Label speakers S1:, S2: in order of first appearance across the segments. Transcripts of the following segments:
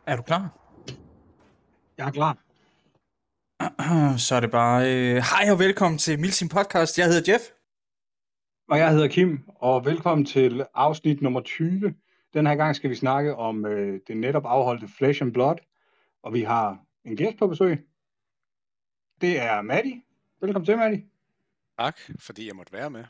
S1: Er du klar?
S2: Jeg er klar.
S1: Så er det bare, hej og velkommen til Milsim Podcast. Jeg hedder Jeff.
S2: Og jeg hedder Kim, og velkommen til afsnit nummer 20. Den her gang skal vi snakke om det netop afholdte Flesh and Blood, og vi har en gæst på besøg. Det er Maddie. Velkommen til, Maddie.
S3: Tak, fordi jeg måtte være med.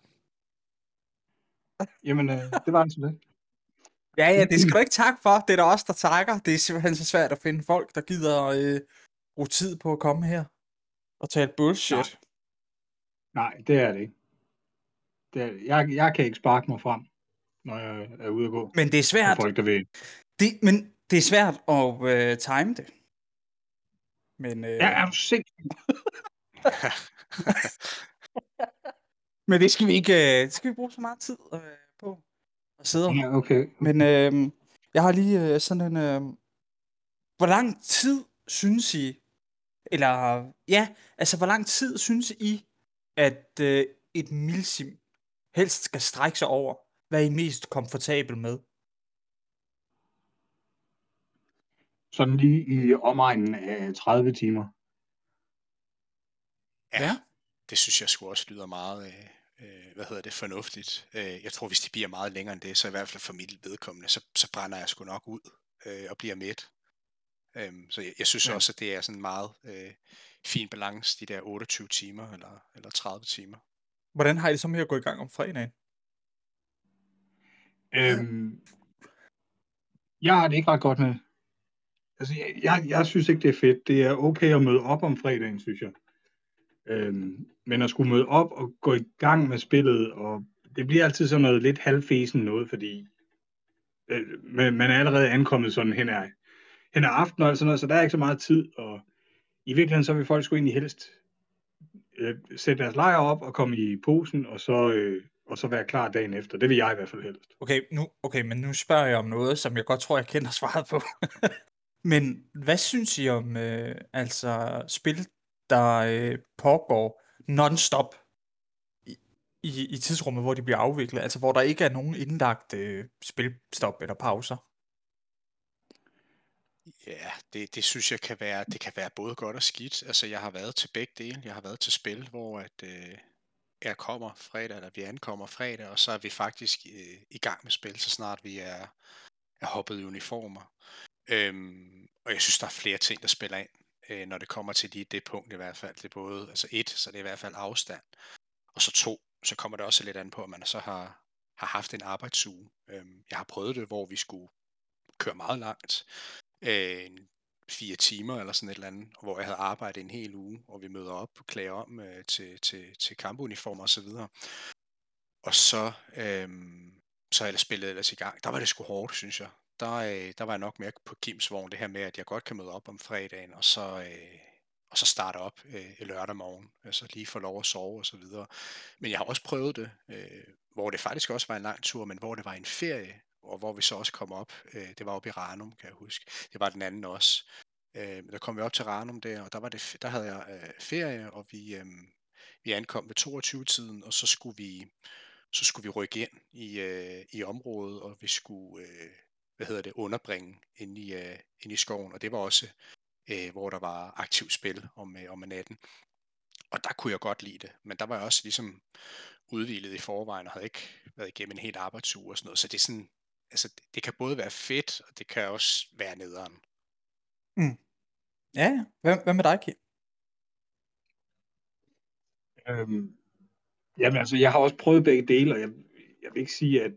S2: Jamen, det var altså det.
S1: Ja, det skal du ikke takke for. Det er der os, der takker. Det er simpelthen så svært at finde folk, der gider bruge tid på at komme her og tale bullshit.
S2: Nej, det er det ikke. Jeg kan ikke sparke mig frem, når jeg er ude at gå
S1: Men det er
S2: på
S1: svært.
S2: folk, der vil.
S1: Men det er svært at time det. Men,
S2: Ja, er du sindssyg?
S1: men det skal vi ikke bruge så meget tid på at sidde.
S2: Ja, okay.
S1: Men jeg har lige sådan en... hvor lang tid synes I, eller ja, altså hvor lang tid synes I, at et milsim helst skal strække sig over? Hvad er I mest komfortabel med?
S2: Sådan lige i omegnen af 30 timer.
S1: Ja.
S3: Det synes jeg sgu også lyder meget, fornuftigt. Jeg tror, hvis de bliver meget længere end det, så i hvert fald for mit vedkommende, så brænder jeg sgu nok ud og bliver mæt. Så jeg synes også, at det er sådan en meget fin balance, de der 28 timer eller 30 timer.
S1: Hvordan har I det så med at gå i gang om fredagen?
S2: Jeg har det ikke ret godt med. Altså, jeg synes ikke, det er fedt. Det er okay at møde op om fredagen, synes jeg. Men at skulle møde op og gå i gang med spillet, og det bliver altid sådan noget lidt halvfesen noget, fordi man er allerede ankommet sådan hen ad aftenen og sådan noget, så der er ikke så meget tid, og i virkeligheden så vil folk sgu egentlig helst sætte deres lejr op og komme i posen, og så være klar dagen efter. Det vil jeg i hvert fald helst.
S1: Okay, men nu spørger jeg om noget, som jeg godt tror, jeg kender svaret på. Men hvad synes I om altså spil, der pågår non-stop i tidsrummet, hvor de bliver afviklet? Altså hvor der ikke er nogen indlagt spilstop eller pauser?
S3: Ja, det synes jeg det kan være både godt og skidt. Altså, jeg har været til begge dele. Jeg har været til spil, hvor jeg kommer fredag, eller vi ankommer fredag, og så er vi faktisk i gang med spil, så snart vi er hoppet i uniformer. Og jeg synes, der er flere ting, der spiller ind, når det kommer til lige det punkt i hvert fald. Det er både, altså så det er i hvert fald afstand, og så 2, så kommer det også lidt an på, at man så har haft en arbejdsuge. Jeg har prøvet det, hvor vi skulle køre meget langt, 4 timer eller sådan et eller andet, hvor jeg havde arbejdet en hel uge, og vi møder op og klæder om til kampuniformer og så videre. Og så er det spillet ellers i gang. Der var det sgu hårdt, synes jeg. Der var jeg nok mere på Kims vogn, det her med, at jeg godt kan møde op om fredagen, og så starte op lørdag morgen, altså lige få lov at sove og så videre. Men jeg har også prøvet det, hvor det faktisk også var en lang tur, men hvor det var en ferie, og hvor vi så også kom op. Det var oppe i Ranum, kan jeg huske. Det var den anden også. Der kom vi op til Ranum der, og der havde jeg ferie, og vi ankom ved 22-tiden, og så skulle vi rykke ind i området, og vi skulle underbringe inde i skoven, og det var også hvor der var aktivt spil om natten. Og der kunne jeg godt lide det, men der var jeg også ligesom udhvilet i forvejen og havde ikke været igennem en helt arbejdsuge og sådan noget, så det er sådan, altså det kan både være fedt, og det kan også være nederen.
S1: Mm. Ja. Hvad med dig, Kim?
S2: Jamen altså, jeg har også prøvet begge dele, og jeg vil ikke sige, at...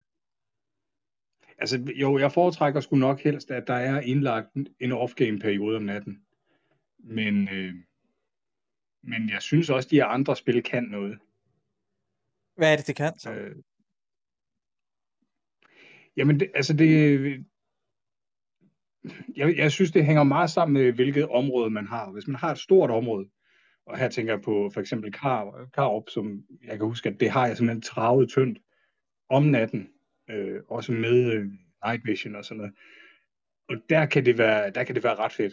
S2: altså, jo, jeg foretrækker sgu nok helst, at der er indlagt en off-game-periode om natten. Men jeg synes også, at de her andre spil kan noget.
S1: Hvad er det kan så?
S2: Jamen, jeg synes, det hænger meget sammen med, hvilket område man har. Hvis man har et stort område, og her tænker jeg på for eksempel Karup, som jeg kan huske, at det har jeg simpelthen travet tyndt om natten, også med night vision og sådan noget. Og der kan det være ret fedt.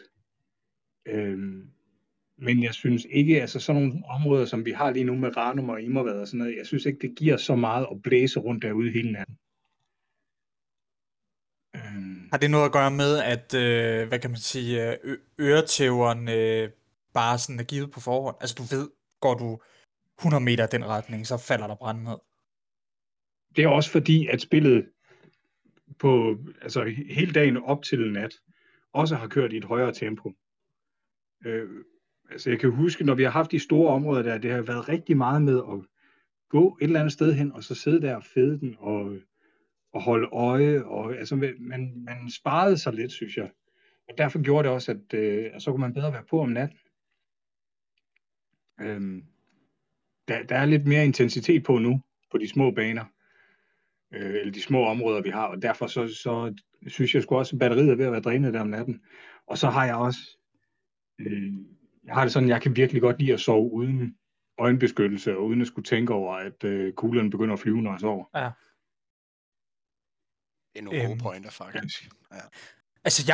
S2: Men jeg synes ikke, altså sådan nogle områder, som vi har lige nu med Ranum og Immervad og sådan noget, jeg synes ikke, det giver så meget at blæse rundt derude hele natten.
S1: Har det noget at gøre med, at, hvad kan man sige, øretæveren bare sådan er givet på forhånd? Altså, du ved, går du 100 meter den retning, så falder der brand ned.
S2: Det er også fordi, at spillet på, altså hele dagen op til nat, også har kørt i et højere tempo. Altså jeg kan huske, når vi har haft de store områder der, det har været rigtig meget med at gå et eller andet sted hen, og så sidde der og fede den, og holde øje, og altså man sparede sig lidt, synes jeg. Og derfor gjorde det også, at så kunne man bedre være på om natten. Der er lidt mere intensitet på nu, på de små baner, eller de små områder, vi har, og derfor så synes jeg sgu også, at batteriet er ved at være drænet der om natten. Og så har jeg også, jeg har det sådan, jeg kan virkelig godt lide at sove uden øjenbeskyttelse, og uden at skulle tænke over, at kuglerne begynder at flyve, når jeg sover.
S1: Ja.
S3: Det er nogle gode pointer, faktisk. Ja.
S1: Altså,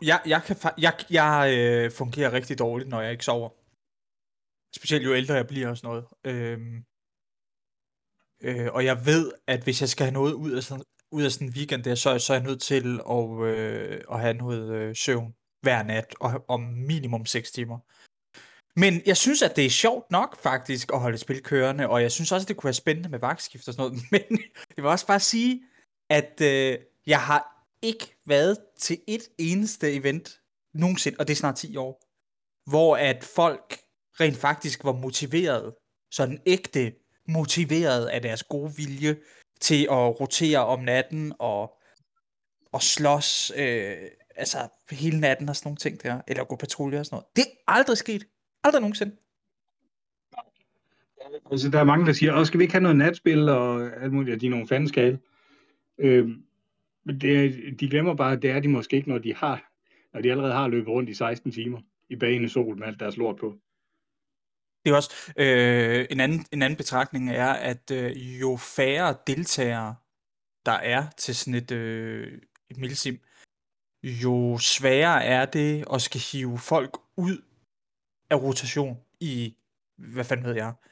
S1: jeg fungerer rigtig dårligt, når jeg ikke sover. Specielt jo ældre jeg bliver og sådan noget. Og jeg ved, at hvis jeg skal have noget ud af sådan en weekend der, så er jeg nødt til at have noget søvn hver nat, og om minimum 6 timer. Men jeg synes, at det er sjovt nok faktisk at holde spil kørende, og jeg synes også, at det kunne være spændende med vagtskift og sådan noget. Men jeg vil også bare sige, at jeg har ikke været til et eneste event nogensinde, og det er snart 10 år, hvor at folk rent faktisk var motiveret, sådan ægte motiveret af deres gode vilje til at rotere om natten og slås altså hele natten og sådan nogle ting der, eller gå patrulje og sådan noget. Det er aldrig sket. Aldrig nogensinde.
S2: Altså, der er mange, der siger, skal vi ikke have noget natspil, og alt muligt, at de er nogle fandeskale. Men de glemmer bare, at det er de måske ikke, når de allerede har løbet rundt i 16 timer i bagende sol med alt deres lort på.
S1: Det er også en anden betragtning er, at jo færre deltagere der er til sådan et milsim, jo sværere er det at skal hive folk ud af rotation i, hvad fanden ved jeg,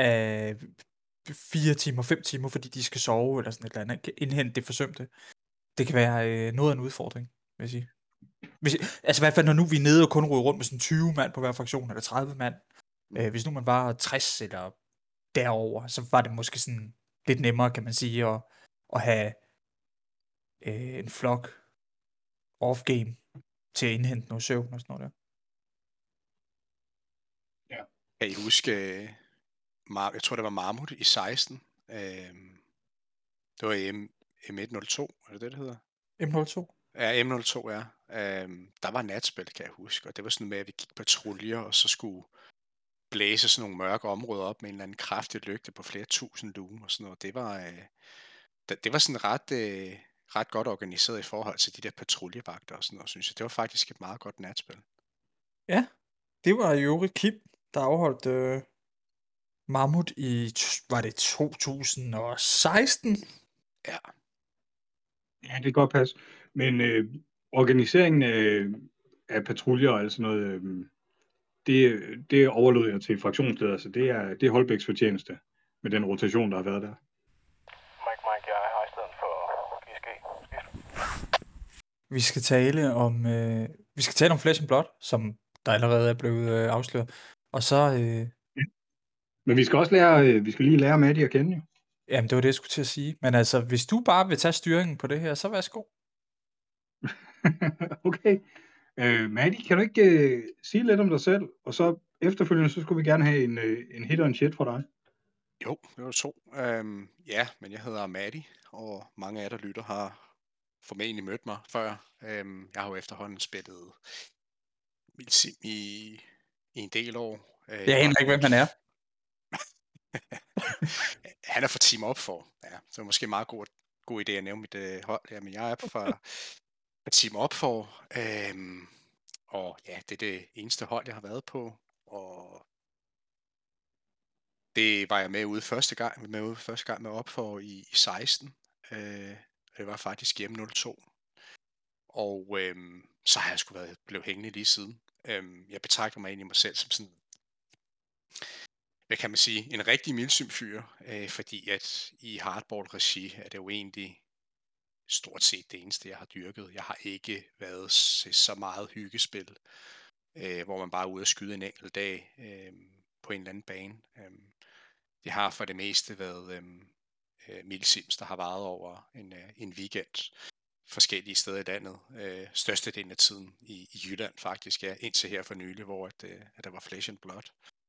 S1: 4 timer, 5 timer, fordi de skal sove eller sådan et eller andet, indhente det forsømte. Det kan være noget af en udfordring, vil jeg sige. Altså i hvert fald, når nu vi er nede og kun ryger rundt med sådan 20 mand på hver fraktion, eller 30 mand. Hvis nu man var 60 eller derover, så var det måske sådan lidt nemmere, kan man sige, at have en flok off-game til at indhente noget søvn og sådan noget der.
S3: Ja. Kan I huske, jeg tror det var Marmut i 16. Det var M102, er det hedder?
S1: M02?
S3: Ja, M02, ja. Der var natspil, kan jeg huske, og det var sådan med, at vi gik patruljer, og så skulle blæse sådan nogle mørke områder op med en eller anden kraftig lygte på flere tusind lume og sådan noget. Det var sådan ret godt organiseret i forhold til de der patruljevagter og sådan noget, synes jeg. Det var faktisk et meget godt natspil.
S1: Ja, det var jo Kim, der afholdt Mammut i, var det 2016?
S3: Ja.
S2: Ja, det kan godt passe. Men organiseringen af patruljer og alt sådan noget, det overlod jeg til fraktionsleder, så det er Holbæks fortjeneste med den rotation, der har været der.
S4: Mike, jeg er her i stedet for GSG.
S1: Vi skal tale om Flesh and Blood, som der allerede er blevet afsløret. Og så...
S2: Men vi skal også lige lære Maddie at kende, jo.
S1: Jamen, det var det, jeg skulle til at sige. Men altså, hvis du bare vil tage styringen på det her, så værsgo.
S2: Okay. Maddie, kan du ikke sige lidt om dig selv? Og så efterfølgende, så skulle vi gerne have en hit og en shit fra dig.
S3: Jo, det var 2. Ja, men jeg hedder Maddie, og mange af jer, der lytter, har formentlig mødt mig før. Jeg har jo efterhånden spillet Milsim i en del år.
S1: Jeg aner ikke, hvem han er.
S3: Han er fra Team Up for. Ja, så er måske en meget god idé at nævne mit hold. Ja, men jeg er fra Team Up for. Og ja, det er det eneste hold, jeg har været på. Og det var jeg med ude første gang med op for i 16. Det var faktisk hjemme 02. Og så har jeg sgu blevet hængende lige siden. Jeg betragter mig egentlig mig selv som sådan, hvad kan man sige, en rigtig mildsymfyr, fordi at i hardball-regi er det jo egentlig stort set det eneste, jeg har dyrket. Jeg har ikke været til så meget hyggespil, hvor man bare er ude og skyde en enkelt dag på en eller anden bane. Det har for det meste været Milsims, der har varet over en weekend forskellige steder i landet. Størstedelen af tiden i Jylland faktisk, ja, indtil her for nylig, hvor at der var Flesh and Blood.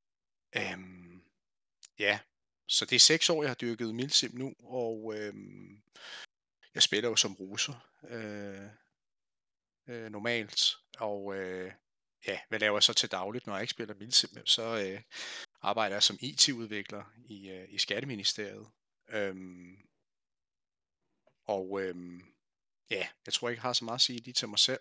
S3: Ja, så det er 6 år, jeg har dyrket Milsim nu, og jeg spiller jo som ruser normalt, og ja, hvad laver jeg så til dagligt, når jeg ikke spiller Milsim? Så arbejder jeg som IT-udvikler i Skatteministeriet. Og ja, jeg tror ikke, jeg har så meget at sige lige til mig selv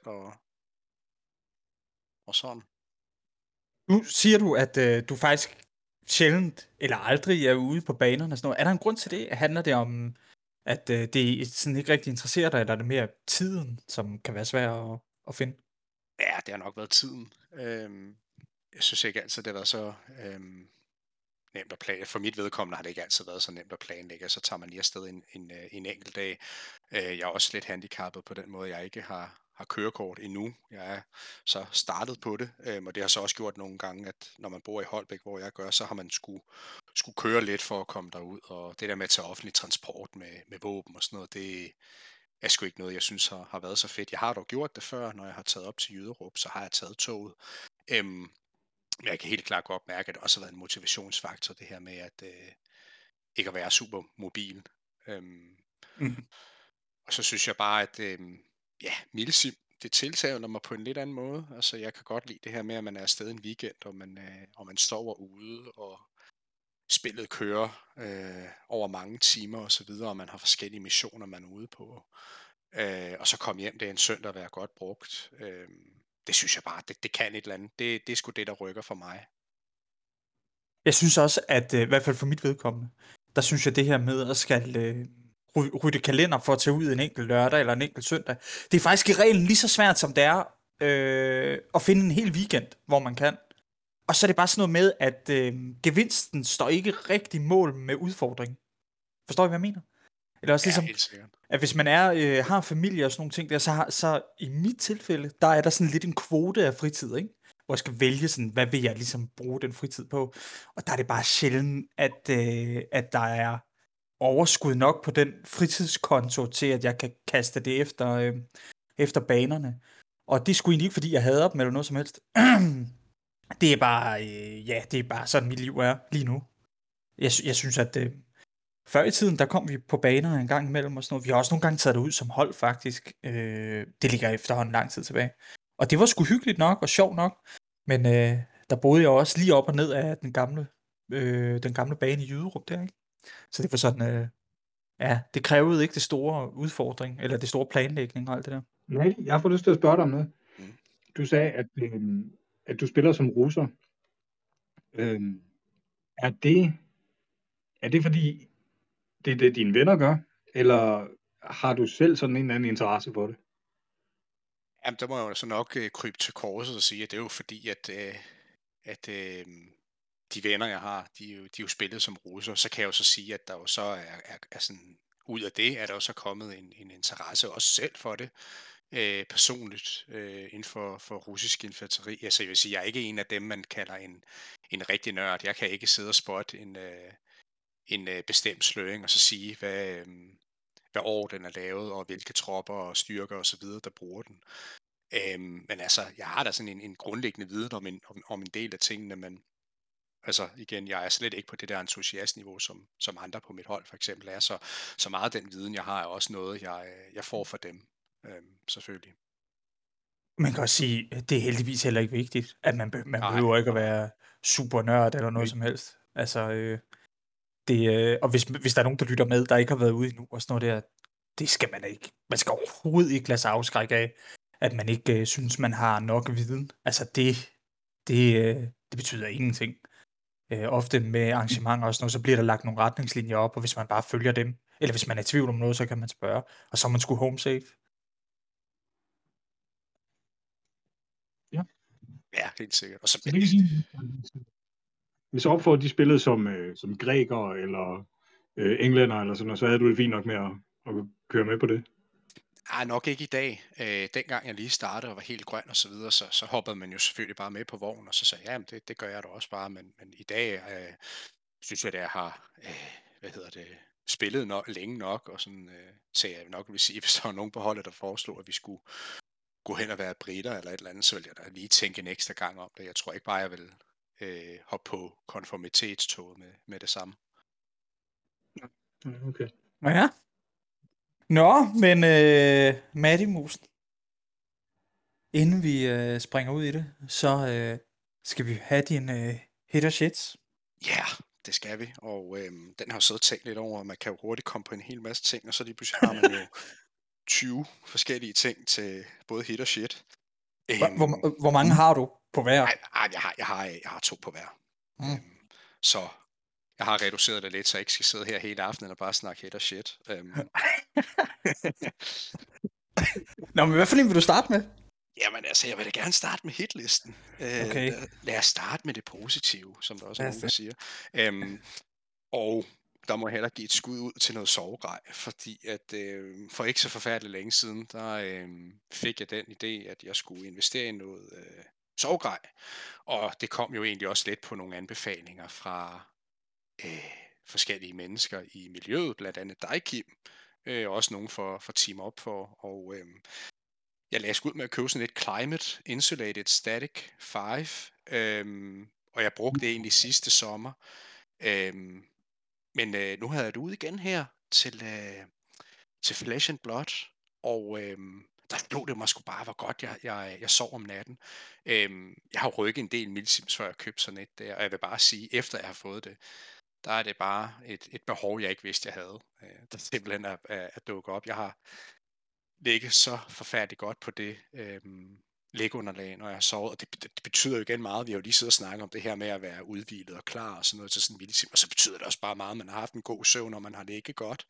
S3: og sådan.
S1: Nu siger du, at du faktisk sjældent eller aldrig er ude på banerne og sådan noget. Er der en grund til det? Handler det om, at det sådan ikke rigtig interesserer dig, eller er det mere tiden, som kan være svær at finde?
S3: Ja, det har nok været tiden. Jeg synes ikke altid, det har været så nemt at planlægge. For mit vedkommende har det ikke altid været så nemt at planlægge, så tager man lige afsted en enkelt dag. Jeg er også lidt handicappet på den måde, jeg ikke har kørekort endnu. Jeg er så startet på det, og det har så også gjort nogle gange, at når man bor i Holbæk, hvor jeg gør, så har man skulle køre lidt for at komme derud, og det der med at tage offentlig transport med våben og sådan noget, det er sgu ikke noget, jeg synes har været så fedt. Jeg har dog gjort det før, når jeg har taget op til Jyderup, så har jeg taget toget. Men jeg kan helt klart godt mærke, at det også har været en motivationsfaktor, det her med at ikke at være super mobil. Og så synes jeg bare, at ja, Milsim, det tiltaler mig på en lidt anden måde. Altså, jeg kan godt lide det her med, at man er afsted en weekend, og man står ude, og spillet kører over mange timer og så videre, og man har forskellige missioner, man er ude på. Og så komme hjem, det er en søndag at være godt brugt. Det synes jeg bare, det kan et eller andet. Det er sgu det, der rykker for mig.
S1: Jeg synes også, at i hvert fald for mit vedkommende, der synes jeg det her med at skal rydde kalender for at tage ud en enkelt lørdag eller en enkelt søndag, det er faktisk i reglen lige så svært, som det er at finde en hel weekend, hvor man kan. Og så er det bare sådan noget med, at gevinsten står ikke rigtig mål med udfordringen. Forstår I, hvad jeg mener? Eller også ligesom,
S3: helt sikkert.
S1: at hvis man har familie og sådan nogle ting der, så i mit tilfælde, der er der sådan lidt en kvote af fritid, ikke? Hvor jeg skal vælge sådan, hvad vil jeg ligesom bruge den fritid på. Og der er det bare sjældent, at der er overskud nok på den fritidskonto til, at jeg kan kaste det efter banerne. Og det er sgu egentlig ikke, fordi jeg hader dem eller noget som helst. Det er bare, det er bare sådan, mit liv er lige nu. Jeg synes, at før i tiden, der kom vi på baner en gang imellem og sådan noget. Vi har også nogle gange taget det ud som hold, faktisk. Det ligger efterhånden lang tid tilbage. Og det var sgu hyggeligt nok og sjovt nok. Men der boede jeg også lige op og ned af den gamle bane i Jyderup der, ikke? Så det var sådan, det krævede ikke det store udfordring, eller det store planlægning og alt det der.
S2: Nej, jeg får lyst til at spørge dig om noget. Du sagde, at du spiller som russer. Er det fordi, det er det, dine venner gør? Eller har du selv sådan en eller anden interesse for det?
S3: Jamen, der må jeg jo så nok krybe til korset og sige, at det er jo fordi, at de venner, jeg har, de er jo spillet som russer. Så kan jeg jo så sige, at der jo så er sådan, ud af det, er der jo så kommet en interesse også selv for det. Personligt inden for russisk infanteri. Altså jeg vil sige, jeg er ikke en af dem, man kalder en rigtig nørd. Jeg kan ikke sidde og spotte en bestemt sløring og så sige, hvad år den er lavet, og hvilke tropper og styrker og så videre, der bruger den. Men altså, jeg har da sådan en grundlæggende viden om en del af tingene, men altså igen, jeg er slet ikke på det der entusiastniveau, som andre på mit hold for eksempel er. Så meget af den viden, jeg har, er også noget, jeg får fra dem. Selvfølgelig.
S1: Man kan også sige, at det er heldigvis heller ikke vigtigt, at man behøver ikke at være super nørd eller noget som helst. Altså, og hvis der er nogen, der lytter med, der ikke har været ude endnu og sådan noget der, det skal man ikke. Man skal overhovedet ikke lade sig afskrække af, at man ikke synes, man har nok viden. Altså, det betyder ingenting. Ofte med arrangementer og sådan noget, så bliver der lagt nogle retningslinjer op, og hvis man bare følger dem, eller hvis man er i tvivl om noget, så kan man spørge, og så er man sgu home safe.
S3: Ja, helt sikkert. Og så
S2: det kan sige, hvis opfor de spillede som grækere eller englænder eller sådan noget, så havde du det fint nok med at køre med på det?
S3: Nok ikke i dag. Dengang jeg lige startede og var helt grøn og så videre, så hoppede man jo selvfølgelig bare med på vognen, og så sagde jeg, jamen det gør jeg da også bare, men i dag synes jeg, at jeg har, spillet længe nok, og sådan, så jeg nok vil sige, hvis der var nogen på holdet, der foreslog, at vi skulle gå hen og være britter eller et eller andet, så ville jeg da lige tænke en ekstra gang om det. Jeg tror ikke bare, jeg vil hoppe på konformitetstoget med det samme.
S2: Okay.
S1: Ja. Nå, men Matty Musen, inden vi springer ud i det, så skal vi have din hit og shits.
S3: Ja, det skal vi, og den har jeg så tænkt lidt over, man kan jo hurtigt komme på en hel masse ting, og så lige pludselig har man jo 20 forskellige ting til både hit og shit.
S1: Hvor mange har du på hver?
S3: Jeg har 2 på hver.
S1: Mm.
S3: Så jeg har reduceret det lidt, så jeg ikke skal sidde her hele aftenen og bare snakke hit og shit.
S1: Nå, men hvad for en vil du starte med?
S3: Jamen altså, jeg vil da gerne starte med hitlisten.
S1: Okay.
S3: Lad os starte med det positive, som der også er
S1: Lad os
S3: nogen, der siger. Og der må jeg hellere give et skud ud til noget sovegrej, fordi at for ikke så forfærdeligt længe siden, der fik jeg den idé, at jeg skulle investere i noget sovegrej. Og det kom jo egentlig også lidt på nogle anbefalinger fra forskellige mennesker i miljøet, blandt andet dig, Kim, og også nogen for Team Up for, og jeg lagde sgu ud med at købe sådan et Climate Insulated Static 5, og jeg brugte det egentlig sidste sommer. Men nu havde jeg det ude igen her til Flesh and Blood, og der slog det mig sgu bare, hvor godt jeg sov om natten. Jeg har rykket en del milsims, før jeg købte sådan et der, og jeg vil bare sige, efter jeg har fået det, der er det bare et behov, jeg ikke vidste, jeg havde, der simpelthen er dukket op. Jeg har ligget så forfærdeligt godt på det lægunderlag, når jeg har sovet, og det betyder jo igen meget. Vi har jo lige siddet og snakket om det her med at være udhvilet og klar og sådan noget til sådan en millisim, og så betyder det også bare meget, at man har haft en god søvn, og man har ligget godt.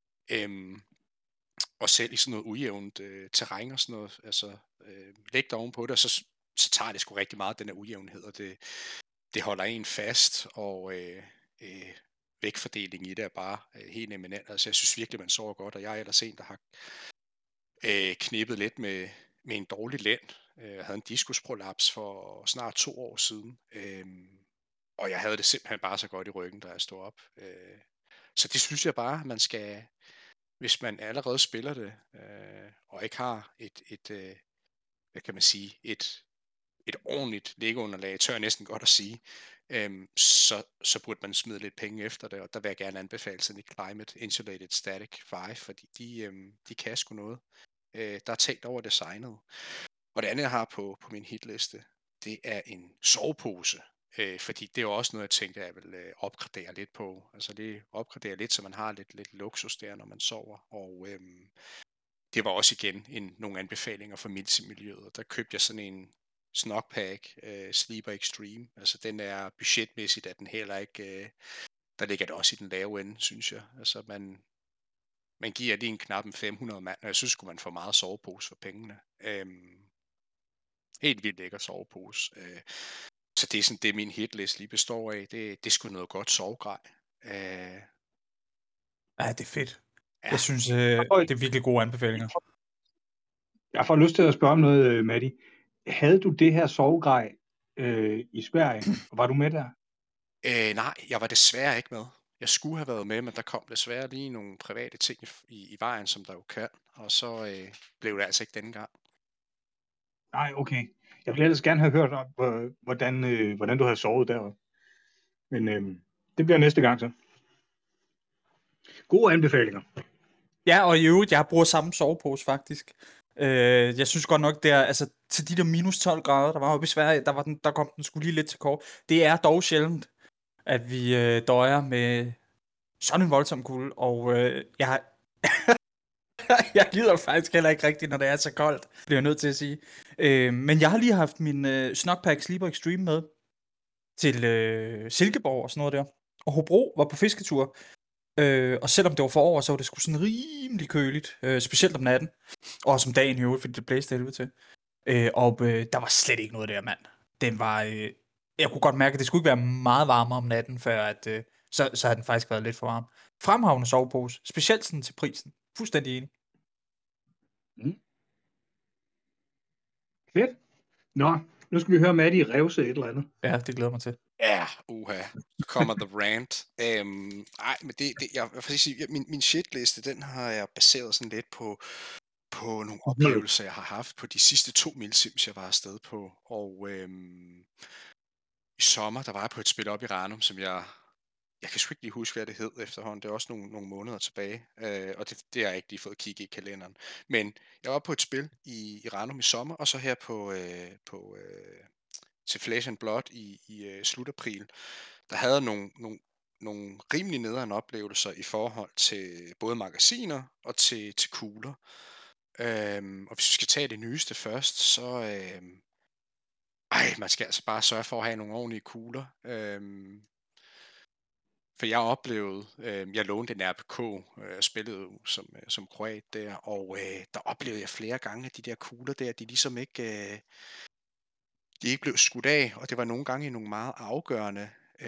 S3: Og selv i sådan noget ujævnt terræn og sådan noget, altså læg dig ovenpå det, og så tager det sgu rigtig meget, den her ujævnhed, og det holder en fast, og vægtfordelingen i det er bare helt eminent. Altså jeg synes virkelig, man sover godt, og jeg er ellers en, der har knippet lidt med en dårlig lænd. Jeg havde en diskusprolaps for snart 2 år siden, og jeg havde det simpelthen bare så godt i ryggen, da jeg stod op. Så det synes jeg bare, man skal, hvis man allerede spiller det, og ikke har hvad kan man sige, et ordentligt lægeunderlag, tør jeg næsten godt at sige, så burde man smide lidt penge efter det, og der vil jeg gerne anbefale sådan et Climate Insulated Static 5, fordi de kan sgu noget. Der er tænkt over designet. Og det andet, jeg har på min hitliste, det er en sovepose, fordi det er jo også noget, jeg tænkte, at jeg vil opgradere lidt på. Altså det opgradere lidt, så man har lidt luksus der, når man sover. Og det var også igen nogle anbefalinger fra miljøet. Der købte jeg sådan en Snugpak Sleeper Extreme. Altså den er budgetmæssigt, at den heller ikke, der ligger det også i den lave ende, synes jeg. Altså man giver lige en knap 500 mand, og jeg synes man får meget sovepose for pengene. Helt vildt lækker sovepose. Så det er sådan det, min hitlist lige består af. Det er sgu noget godt sovegrej.
S1: Ja, det er fedt.
S3: Ja.
S1: Jeg synes, det er virkelig gode anbefalinger.
S2: Jeg får lyst til at spørge om noget, Matty. Havde du det her sovegrej i Sverige, og var du med der?
S3: Nej, jeg var desværre ikke med. Jeg skulle have været med, men der kom desværre lige nogle private ting i vejen, som der jo kan, og så blev det altså ikke denne gang.
S2: Nej, okay. Jeg ville ellers gerne have hørt om, hvordan du havde sovet der. Men det bliver næste gang så. Gode anbefalinger.
S1: Ja, og i øvrigt, jeg bruger samme sovepose faktisk. Jeg synes godt nok, altså til de der minus 12 grader, der var oppe i Sverige, der kom den sgu lige lidt til kort. Det er dog sjældent, at vi døjer med sådan en voldsom kulde, og jeg gider faktisk heller ikke rigtigt, når det er så koldt, bliver jeg nødt til at sige. Men jeg har lige haft min Snugpak Sleeper Extreme med til Silkeborg og sådan noget der. Og Hobro var på fisketur. Og selvom det var forår, så var det sgu sådan rimelig køligt. Specielt om natten. Og som dagen i øvrigt, fordi det blæste helvede til. Og der var slet ikke noget der, mand. Den var... jeg kunne godt mærke, at det skulle ikke være meget varmere om natten, før at, så havde den faktisk været lidt for varm. Fremragende sovepose. Specielt sådan til prisen. Fuldstændig enig.
S2: Mm. Fedt. Nå, nu skal vi høre Maddie revse et eller andet.
S1: Ja, det glæder mig til.
S3: Ja, så kommer The Rant. Ej, men jeg vil faktisk sige, min shitliste, den har jeg baseret sådan lidt på nogle oplevelser, jeg har haft på de sidste 2 milsims, jeg var afsted på. Og i sommer, der var jeg på et spil op i Ranum, som jeg kan sgu ikke lige huske, hvad det hed efterhånden. Det er også nogle måneder tilbage, og det har jeg ikke lige fået kigget i kalenderen. Men jeg var på et spil i Ranum i sommer, og så her til Flesh and Blood i slut april, der havde jeg nogle rimelig nederen oplevelser i forhold til både magasiner og til kugler. Og hvis vi skal tage det nyeste først, så man skal altså bare sørge for at have nogle ordentlige kugler. For jeg oplevede, jeg lånte en RPK, jeg spillede jo som kroat der, og der oplevede jeg flere gange, at de der kugler der, de ligesom ikke, de ikke blev skudt af, og det var nogle gange i nogle meget afgørende,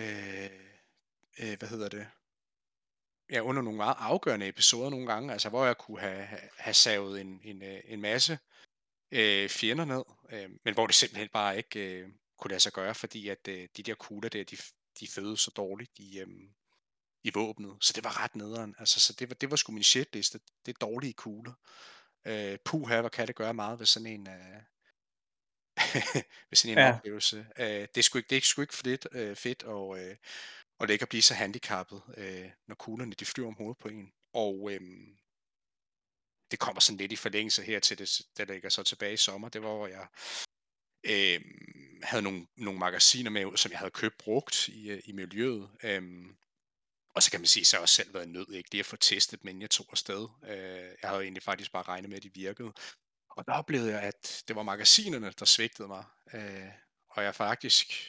S3: under nogle meget afgørende episoder nogle gange, altså hvor jeg kunne have savet en masse fjender ned, men hvor det simpelthen bare ikke kunne lade sig gøre, fordi at de der kugler der, de fødede så dårligt i våbnet, så det var ret nederen. Altså, så det var sgu min shitliste. Det er dårlige kugler. Puha, hvor kan det gøre meget ved sådan en ved sådan en
S1: Ja.
S3: oplevelse. Det er sgu ikke fedt at ligge og blive så handicappet, når kuglerne de flyver om hovedet på en. Og det kommer sådan lidt i forlængelse her til det, der ligger så tilbage i sommer. Det var, hvor jeg havde nogle magasiner med, som jeg havde købt brugt i miljøet. Og så kan man sige, så har jeg også selv været nødt ikke det at få testet, men jeg tog afsted. Jeg havde egentlig faktisk bare regnet med, at de virkede. Og der oplevede jeg, at det var magasinerne, der svigtede mig. Og jeg faktisk...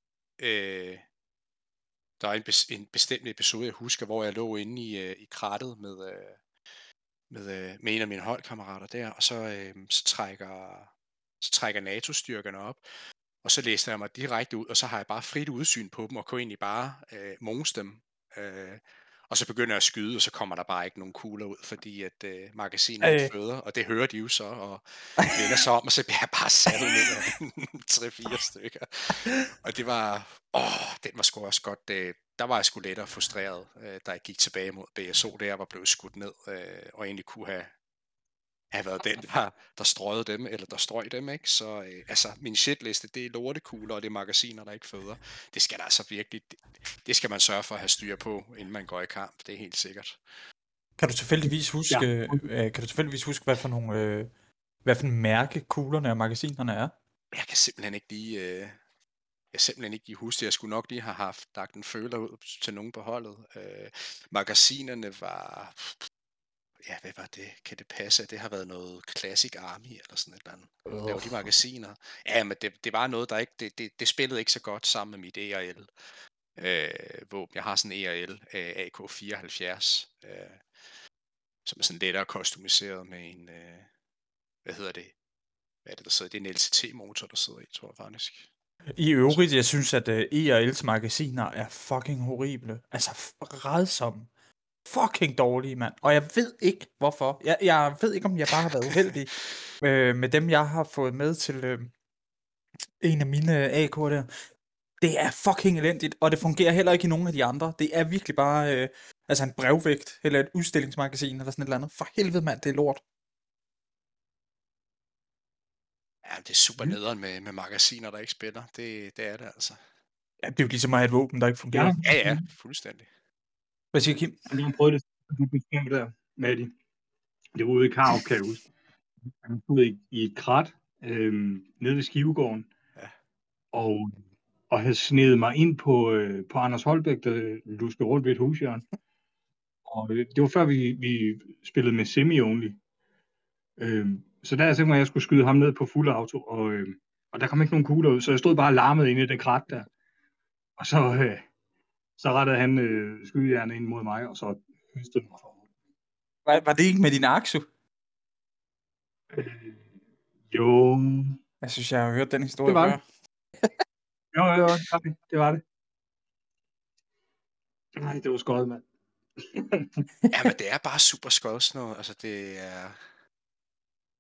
S3: der er en bestemt episode, jeg husker, hvor jeg lå inde i krattet med en af mine holdkammerater der, og så trækker NATO-styrkerne op, og så læste jeg mig direkte ud, og så har jeg bare frit udsyn på dem, og kunne egentlig bare mose dem. Og så begynder jeg at skyde, og så kommer der bare ikke nogen kugler ud, fordi at magasinet ikke føder, og det hører de jo så, og vender sig om, og så bliver jeg bare sat ned af 3-4 stykker. Og det var, den var sgu også godt, der var jeg sgu lettere frustreret, da jeg gik tilbage mod BSO, der var blevet skudt ned, og egentlig kunne have været den, der strøgede dem, eller der strøg dem, ikke? Så altså, min shitliste, det er lortekugler, og det er magasiner, der ikke føder. Det skal der altså virkelig, det skal man sørge for at have styr på, inden man går i kamp, det er helt sikkert.
S1: Kan du tilfældigvis huske, hvad for en mærke kuglerne og magasinerne er?
S3: Jeg kan simpelthen ikke lige huske det. Jeg skulle nok lige have haft lagt en føler ud til nogen på holdet. Magasinerne var... Ja, hvad var det? Kan det passe, at det har været noget Classic Army eller sådan et eller andet? Laver de magasiner? Ja, men det var noget, der ikke... Det spillede ikke så godt sammen med mit ERL våben. Jeg har sådan en ERL AK-74, som er sådan lettere customiseret med en... hvad er det, der sidder? Det er en LCT-motor, der sidder i, tror jeg faktisk.
S1: I øvrigt, jeg synes, at ERL's magasiner er fucking horrible. Altså, rædsomme. Fucking dårlige, mand. Og jeg ved ikke, hvorfor. Jeg ved ikke, om jeg bare har været uheldig med dem, jeg har fået med til en af mine AK'er der. Det er fucking elendigt, og det fungerer heller ikke i nogen af de andre. Det er virkelig bare en brevvægt, eller et udstillingsmagasin, eller sådan et eller andet. For helvede, mand, det er lort.
S3: Ja, det er super nederen med magasiner, der ikke spiller. Det er det altså.
S1: Ja, det er jo ligesom at have et våben, der ikke fungerer.
S3: Ja, fuldstændig.
S1: Hvad siger Kim?
S2: Jeg har prøvet det, du beskrev der, Maddie. Det var ude i Karup, kan jeg huske. Han stod i et krat nede ved Skivegården,
S3: ja.
S2: og havde snedet mig ind på Anders Holbæk, der luskede rundt ved et hushjørne. Og det var før vi spillede med semi-only. Så der tænkte mig, at jeg skulle skyde ham ned på fuld auto, og der kom ikke nogen kugler ud, så jeg stod bare larmet inde i det krat der. Og så rettede han skydejernet ind mod mig, og så høstede mig for.
S1: Var det ikke med din Aksu?
S2: Jo.
S1: Jeg synes, jeg har hørt den historie
S2: det var
S1: før.
S2: Jo, det var det. Nej, det var skøjet, mand.
S3: Ja, men det er bare super skøjet sådan noget. Altså, det er...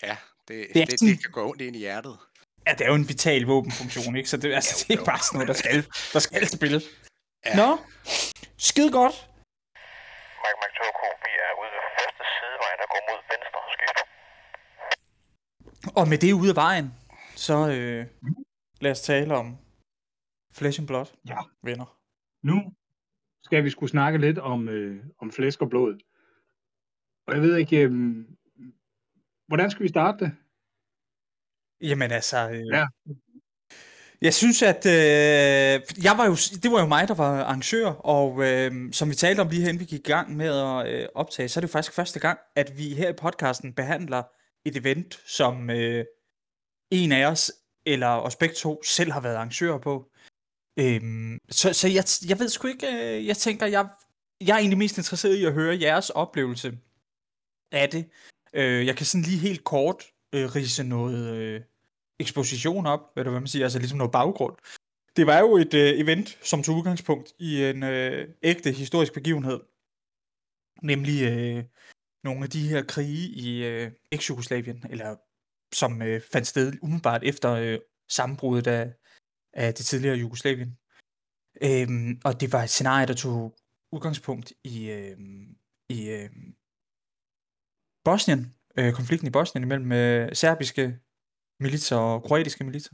S3: Ja,
S1: Det er sådan,
S3: det kan gå ondt ind i hjertet.
S1: ja, det er jo en vital våbenfunktion, ikke? Så det, altså,
S3: Jo,
S1: det er
S3: jo.
S1: bare sådan noget, der skal spille.
S3: Ja.
S1: Nå, skide godt.
S4: Mike 2Q, vi er ude ved første sidevej, der går mod venstre. Skidt.
S1: Og med det ude af vejen, så lad os tale om Flesh and Blood,
S2: Ja,
S1: venner.
S2: nu skal vi skulle snakke lidt om flæsk og blod. Og jeg ved ikke, hvordan skal vi starte det?
S1: Jamen altså,
S2: Ja.
S1: jeg synes, at det var jo mig, der var arrangør, og som vi talte om lige inden vi gik i gang med at optage, så er det jo faktisk første gang, at vi her i podcasten behandler et event, som en af os, eller os begge to, selv har været arrangører på. Så jeg ved sgu ikke, jeg tænker, jeg er egentlig mest interesseret i at høre jeres oplevelse af det. Jeg kan sådan lige helt kort ridse noget eksposition op, hvad man siger, altså ligesom noget baggrund. Det var jo et event, som tog udgangspunkt i en ægte historisk begivenhed, nemlig nogle af de her krige i eks-Jugoslavien, eller som fandt sted umiddelbart efter sammenbruddet af det tidligere Jugoslavien. Og det var et scenarie, der tog udgangspunkt i Bosnien, konflikten i Bosnien imellem serbiske militser og kroatiske militser.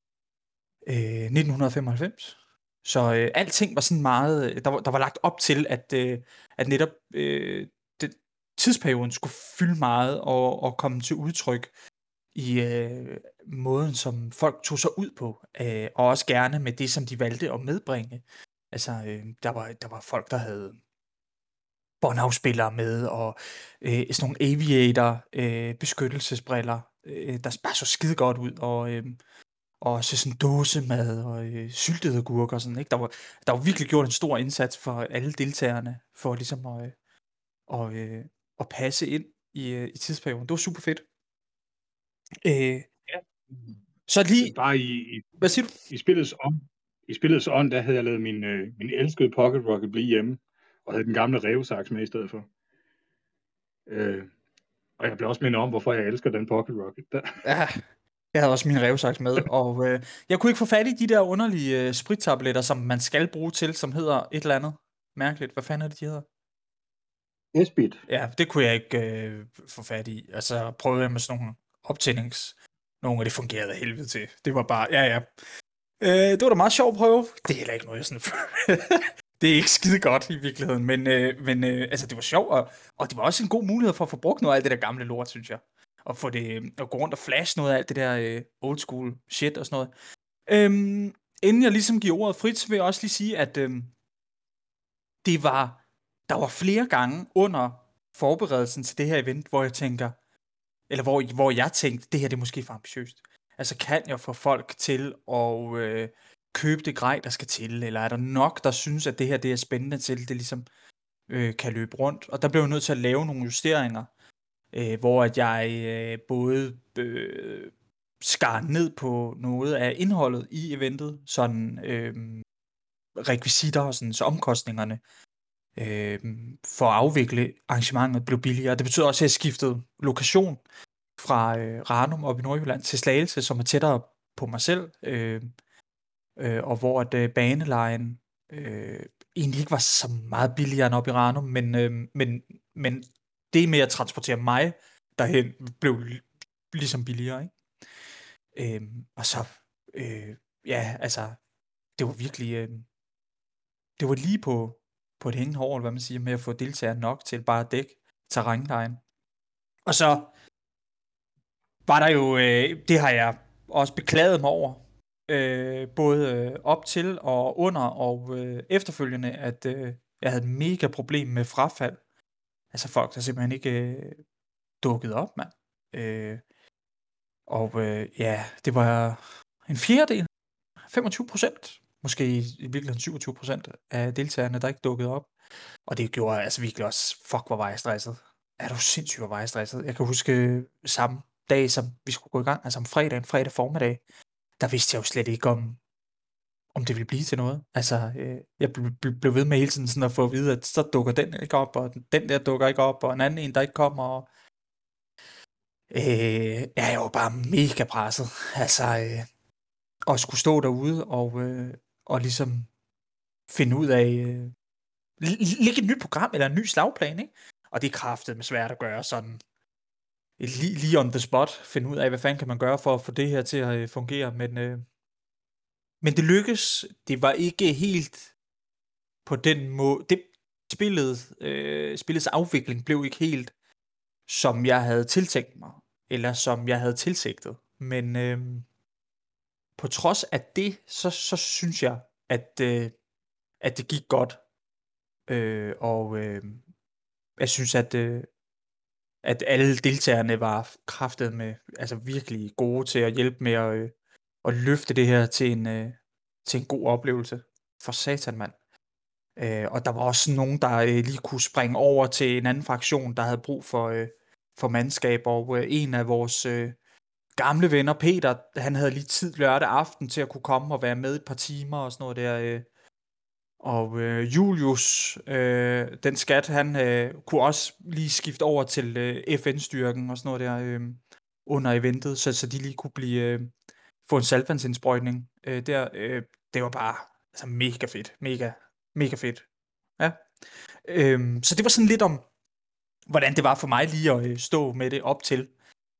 S1: 1995. Så alting var sådan meget, der var lagt op til, at netop tidsperioden skulle fylde meget og komme til udtryk i måden, som folk tog sig ud på, og også gerne med det, som de valgte at medbringe. Altså, der var folk, der havde båndafspillere med, og sådan nogle aviator, beskyttelsesbriller, der bare så skide godt ud, og så sådan dåsemad og syltede agurker og sådan, ikke? Der var virkelig gjort en stor indsats for alle deltagerne, for ligesom at passe ind i tidsperioden. Det var super fedt. Så lige...
S2: Bare
S1: Hvad siger du?
S2: I spillets ånd, der havde jeg lavet min elskede Pocket Rocket blive hjemme, og havde den gamle rævesaks med i stedet for. Og jeg blev også mindet om, hvorfor jeg elsker den Pocket Rocket der.
S1: Ja, jeg havde også min rævesaks med, og jeg kunne ikke få fat i de der underlige sprittabletter, som man skal bruge til, som hedder et eller andet mærkeligt. Hvad fanden er det, de hedder?
S2: S-bit.
S1: Ja, det kunne jeg ikke få fat i. Altså, prøvede jeg med sådan nogle nogle af det fungerede af helvede til. Det var bare, ja. Det var da meget sjovt at prøve. Det er heller ikke noget, jeg sådan det er ikke skide godt i virkeligheden, men altså, det var sjovt, og det var også en god mulighed for at få brugt noget af alt det der gamle lort, synes jeg. Og få det, at gå rundt og flash noget af alt det der old school shit og sådan noget. Inden jeg ligesom giver ordet frit, så vil jeg også lige sige, at der var flere gange under forberedelsen til det her event, hvor jeg tænker, eller hvor jeg tænkte, det her det er måske for ambitiøst. Altså, kan jeg få folk til at købe det grej, der skal til, eller er der nok, der synes, at det her det er spændende til, det ligesom kan løbe rundt. Og der blev jeg nødt til at lave nogle justeringer, hvor at jeg både skar ned på noget af indholdet i eventet, sådan rekvisitter og sådan, så omkostningerne for at afvikle arrangementet blev billigere. Det betyder også, at jeg skiftede lokation fra Ranum op i Nordjylland til Slagelse, som er tættere på mig selv, og hvor at banelejen egentlig ikke var så meget billigere end op i Ranum, men det med at transportere mig derhen blev ligesom billigere, ikke? Og så ja, altså det var virkelig det var lige på et hængende hår, hvad man siger, med at få deltagere nok til bare at dække terrænlejen. Og så var der jo, det har jeg også beklaget mig over, både op til og under og efterfølgende, at jeg havde et mega problem med frafald. Altså folk, der simpelthen ikke dukkede op, mand. Ja, det var en fjerdedel, 25%, måske i virkeligheden 27% af deltagerne, der ikke dukkede op. Og det gjorde altså virkelig også, fuck, hvor var jeg stresset. Er du sindssygt, hvor var jeg stresset. Jeg kan huske samme dag, som vi skulle gå i gang, altså om fredag formiddag, der vidste jeg jo slet ikke, om det ville blive til noget. Altså, jeg blev ved med hele tiden sådan at få at vide, at så dukker den ikke op, og den der dukker ikke op, og en anden en, der ikke kommer. Og Jeg var bare mega presset. Altså, at skulle stå derude og ligesom finde ud af, lægge et nyt program eller en ny slagplan, ikke? Og det er kraftedeme svært at gøre sådan, lige on the spot, finde ud af, hvad fanden kan man gøre for at få det her til at fungere, men det lykkedes. Det var ikke helt på den måde, spillets afvikling blev ikke helt, som jeg havde tiltænkt mig, eller som jeg havde tilsigtet, men på trods af det, så synes jeg, at det gik godt, og jeg synes, at alle deltagerne var kraftedeme altså virkelig gode til at hjælpe med at løfte det her til en god oplevelse. For satan, mand. Og der var også nogen, der lige kunne springe over til en anden fraktion, der havde brug for mandskab, og en af vores gamle venner, Peter, han havde lige tid lørdag aften til at kunne komme og være med et par timer og sådan noget der. Og Julius, den skat, han kunne også lige skifte over til FN-styrken og sådan noget der under eventet, så de lige kunne få en saltvandsindsprøjtning der. Det var bare altså mega fedt. Mega fedt. Ja. Så det var sådan lidt om, hvordan det var for mig lige at stå med det op til.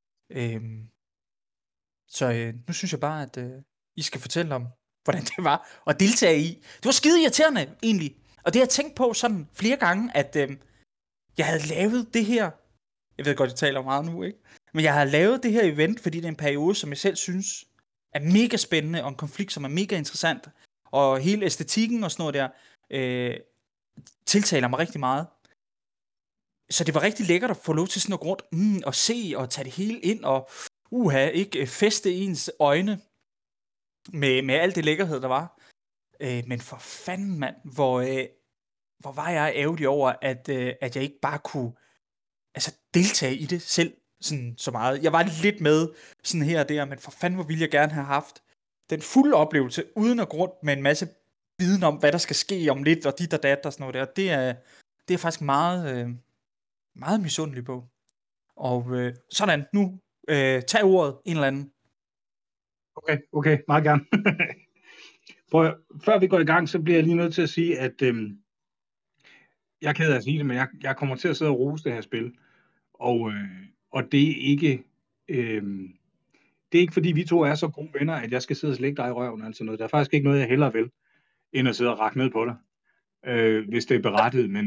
S1: Så nu synes jeg bare, at I skal fortælle om, hvordan det var at deltage i. Det var skide irriterende, egentlig. Og det har jeg tænkt på sådan flere gange, at jeg havde lavet det her. Jeg ved godt, jeg taler meget nu, ikke? Men jeg har lavet det her event, fordi det er en periode, som jeg selv synes er mega spændende, og en konflikt, som er mega interessant. Og hele æstetikken og sådan noget der, tiltaler mig rigtig meget. Så det var rigtig lækkert at få lov til sådan at gå rundt og se og tage det hele ind, og ikke feste ens øjne med alt det lækkerhed, der var. Men for fanden, mand, hvor var jeg ærgerlig over, at jeg ikke bare kunne deltage i det selv sådan så meget. Jeg var lidt med sådan her og der, men for fanden, hvor ville jeg gerne have haft den fulde oplevelse, uden at gå rundt med en masse viden om, hvad der skal ske om lidt, og dit og dat og sådan noget der. Det er faktisk meget, meget misundelig på. Og sådan, nu tag ordet, en eller anden.
S2: Okay, meget gerne. Før vi går i gang, så bliver jeg lige nødt til at sige, at jeg er ked af at sige det, men jeg kommer til at sidde og rose det her spil. Og det er ikke... det er ikke fordi vi to er så gode venner, at jeg skal sidde og slække dig i røven. Altså noget. Der er faktisk ikke noget, jeg hellere vil, end at sidde og rakke ned på dig, hvis det er berettiget. Men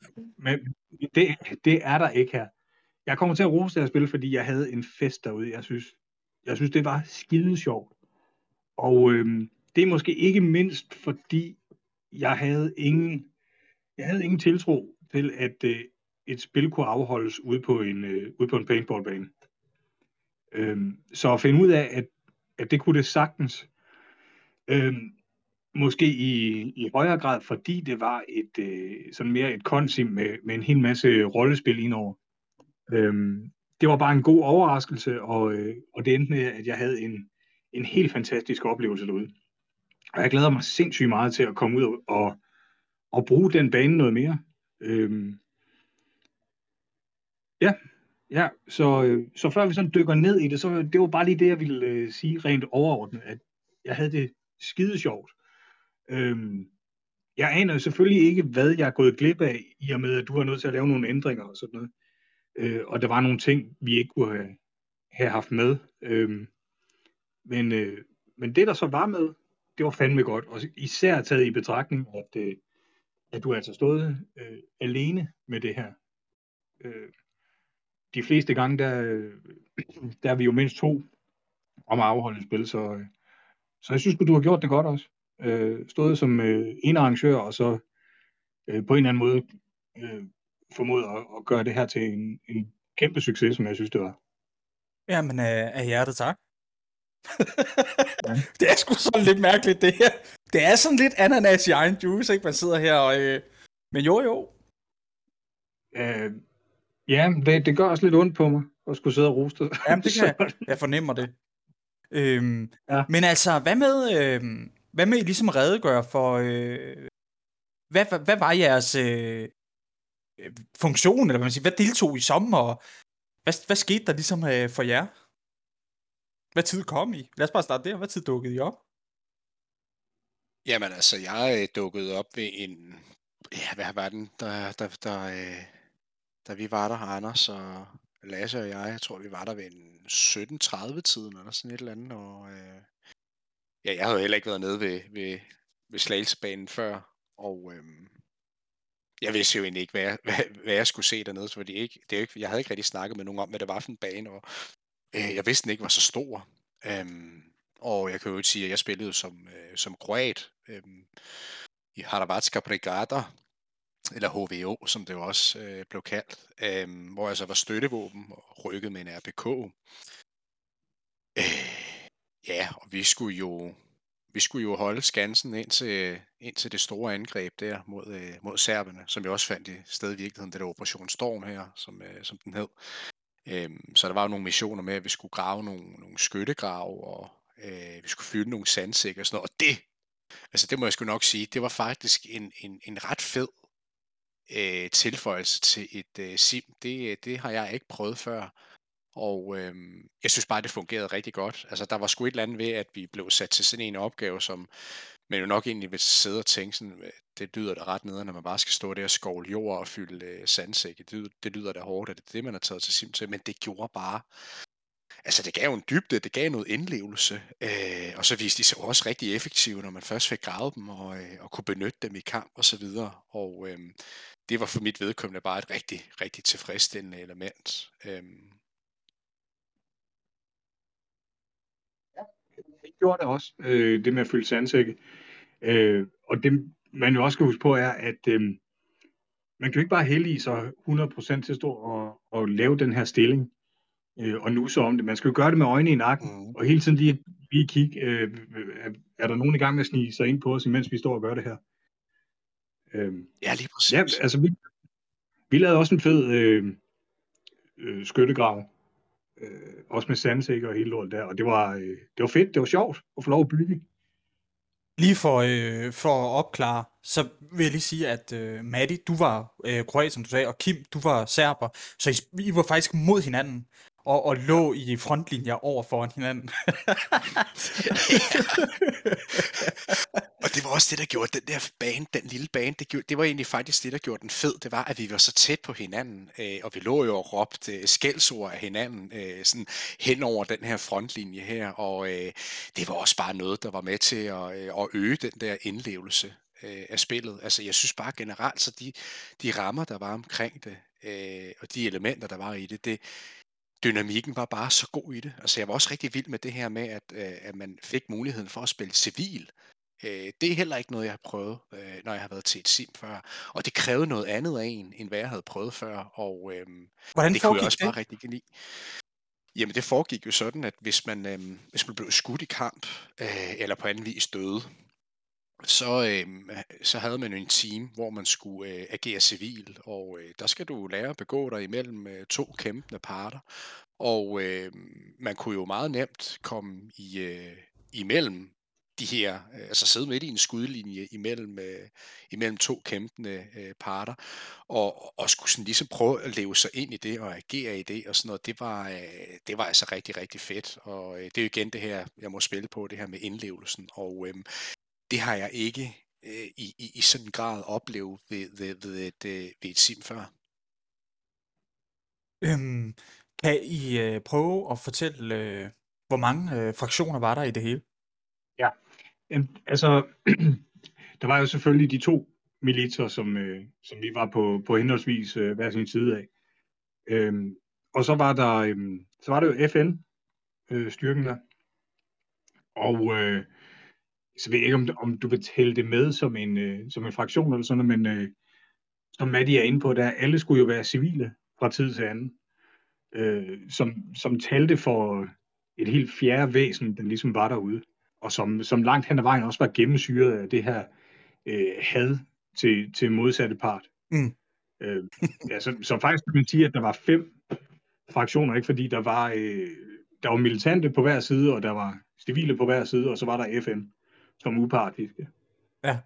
S2: det er der ikke her. Jeg kommer til at rose det her spil, fordi jeg havde en fest derude. Jeg synes det var skide sjovt. Og det er måske ikke mindst, fordi jeg havde ingen tiltro til, at et spil kunne afholdes ude på en paintballbane. Så at finde ud af, at det kunne det sagtens, måske i højere grad, fordi det var sådan mere et konsim med en hel masse rollespil indover. Det var bare en god overraskelse, og det endte med, at jeg havde en helt fantastisk oplevelse derude. Og jeg glæder mig sindssygt meget til at komme ud og bruge den bane noget mere. Ja, så før vi sådan dykker ned i det, så det var bare lige det, jeg ville sige rent overordnet, at jeg havde det skide sjovt. Jeg aner jo selvfølgelig ikke, hvad jeg er gået glip af, i og med, at du var nødt til at lave nogle ændringer og sådan noget. Og der var nogle ting, vi ikke kunne have haft med. Men det, der så var med, det var fandme godt. Og især taget i betragtning, at du altså stået alene med det her. De fleste gange, der er vi jo mindst to om at afholde et spil, så jeg synes, du har gjort det godt også. Stået som en arrangør, og så på en eller anden måde formået at gøre det her til en kæmpe succes, som jeg synes, det var.
S1: Jamen, af hjertet tak. Det er sgu sådan lidt mærkeligt, det her. Det er sådan lidt ananas i egen juice, ikke? Man sidder her og... Men jo.
S2: Ja, det gør også lidt ondt på mig, at skulle sidde og rose dig.
S1: Jamen, det kan jeg fornemmer det.
S2: Ja.
S1: Men altså, hvad med I ligesom redegøre for... Hvad var jeres funktion, eller hvad man siger? Hvad deltog I som, og Hvad skete der ligesom for jer? Hvad tid kom I? Lad os bare starte der. Hvad tid dukkede I op?
S3: Jamen altså, jeg dukkede op ved en... Ja, hvad var den? Da vi var der, Anders og Lasse og jeg tror, vi var der ved en 17:30-tiden eller sådan et eller andet. Og ja, jeg havde heller ikke været nede ved Slagelsebanen før. Og jeg vidste jo egentlig ikke, hvad jeg skulle se dernede. Fordi det er jo ikke, jeg havde ikke rigtig snakket med nogen om, hvad det var for en bane. Og jeg vidste, den ikke var så stor. Og jeg kan jo ikke sige, at jeg spillede som kroat i Hrvatska Brigada, eller HVO, som det jo også blev kaldt, hvor jeg så var støttevåben og rykket med en RPK. Ja, og vi skulle jo holde skansen indtil det store angreb der mod serberne, som jeg også fandt i sted i virkeligheden, det der Operation Storm her, som den hed. Så der var jo nogle missioner med, at vi skulle grave nogle skyttegrave, og vi skulle fylde nogle sandsække og sådan noget. Og det må jeg sgu nok sige, det var faktisk en ret fed tilføjelse til et sim. Det har jeg ikke prøvet før. Og jeg synes bare, det fungerede rigtig godt. Altså, der var sgu et eller andet ved, at vi blev sat til sådan en opgave, som man jo nok egentlig vil sidde og tænke sådan, det lyder da ret nede, når man bare skal stå der og skovle jord og fylde sandsække. Det lyder da hårdt, at det er det, man har taget til sim til, men det gjorde bare... Altså, det gav jo en dybde, det gav noget indlevelse, og så viste de sig også rigtig effektive, når man først fik gravet dem og kunne benytte dem i kamp og så videre. Og det var for mit vedkommende bare et rigtig, rigtig tilfredsstillende element.
S2: Det gjorde det også, det med at fylde sandsække. Og det, man jo også skal huske på, er, at man kan jo ikke bare hellige sig 100% til at stå og lave den her stilling, og nusse om det. Man skal jo gøre det med øjnene i nakken, og hele tiden lige kigge, er der nogen i gang med at snige sig ind på os, imens vi står og gør det her.
S3: Ja, lige præcis.
S2: Ja, altså vi lavede også en fed skyttegrav, også med sandsækker og hele lortet der, og det var fedt, det var sjovt at få lov at bygge.
S1: Lige for at opklare, så vil jeg lige sige, at Matti, du var kroat, som du sagde, og Kim, du var serber, så I var faktisk mod hinanden, og lå i frontlinjer over foran hinanden.
S3: Og det var også det, der gjorde den der bane, den lille bane, det var egentlig faktisk det, der gjorde den fed. Det var, at vi var så tæt på hinanden, og vi lå jo og råbte skældsord af hinanden sådan hen over den her frontlinje her, og det var også bare noget, der var med til at øge den der indlevelse af spillet. Altså, jeg synes bare generelt, så de rammer, der var omkring det, og de elementer, der var i det, dynamikken var bare så god i det. Altså, jeg var også rigtig vild med det her med, at man fik muligheden for at spille civil. Det er heller ikke noget, jeg har prøvet, når jeg har været til et sim før. Og det krævede noget andet af en, end hvad jeg havde prøvet før. Og
S1: Hvordan
S3: det kunne jeg
S1: foregik
S3: også
S1: det?
S3: bare rigtig lide. Jamen, det foregik jo sådan, at hvis man blev skudt i kamp, eller på anden vis døde, så havde man jo en team, hvor man skulle agere civil, og der skal du lære at begå dig imellem to kæmpende parter. Og man kunne jo meget nemt komme imellem de her, altså sidde midt i en skudlinje imellem to kæmpende parter, og skulle sådan ligesom prøve at leve sig ind i det og agere i det og sådan noget. Det var altså rigtig, rigtig fedt, og det er jo igen det her, jeg må spille på, det her med indlevelsen, og det har jeg ikke i sådan en grad oplevet ved et sim før.
S1: Kan I prøve at fortælle, hvor mange fraktioner var der i det hele?
S2: Ja, altså, der var jo selvfølgelig de to militser, som vi var på henholdsvis hver sin side af. Og så var der jo FN-styrken der. Og så ved jeg ikke, om du vil tælle det med som en fraktion eller sådan noget, men som Matti er inde på, der alle skulle jo være civile fra tid til anden, som talte for et helt fjerde væsen, den ligesom var derude, og som langt hen ad vejen også var gennemsyret af det her had til modsatte part. Ja, så faktisk kan man sige, at der var 5 fraktioner, ikke, fordi der var militante på hver side, og der var civile på hver side, og så var der FN som upartiske.
S1: Ja.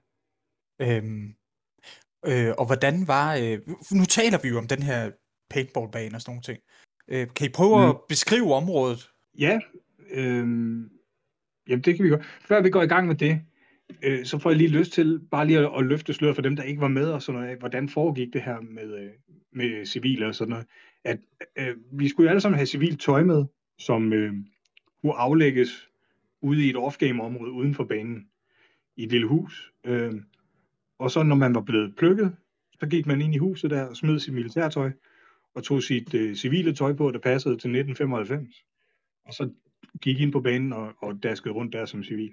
S1: Og hvordan var... nu taler vi jo om den her paintballbane og sådan nogle ting. Kan I prøve at beskrive området?
S2: Ja, jamen det kan vi gøre. Før vi går i gang med det, så får jeg lige lyst til bare lige at løfte sløret for dem, der ikke var med, og sådan noget, hvordan foregik det her med civile og sådan noget. At vi skulle jo alle sammen have civilt tøj med, som kunne aflægges ude i et off-game-område uden for banen, i et lille hus. Og så når man var blevet plukket, så gik man ind i huset der og smed sit militærtøj, og tog sit civile tøj på, der passede til 1995. Og så gik ind på banen og daskede rundt der som civil.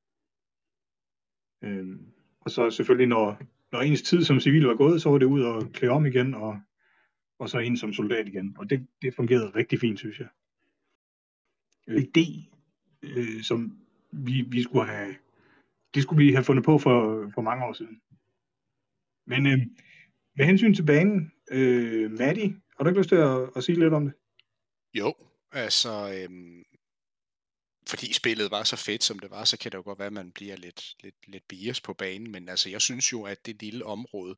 S2: Og så selvfølgelig, når ens tid som civil var gået, så var det ud og klæde om igen, og så ind som soldat igen. Og det fungerede rigtig fint, synes jeg. Idé, som vi skulle have, det skulle vi have fundet på for mange år siden. Men med hensyn til banen, Maddie, har du ikke lyst til at sige lidt om det?
S3: Jo, altså, fordi spillet var så fedt, som det var, så kan det jo godt være, at man bliver lidt bias på banen, men altså, jeg synes jo, at det lille område,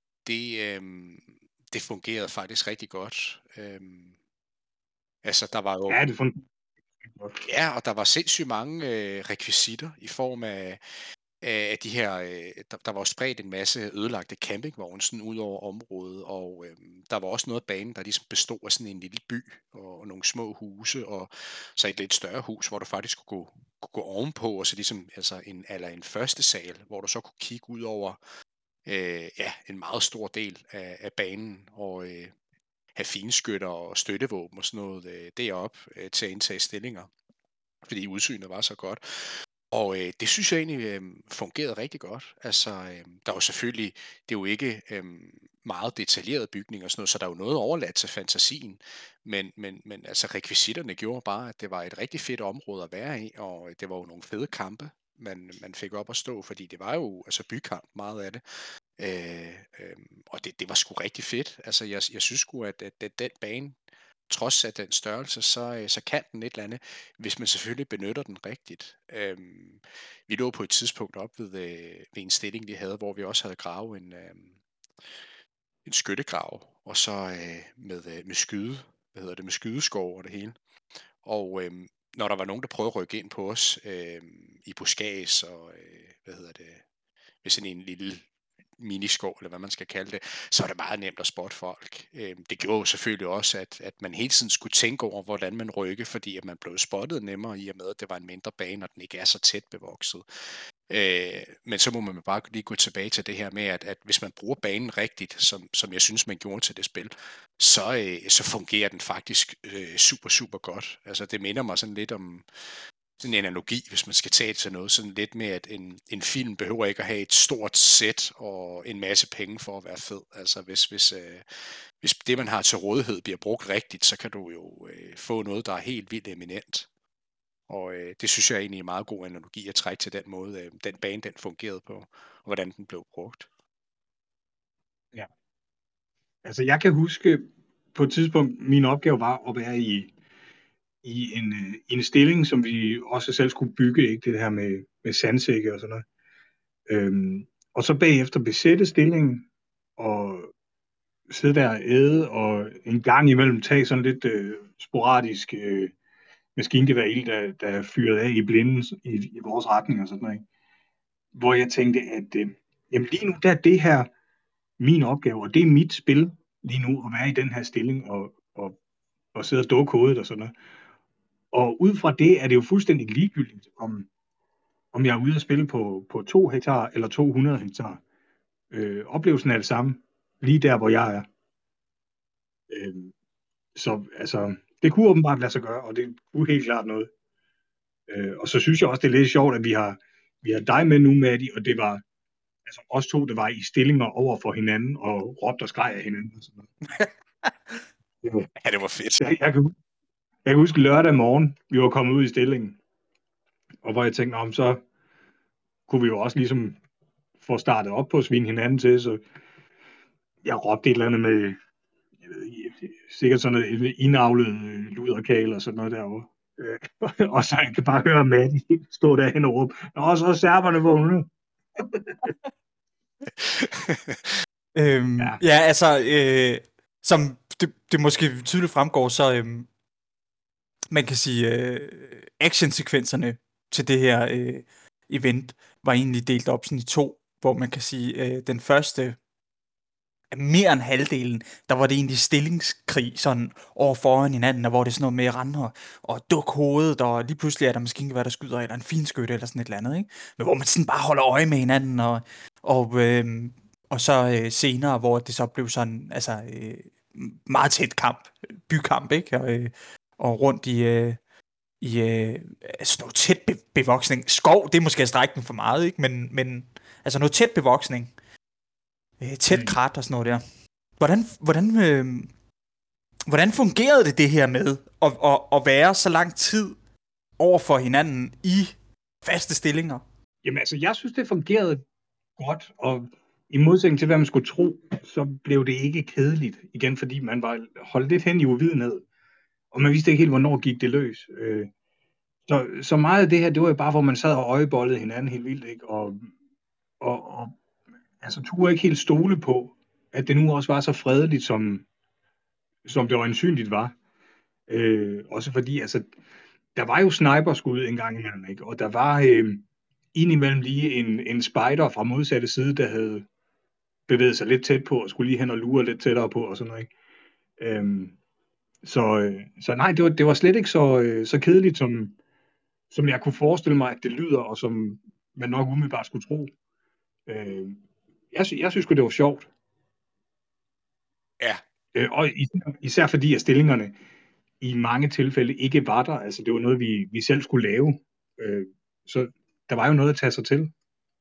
S3: det fungerede faktisk rigtig godt. Altså, der var jo...
S2: Ja, det fungerede godt.
S3: Ja, og der var sindssygt mange rekvisitter i form af de her, der var spredt en masse ødelagte campingvogne sådan ud over området, og der var også noget af banen, der ligesom bestod af sådan en lille by og nogle små huse, og så et lidt større hus, hvor du faktisk kunne gå ovenpå, og så ligesom altså en første sal, hvor du så kunne kigge ud over en meget stor del af banen, og have finskytter og støttevåben og sådan noget deroppe til at indtage stillinger, fordi udsynet var så godt. Og det synes jeg egentlig fungerede rigtig godt. Altså, der var selvfølgelig, det er jo ikke meget detaljerede bygninger og sådan noget, så der er jo noget overladt til fantasien. Men altså, rekvisitterne gjorde bare, at det var et rigtig fedt område at være i, og det var jo nogle fede kampe, man fik op at stå, fordi det var jo altså bykamp, meget af det. Og det var sgu rigtig fedt. Altså, jeg synes sgu, at den bane, trods af den størrelse, så kan den et eller andet, hvis man selvfølgelig benytter den rigtigt. Vi lå på et tidspunkt op ved en stilling, vi havde, hvor vi også havde gravet en skyttegrav, og så med skydeskov og det hele. Og når der var nogen, der prøvede at rykke ind på os i buskads og ved sådan en lille miniskov, eller hvad man skal kalde det, så er det meget nemt at spotte folk. Det gjorde jo selvfølgelig også, at man hele tiden skulle tænke over, hvordan man rykker, fordi at man blev spottet nemmere i og med, at det var en mindre bane, og den ikke er så tæt bevokset. Men så må man bare lige gå tilbage til det her med, at hvis man bruger banen rigtigt, som jeg synes, man gjorde til det spil, så fungerer den faktisk super, super godt. Altså det minder mig sådan lidt om sådan en analogi, hvis man skal tage det til noget, sådan lidt med, at en film behøver ikke at have et stort sæt og en masse penge for at være fed. Altså hvis det, man har til rådighed, bliver brugt rigtigt, så kan du jo få noget, der er helt vildt eminent. Og det synes jeg er egentlig en meget god analogi at trække til den måde, den bane, den fungerede på, og hvordan den blev brugt.
S2: Ja. Altså jeg kan huske, på et tidspunkt, min opgave var at være i en stilling, som vi også selv skulle bygge, ikke det her med sandsække og sådan noget. Og så bagefter besætte stillingen, og sidde der og æde, og en gang imellem tage sådan lidt sporadisk maskingevær, der fyrede af i blinden i vores retning og sådan noget. Ikke? Hvor jeg tænkte, at jamen lige nu, der er det her min opgave, og det er mit spil lige nu, at være i den her stilling og sidde og dukke hovedet og sådan noget. Og ud fra det er det jo fuldstændig ligegyldigt, om jeg er ude at spille på 2 hektar eller 200 hektar. Oplevelsen er det samme, lige der, hvor jeg er. Så altså, det kunne åbenbart lade sig gøre, og det kunne helt klart noget. Og så synes jeg også, det er lidt sjovt, at vi har dig med nu, Maddie, og det var altså os to, der var i stillinger over for hinanden, og råbte og skreg af hinanden. Og sådan noget.
S3: Ja, det var fedt.
S2: Jeg kan huske lørdag morgen, vi var kommet ud i stillingen, og hvor jeg tænkte, så kunne vi jo også ligesom få startet op på at svine hinanden til, så jeg råbte et eller andet med, sikkert sådan noget indavlet luderkale og sådan noget derovre. Og så jeg kan bare høre Maddie stå derhen og råbe, og så er serberne vågne.
S1: Ja, altså, som det måske tydeligt fremgår, så man kan sige, actionsekvenserne til det her event var egentlig delt op sådan i to, hvor man kan sige, den første, mere end halvdelen, der var det egentlig stillingskrig sådan over foran hinanden, og hvor det er sådan noget med at rende og dukke hovedet, og lige pludselig er der måske hvad der skyder, eller en finskytte, eller sådan et eller andet, ikke? Men hvor man sådan bare holder øje med hinanden, og så senere, hvor det så blev sådan, altså meget tæt kamp, bykamp, ikke? Og rundt i altså noget tæt bevoksning. Skov, det er måske at strække den for meget, ikke? Men altså noget tæt bevoksning. Tæt krat og sådan noget der. Hvordan fungerede det her med at være så lang tid over for hinanden i faste stillinger?
S2: Jamen altså, jeg synes, det fungerede godt, og i modsætning til, hvad man skulle tro, så blev det ikke kedeligt. Igen, fordi man var holdt lidt hen i uvidenhed, og man vidste ikke helt, hvornår gik det løs. Så meget af det her, det var jo bare, hvor man sad og øjebollede hinanden helt vildt, ikke? Og altså, turde ikke helt stole på, at det nu også var så fredeligt, som det øjensynligt var. Også fordi, altså, der var jo sniperskud en gang imellem, ikke? Og der var indimellem lige en spider fra modsatte side, der havde bevæget sig lidt tæt på, og skulle lige hen og lure lidt tættere på, og sådan noget, ikke? Så nej, det var slet ikke så kedeligt, som jeg kunne forestille mig, at det lyder, og som man nok umiddelbart skulle tro. Jeg synes det var sjovt.
S3: Ja.
S2: Og især fordi, at stillingerne i mange tilfælde ikke var der. Altså, det var noget, vi selv skulle lave. Så der var jo noget at tage sig til.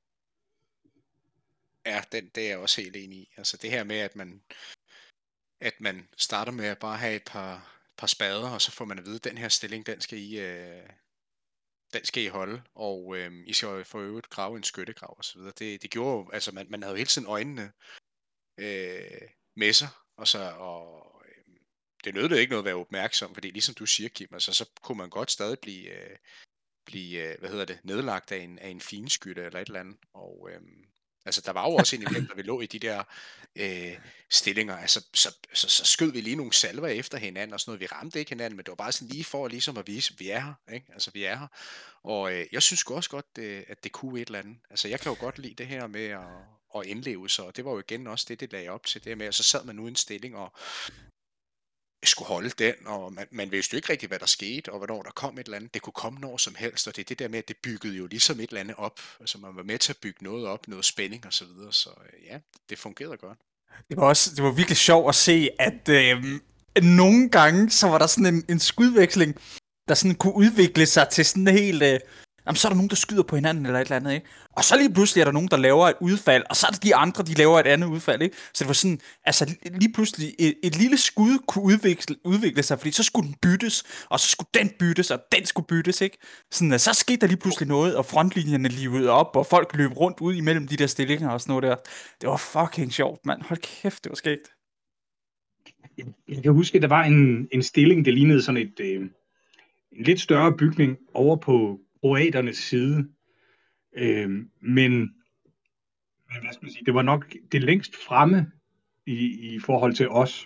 S3: Ja, det er jeg også helt enig i. Altså det her med, at man starter med at bare have et par spader, og så får man at vide, at den her stilling, den skal I holde, og I skal jo for øvrigt grave en skyttegrav og så videre. Det gjorde jo, altså man havde jo hele tiden øjnene med sig, og det nødte ikke noget at være opmærksom, fordi ligesom du siger, Kim, altså så kunne man godt stadig blive nedlagt af en finskytte eller et eller andet, og altså der var jo også indimellem, da vi lå i de der stillinger, altså så skød vi lige nogle salver efter hinanden og sådan noget. Vi ramte ikke hinanden, men det var bare sådan lige for ligesom at vise, at vi er her, ikke? Altså vi er her. Og jeg synes også godt, at det kunne et eller andet. Altså jeg kan jo godt lide det her med at indleve sig, og det var jo igen også det lagde op til det med, og så sad man nu i en stilling og skulle holde den, og man vidste jo ikke rigtig, hvad der skete, og hvornår der kom et eller andet. Det kunne komme når som helst, og det er det der med, at det byggede jo ligesom et eller andet op. Altså man var med til at bygge noget op, noget spænding og så videre, så ja, det fungerede godt.
S1: Det var virkelig sjovt at se, at nogle gange, så var der sådan en skudveksling, der sådan kunne udvikle sig til sådan en helt... Jamen, så er der nogen, der skyder på hinanden eller et eller andet, ikke? Og så lige pludselig er der nogen, der laver et udfald, og så er der de andre, de laver et andet udfald, ikke? Så det var sådan, altså lige pludselig et lille skud kunne udvikle sig, fordi så skulle den byttes, og så skulle den byttes, og den skulle byttes, ikke? Sådan, så skete der lige pludselig noget, og frontlinjerne livede op, og folk løb rundt ud imellem de der stillinger og sådan noget der. Det var fucking sjovt, mand. Hold kæft, det var skægt.
S2: Jeg kan huske, at der var en stilling, der lignede sådan en lidt større bygning over på kroaternes side. Men hvad skal man sige, det var nok det længst fremme i forhold til os.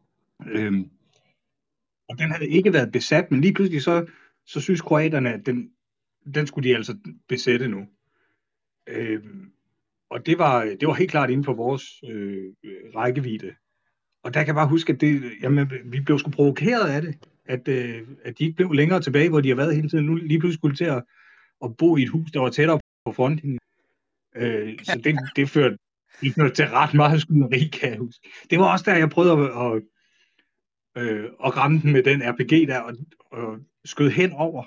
S2: Og den havde ikke været besat, men lige pludselig så synes kroaterne, at den skulle de altså besætte nu. Og det var helt klart inden for vores rækkevidde. Og der kan jeg bare huske, at vi blev sgu provokeret af det, at de ikke blev længere tilbage, hvor de har været hele tiden. Nu lige pludselig skulle til at bo i et hus, der var tættere på frontlinjen. Så det førte til ret meget skyderi, kan jeg huske. Det var også der, jeg prøvede at ramme den med den RPG der, og skød hen over.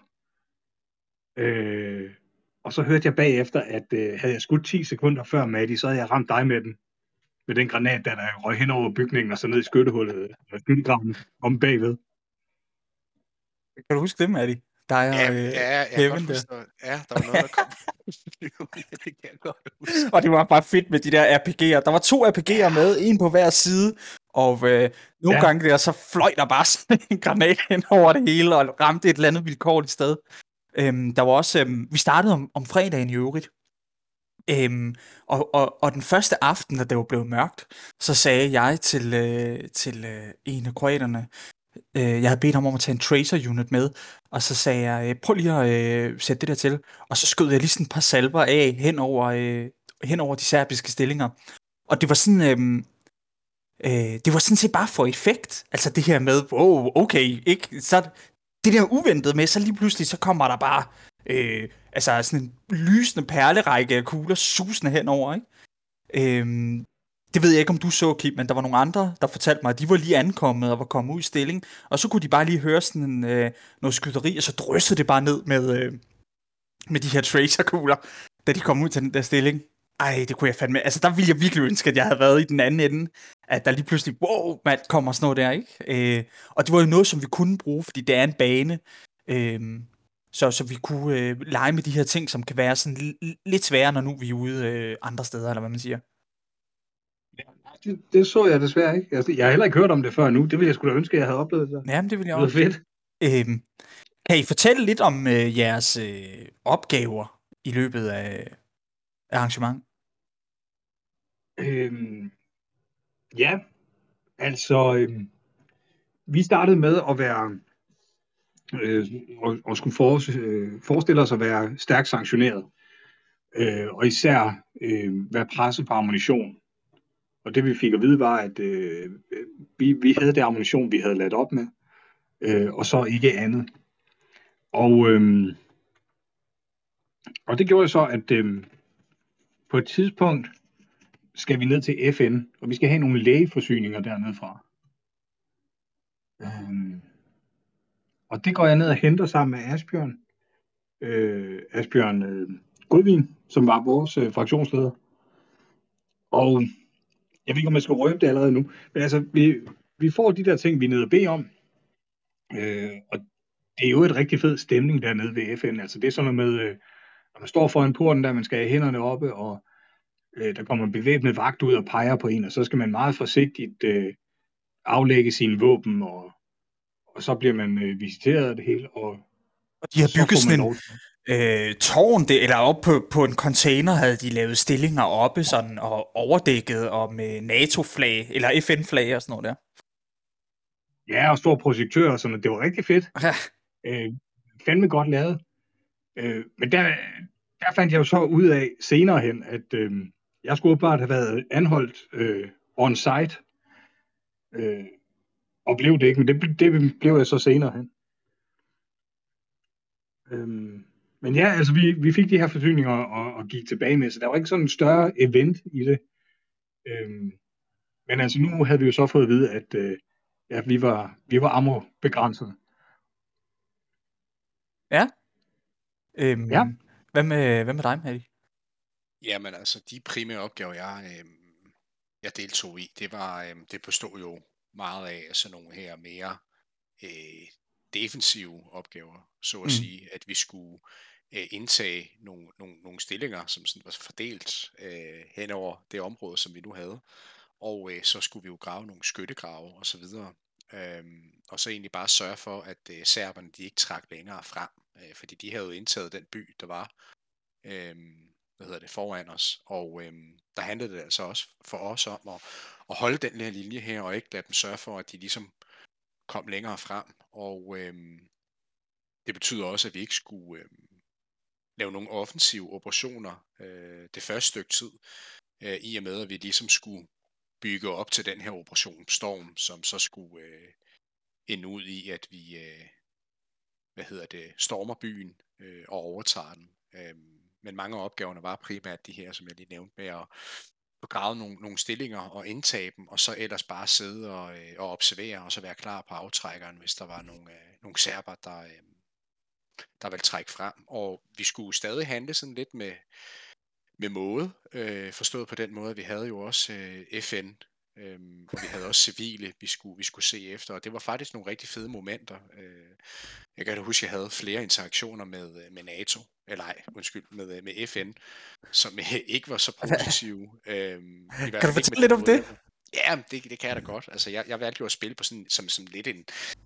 S2: Og så hørte jeg bagefter, at havde jeg skudt 10 sekunder før Matti, så havde jeg ramt dig med den granat, der røg hen over bygningen, og så ned i skyttehullet, og skyttegraven om bagved.
S1: Kan du huske det, Matti? Der er
S3: Kevin der. Ja, der var noget, der kom. Det kan jeg godt huske.
S1: Og det var bare fedt med de der RPG'er. Der var 2 RPG'er med, en på hver side, og nogle gange der, så fløj der bare sådan en granat hen over det hele, og ramte et eller andet vilkårligt sted. Der var også, vi startede om fredagen i øvrigt, Og den første aften, da det var blevet mørkt, så sagde jeg til en af kroaterne, jeg havde bedt ham om at tage en tracer unit med, og så sagde jeg, prøv lige at sætte det der til, og så skød jeg lige sådan et par salver af hen over de serbiske stillinger. Og det var sådan, det var sådan set bare for effekt. Altså det her med, wow, okay, ikke? Så det der uventet med, så lige pludselig, så kommer der bare, altså sådan en lysende perlerække af kugler susende henover, ikke? Det ved jeg ikke, om du så, Kim, men der var nogle andre, der fortalte mig, at de var lige ankommet og var kommet ud i stilling, og så kunne de bare lige høre sådan noget skyderi, og så dryssede det bare ned med de her tracerkugler, da de kom ud til den der stilling. Ej, det kunne jeg fandme. Altså, der ville jeg virkelig ønske, at jeg havde været i den anden ende, at der lige pludselig, wow, man kommer sådan noget der, ikke? Og det var jo noget, som vi kunne bruge, fordi det er en bane, så vi kunne lege med de her ting, som kan være sådan lidt sværere, når nu vi er ude andre steder, eller hvad man siger.
S2: Det så jeg desværre ikke. Altså, jeg har heller ikke hørt om det før nu. Det ville jeg sgu da ønske, at jeg havde oplevet det.
S1: Jamen, det vil jeg
S2: Det
S1: også.
S2: lyder fedt.
S1: Kan I fortælle lidt om jeres opgaver i løbet af arrangementet?
S2: Ja, altså, vi startede med at være, og skulle forestille os at være stærkt sanktioneret, og især være presset på ammunition. Og det vi fik at vide var, at vi havde det ammunition, vi havde ladt op med, og så ikke andet. Og det gjorde så, at på et tidspunkt skal vi ned til FN, og vi skal have nogle lægeforsyninger dernede fra. Og det går jeg ned og henter sammen med Asbjørn. Asbjørn Godvin, som var vores fraktionsleder. Og jeg ved ikke, om jeg skal røbe det allerede nu, men altså, vi får de der ting, vi er nede og beder om. Og det er jo et rigtig fed stemning dernede ved FN. Altså, det er sådan noget med, når man står foran porten, der man skal have hænderne oppe, og der kommer en bevæbnet vagt ud og peger på en, og så skal man meget forsigtigt aflægge sine våben, og så bliver man visiteret af det hele, og
S1: de har
S2: så
S1: bygget
S2: får man
S1: sådan en tårn, eller op på en container havde de lavet stillinger oppe, sådan, og overdækket, og med NATO-flag, eller FN-flag og sådan noget der.
S2: Ja, og stor projektør og sådan noget. Det var rigtig fedt.
S1: Ja.
S2: Fandme godt lavet. Men der fandt jeg jo så ud af senere hen, at jeg skulle bare have været anholdt on-site, og blev det ikke, men det blev jeg så senere hen. Men ja, altså vi fik de her forsyninger og gik tilbage med, så der var ikke sådan en større event i det. Men altså nu havde vi jo så fået at vide, at ja, vi var ammo-begrænset.
S1: Ja.
S2: Ja.
S1: Hvad med dig, Matti?
S3: Jamen altså, de primære opgaver, jeg deltog i, det bestod jo meget af sådan nogle her mere defensive opgaver, så at sige, at vi skulle indtage nogle stillinger, som sådan var fordelt hen over det område, som vi nu havde, og så skulle vi jo grave nogle skyttegrave og så videre, og så egentlig bare sørge for, at serberne de ikke trak længere frem, fordi de havde jo indtaget den by, der var foran os, og der handlede det altså også for os om at holde den her linje her, og ikke lade dem sørge for, at de ligesom kom længere frem, og det betyder også, at vi ikke skulle lave nogle offensive operationer det første stykke tid, i og med, at vi ligesom skulle bygge op til den her operation Storm, som så skulle ende ud i, at vi stormer byen og overtager den. Men mange af opgaverne var primært de her, som jeg lige nævnte, med at grave nogle stillinger og indtage dem, og så ellers bare sidde og observere, og så være klar på aftrækkeren, hvis der var nogle serber, der ville trække frem. Og vi skulle stadig handle sådan lidt med måde, forstået på den måde, at vi havde jo også FN, og vi havde også civile, vi skulle se efter, og det var faktisk nogle rigtig fede momenter. Jeg kan da huske, at jeg havde flere interaktioner med NATO, eller med FN, som ikke var så positive.
S1: Kan du fortælle lidt om det?
S3: Ja, det kan jeg da godt. Altså, jeg valgte jo at spille på sådan, som lidt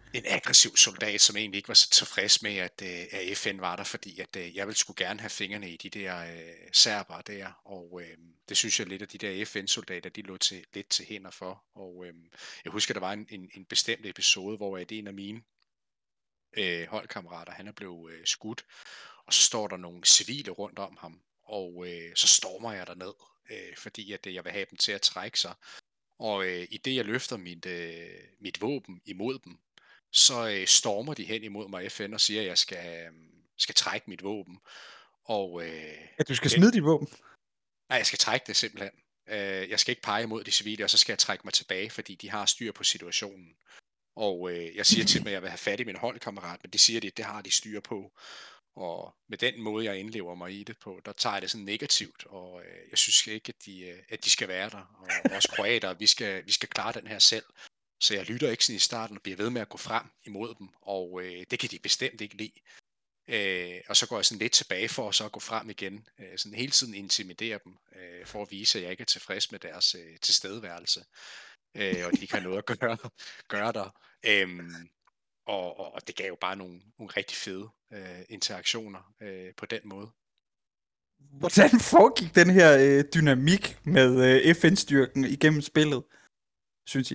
S3: en aggressiv soldat, som egentlig ikke var så tilfreds med, at FN var der, fordi at jeg ville sgu gerne have fingrene i de der serbere der, og det synes jeg lidt, at de der FN-soldater, de lå lidt til hænder for, og jeg husker, der var en bestemt episode, hvor at en af mine holdkammerater, han er blevet skudt, og så står der nogle civile rundt om ham, og så stormer jeg derned, fordi at jeg vil have dem til at trække sig, og i det jeg løfter mit våben imod dem, så stormer de hen imod mig FN og siger, at jeg skal trække mit våben. Og
S1: At du skal smide dit våben?
S3: Nej, jeg skal trække det simpelthen. Jeg skal ikke pege imod de civile, og så skal jeg trække mig tilbage, fordi de har styr på situationen. Og jeg siger til dem, at jeg vil have fat i min holdkammerat, men de siger, at det har de styr på. Og med den måde, jeg indlever mig i det på, der tager jeg det sådan negativt, og jeg synes ikke, at de skal være der. Og vores kroater, vi skal klare den her selv. Så jeg lytter ikke sådan i starten og bliver ved med at gå frem imod dem, og det kan de bestemt ikke lide. Og så går jeg sådan lidt tilbage for så at gå frem igen, sådan hele tiden intimidere dem, for at vise, at jeg ikke er tilfreds med deres tilstedeværelse, og de ikke har noget at gøre der. Og det gav jo bare nogle rigtig fede interaktioner på den måde.
S1: Hvordan foregik den her dynamik med FN-styrken igennem spillet, synes I?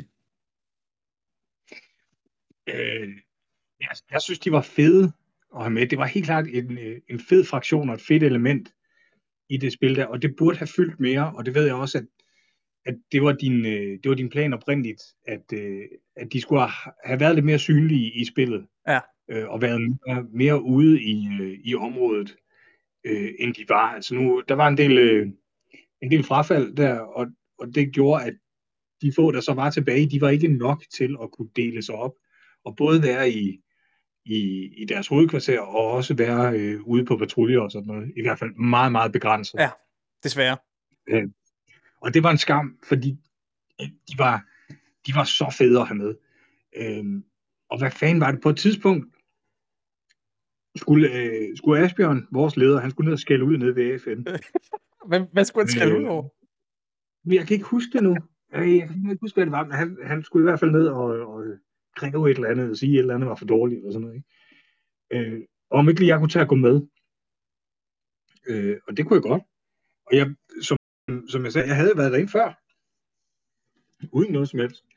S2: Jeg synes, de var fede at have med. Det var helt klart en fed fraktion og et fedt element i det spil der, og det burde have fyldt mere, og det ved jeg også, at det var din plan oprindeligt, at de skulle have været lidt mere synlige i spillet,
S1: Ja.
S2: Og været mere ude i området, end de var. Altså nu, der var en del frafald der, og det gjorde, at de få, der så var tilbage, de var ikke nok til at kunne dele sig op, og både være i deres hovedkvarter, og også være ude på patruljer og sådan noget. I hvert fald meget, meget begrænset.
S1: Ja, desværre.
S2: Og det var en skam, fordi de var så fede at have med. Og hvad fanden var det på et tidspunkt? Skulle Asbjørn, vores leder, han skulle ned og skælde ud nede ved FN.
S1: Hvad skulle han skælde ud over?
S2: Jeg kan ikke huske det nu. Jeg kan ikke huske, hvad det var, men han skulle i hvert fald ned og kræve et eller andet, og sige, at et eller andet var for dårligt, og sådan noget. Ikke? Og om ikke lige jeg kunne tage at gå med. Og det kunne jeg godt. Og jeg, som jeg sagde, jeg havde været derinde før. Uden noget som helst.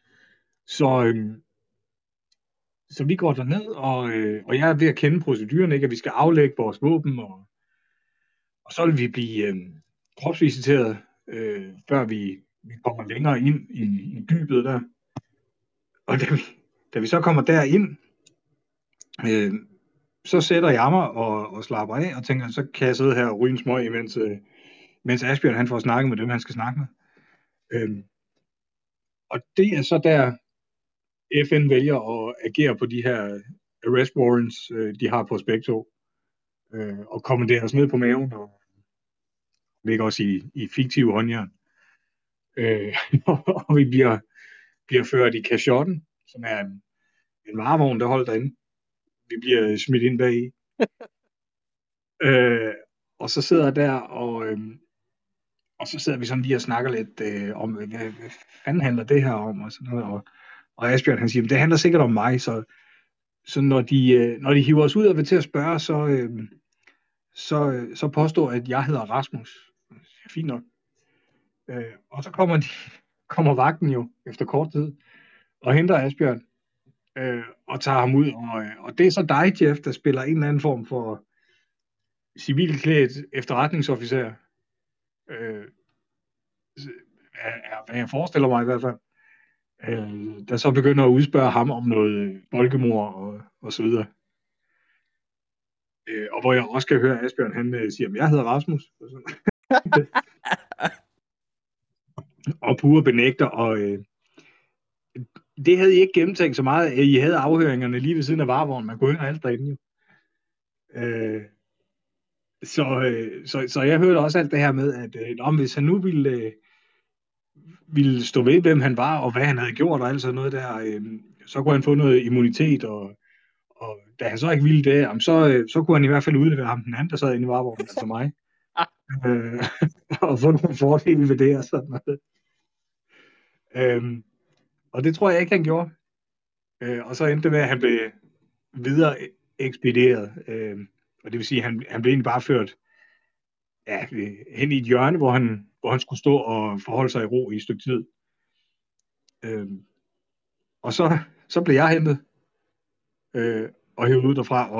S2: Så vi går derned, og jeg er ved at kende proceduren, ikke? At vi skal aflægge vores våben, og så vil vi blive kropsvisiteret, før vi kommer længere ind i dybet der. Og da vi så kommer derind, så sætter jeg mig og slapper af, og tænker, så kan jeg sidde her og ryge en smøg, mens Asbjørn han får snakket med dem, han skal snakke med. Og det er så der, FN vælger at agere på de her arrest warrants, de har på begge to, og kommanderer os ned på maven, og ligger også i fiktive håndjern. Og vi bliver ført i kashotten, som er en varevogn, der holder derinde. Vi bliver smidt ind bagi. Og så sidder jeg der, og så sidder vi sådan lige og snakker lidt om, hvad fanden handler det her om, og sådan noget. Og Asbjørn, han siger, det handler sikkert om mig, så når de hiver os ud og vil til at spørge, så påstår at jeg hedder Rasmus. Fint nok. Og så kommer vagten jo efter kort tid, og henter Asbjørn, og tager ham ud, og det er så dig, Jeff, der spiller en eller anden form for civilklædt efterretningsofficer, hvad jeg forestiller mig i hvert fald, der så begynder at udspørge ham om noget folkemord og så videre. Og hvor jeg også kan høre Asbjørn, han siger, at jeg hedder Rasmus. Og Pure benægter, og det havde I ikke gennemtænkt så meget, at I havde afhøringerne lige ved siden af varevognen. Man kunne høre alt derinde jo. Så jeg hørte også alt det her med, at hvis han nu ville stå ved, hvem han var, og hvad han havde gjort, og alt sådan noget der, så kunne han få noget immunitet, og da han så ikke ville det, så kunne han i hvert fald udlevere ham den anden, der sad inde i varevognen, altså mig. Og få nogle fordele ved det, og sådan noget. Og det tror jeg ikke, han gjorde. Og så endte det med, at han blev videre ekspederet. Og det vil sige, at han blev egentlig bare ført hen i et hjørne, hvor han skulle stå og forholde sig i ro i et stykke tid. Og så blev jeg hentet og hævet ud derfra,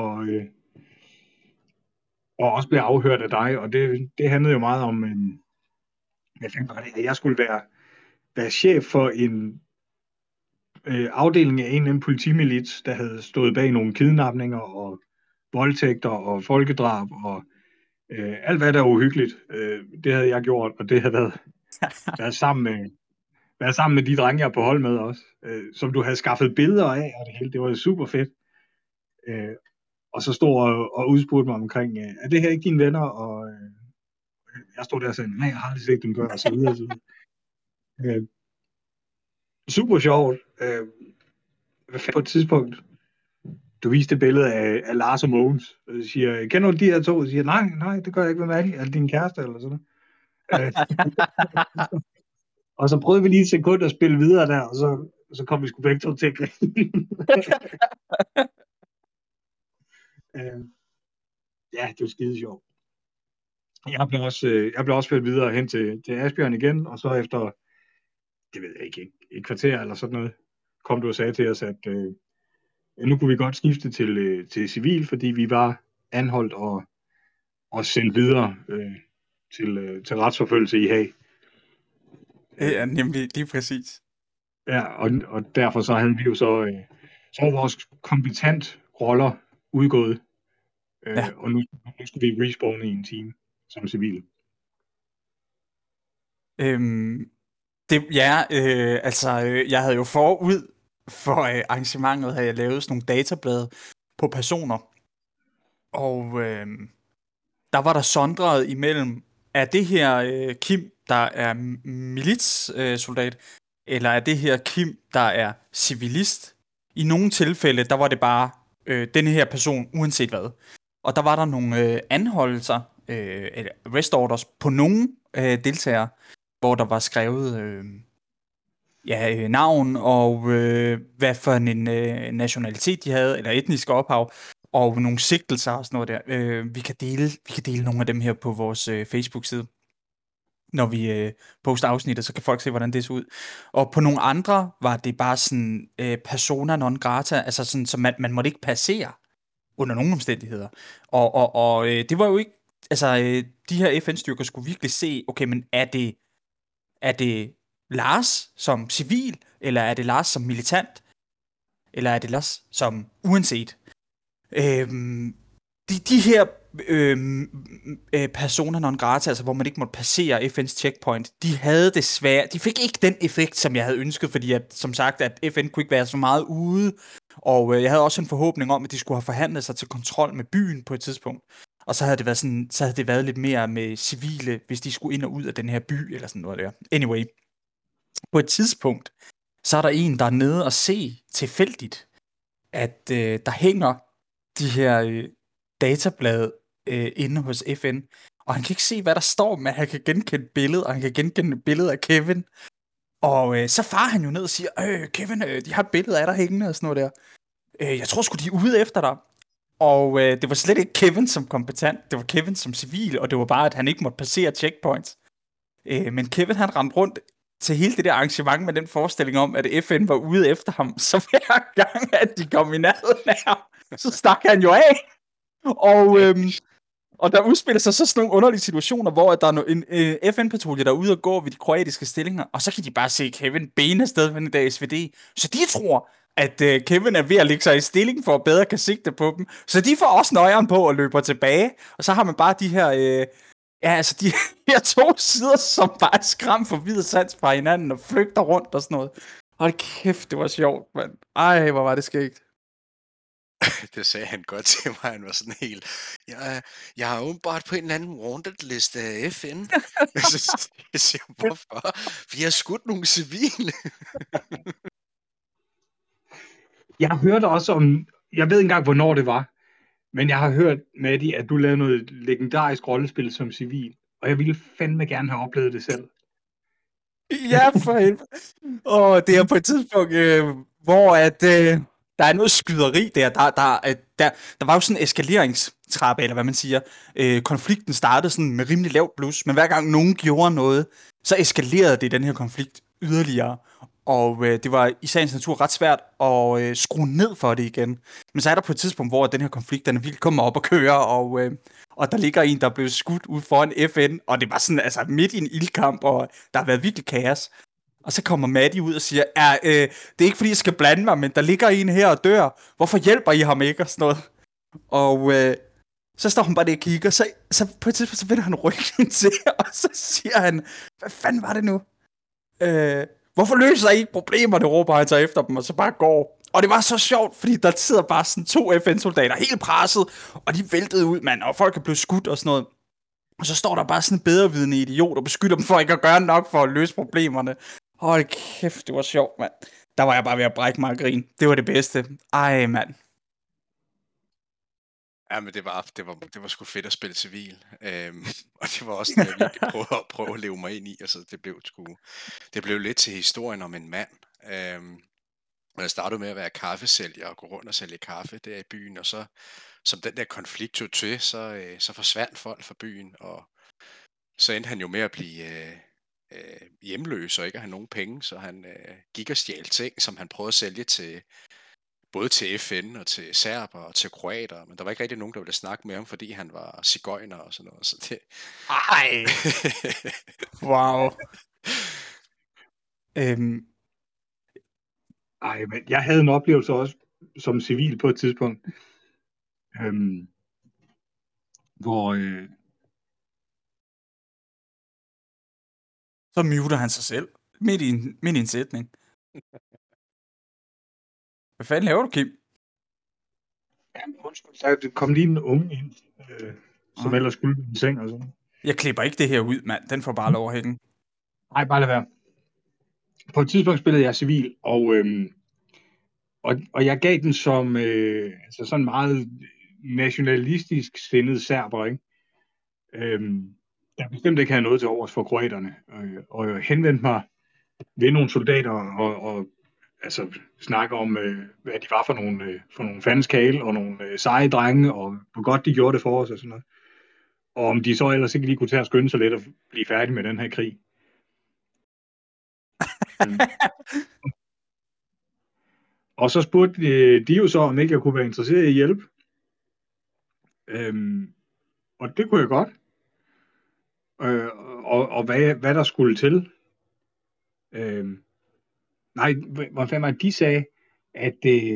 S2: og også blev afhørt af dig. Og det handlede jo meget om, at jeg skulle være chef for en afdeling af en eller anden politimilits, der havde stået bag nogle kidnapninger og voldtægter og folkedrab og alt hvad der er uhyggeligt. Det havde jeg gjort, og det havde været sammen med de drenge, jeg er på hold med også, som du havde skaffet billeder af, og det hele, det var super fedt. Og så stod og udspurgte mig omkring, er det her ikke dine venner? Og jeg stod der og sagde, nej, jeg har aldrig set dem gøre, og så videre. Super sjovt. På et tidspunkt, du viste et billede af Lars og Mogens, og siger, kender du de her to? Og siger, nej, det gør jeg ikke. Hvem er de? Er det din kæreste eller sådan noget? Og så prøvede vi lige et sekund at spille videre der, og så kom vi sgu begge to til at grine. Ja, det var skide sjovt. Jeg blev også ført videre hen til Asbjørn igen, og så efter, det ved jeg ikke, et kvarter eller sådan noget, kom du og sagde til os, at nu kunne vi godt skifte til civil, fordi vi var anholdt og sendt videre til retsforfølgelse i Haag.
S1: Ja, nemlig lige præcis.
S2: Ja, og derfor så havde vi jo så vores kompetent roller udgået, og nu skal vi respawne i en team som civil.
S1: Jeg havde jo forud for arrangementet, havde jeg lavet sådan nogle datablade på personer, og der var der sondret imellem, er det her Kim, der er militssoldat, eller er det her Kim, der er civilist? I nogle tilfælde, der var det bare denne her person, uanset hvad. Og der var der nogle anholdelser, eller arrest orders, på nogle deltagere, hvor der var skrevet navn og hvad for en nationalitet de havde, eller etnisk ophav, og nogle sigtelser og sådan noget der. Vi kan dele nogle af dem her på vores Facebook-side, når vi poster afsnittet, så kan folk se, hvordan det ser ud. Og på nogle andre var det bare sådan persona non grata, altså sådan, så man måtte ikke passere under nogen omstændigheder. Og det var jo ikke, altså de her FN-styrker skulle virkelig se, okay, men er det Lars som civil, eller er det Lars som militant, eller er det Lars som uanset? De her personer non grata, altså hvor man ikke måtte passere FN's checkpoint, de fik ikke den effekt, som jeg havde ønsket, fordi at, som sagt, at FN kunne ikke være så meget ude, og jeg havde også en forhåbning om, at de skulle have forhandlet sig til kontrol med byen på et tidspunkt. Og så havde det været lidt mere med civile, hvis de skulle ind og ud af den her by, eller sådan noget der. Anyway, på et tidspunkt, så er der en, der er nede og se tilfældigt, at der hænger de her datablade inde hos FN, og han kan ikke se, hvad der står, men han kan genkende billedet, og han kan genkende billedet af Kevin. Og så farer han jo ned og siger, Kevin, de har et billede af dig hængende, og sådan noget der. Jeg tror sgu, de er ude efter dig. Og det var slet ikke Kevin som kompetent, det var Kevin som civil, og det var bare, at han ikke måtte passere checkpoints. Men Kevin, han rendte rundt til hele det der arrangement med den forestilling om, at FN var ude efter ham. Så hver gang, at de kom i nærheden af ham, så stak han jo af. Og der udspiller sig så sådan nogle underlige situationer, hvor der er en FN-patrulje, der er ude og går ved de kroatiske stillinger, og så kan de bare se Kevin bene afsted ved den der SVD. Så de tror, at Kevin er ved at lægge sig i stilling for at bedre kan sigte på dem. Så de får også nøjeren på og løber tilbage. Og så har man bare de her... de her to sider, som bare er skræmt for vid sans fra hinanden og flygter rundt og sådan noget. Hold kæft, det var sjovt, mand. Ej, hvor var det skægt.
S3: Det sagde han godt til mig. Han var sådan helt, jeg har åbenbart på en eller anden wanted-liste af FN. Jeg siger, hvorfor? Vi har skudt nogle civile.
S2: Jeg hørte også om, jeg ved ikke engang, hvornår det var, men jeg har hørt, Matti, at du lavede noget legendarisk rollespil som civil, og jeg ville fandme gerne have oplevet det selv.
S1: Ja, for helvede. Og det er på et tidspunkt, hvor der er noget skyderi der. Der var jo sådan en eskaleringstrappe, eller hvad man siger. Konflikten startede sådan med rimelig lavt blus, men hver gang nogen gjorde noget, så eskalerede det den her konflikt yderligere. Og det var i sagens natur ret svært at skrue ned for det igen. Men så er der på et tidspunkt, hvor den her konflikt, den er vildt kommer op og kører, og der ligger en, der blev skudt ud foran FN, og det var sådan, altså midt i en ildkamp, og der har været virkelig kaos. Og så kommer Maddie ud og siger, det er ikke fordi, jeg skal blande mig, men der ligger en her og dør. Hvorfor hjælper I ham ikke? Og sådan noget. Og så står han bare der og kigger, så på et tidspunkt, så vender han ryggen til, og så siger han, hvad fanden var det nu? Hvorfor løser I ikke problemerne, råber han så efter dem, og så bare går. Og det var så sjovt, fordi der sidder bare sådan 2 FN-soldater, helt presset, og de væltede ud, mand, og folk er blevet skudt og sådan noget. Og så står der bare sådan en bedrevidende idiot og beskytter dem for ikke at gøre nok for at løse problemerne. Hold kæft, det var sjovt, mand. Der var jeg bare ved at brække mig og grine. Det var det bedste. Ej, mand.
S3: Ja, men det var sgu fedt at spille civil. Og det var også noget, jeg virkelig prøve at leve mig ind i. Altså, det blev lidt til historien om en mand. Og jeg startede med at være kaffesælger og gå rundt og sælge kaffe der i byen. Og så, som den der konflikt tog til, så forsvandt folk fra byen. Og så endte han jo med at blive hjemløs og ikke at have nogen penge. Så han gik og stjal ting, som han prøvede at sælge til både til FN og til serber og til kroater, men der var ikke rigtig nogen, der ville snakke med ham, fordi han var sigøjner og sådan noget. Så det...
S1: Ej! Wow.
S2: Ej, men jeg havde en oplevelse også som civil på et tidspunkt, hvor...
S1: Så muter han sig selv midt i en sætning. Hvad fanden laver du, Kim?
S2: Jamen, undskyld, der kom lige en unge ind, som ellers skulle i en seng og sådan.
S1: Jeg klipper ikke det her ud, mand. Den får bare lov at hænge.
S2: Nej, bare lad være. På et tidspunkt spillede jeg civil, og jeg gav den som altså sådan meget nationalistisk sindet serber, ikke? Der bestemt ikke havde noget til overs for kroaterne, og jeg henvendte mig ved nogle soldater og altså snakke om, hvad de var for nogle fandenskale og nogle seje drenge, og hvor godt de gjorde det for os og sådan noget. Og om de så ellers ikke lige kunne tage at skynde sig lidt og blive færdige med den her krig. Og så spurgte de jo så, om ikke jeg kunne være interesseret i at hjælpe. Og det kunne jeg godt. Og hvad der skulle til. Nej, hvor fanden var det, de sagde, at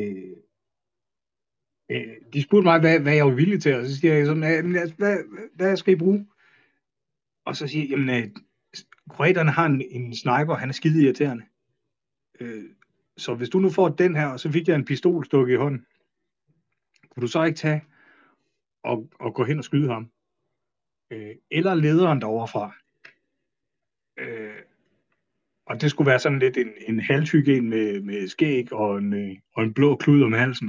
S2: de spurgte mig, hvad jeg var villig til, og så siger jeg sådan, hvad skal I bruge? Og så siger jeg, jamen, kroaterne har en sniper, han er skide irriterende. Så hvis du nu får den her, og så fik jeg en pistol stukket i hånden, kunne du så ikke tage og gå hen og skyde ham? Eller lederen deroverfra. Og det skulle være sådan lidt en halvtyk en med skæg og en blå klud om halsen.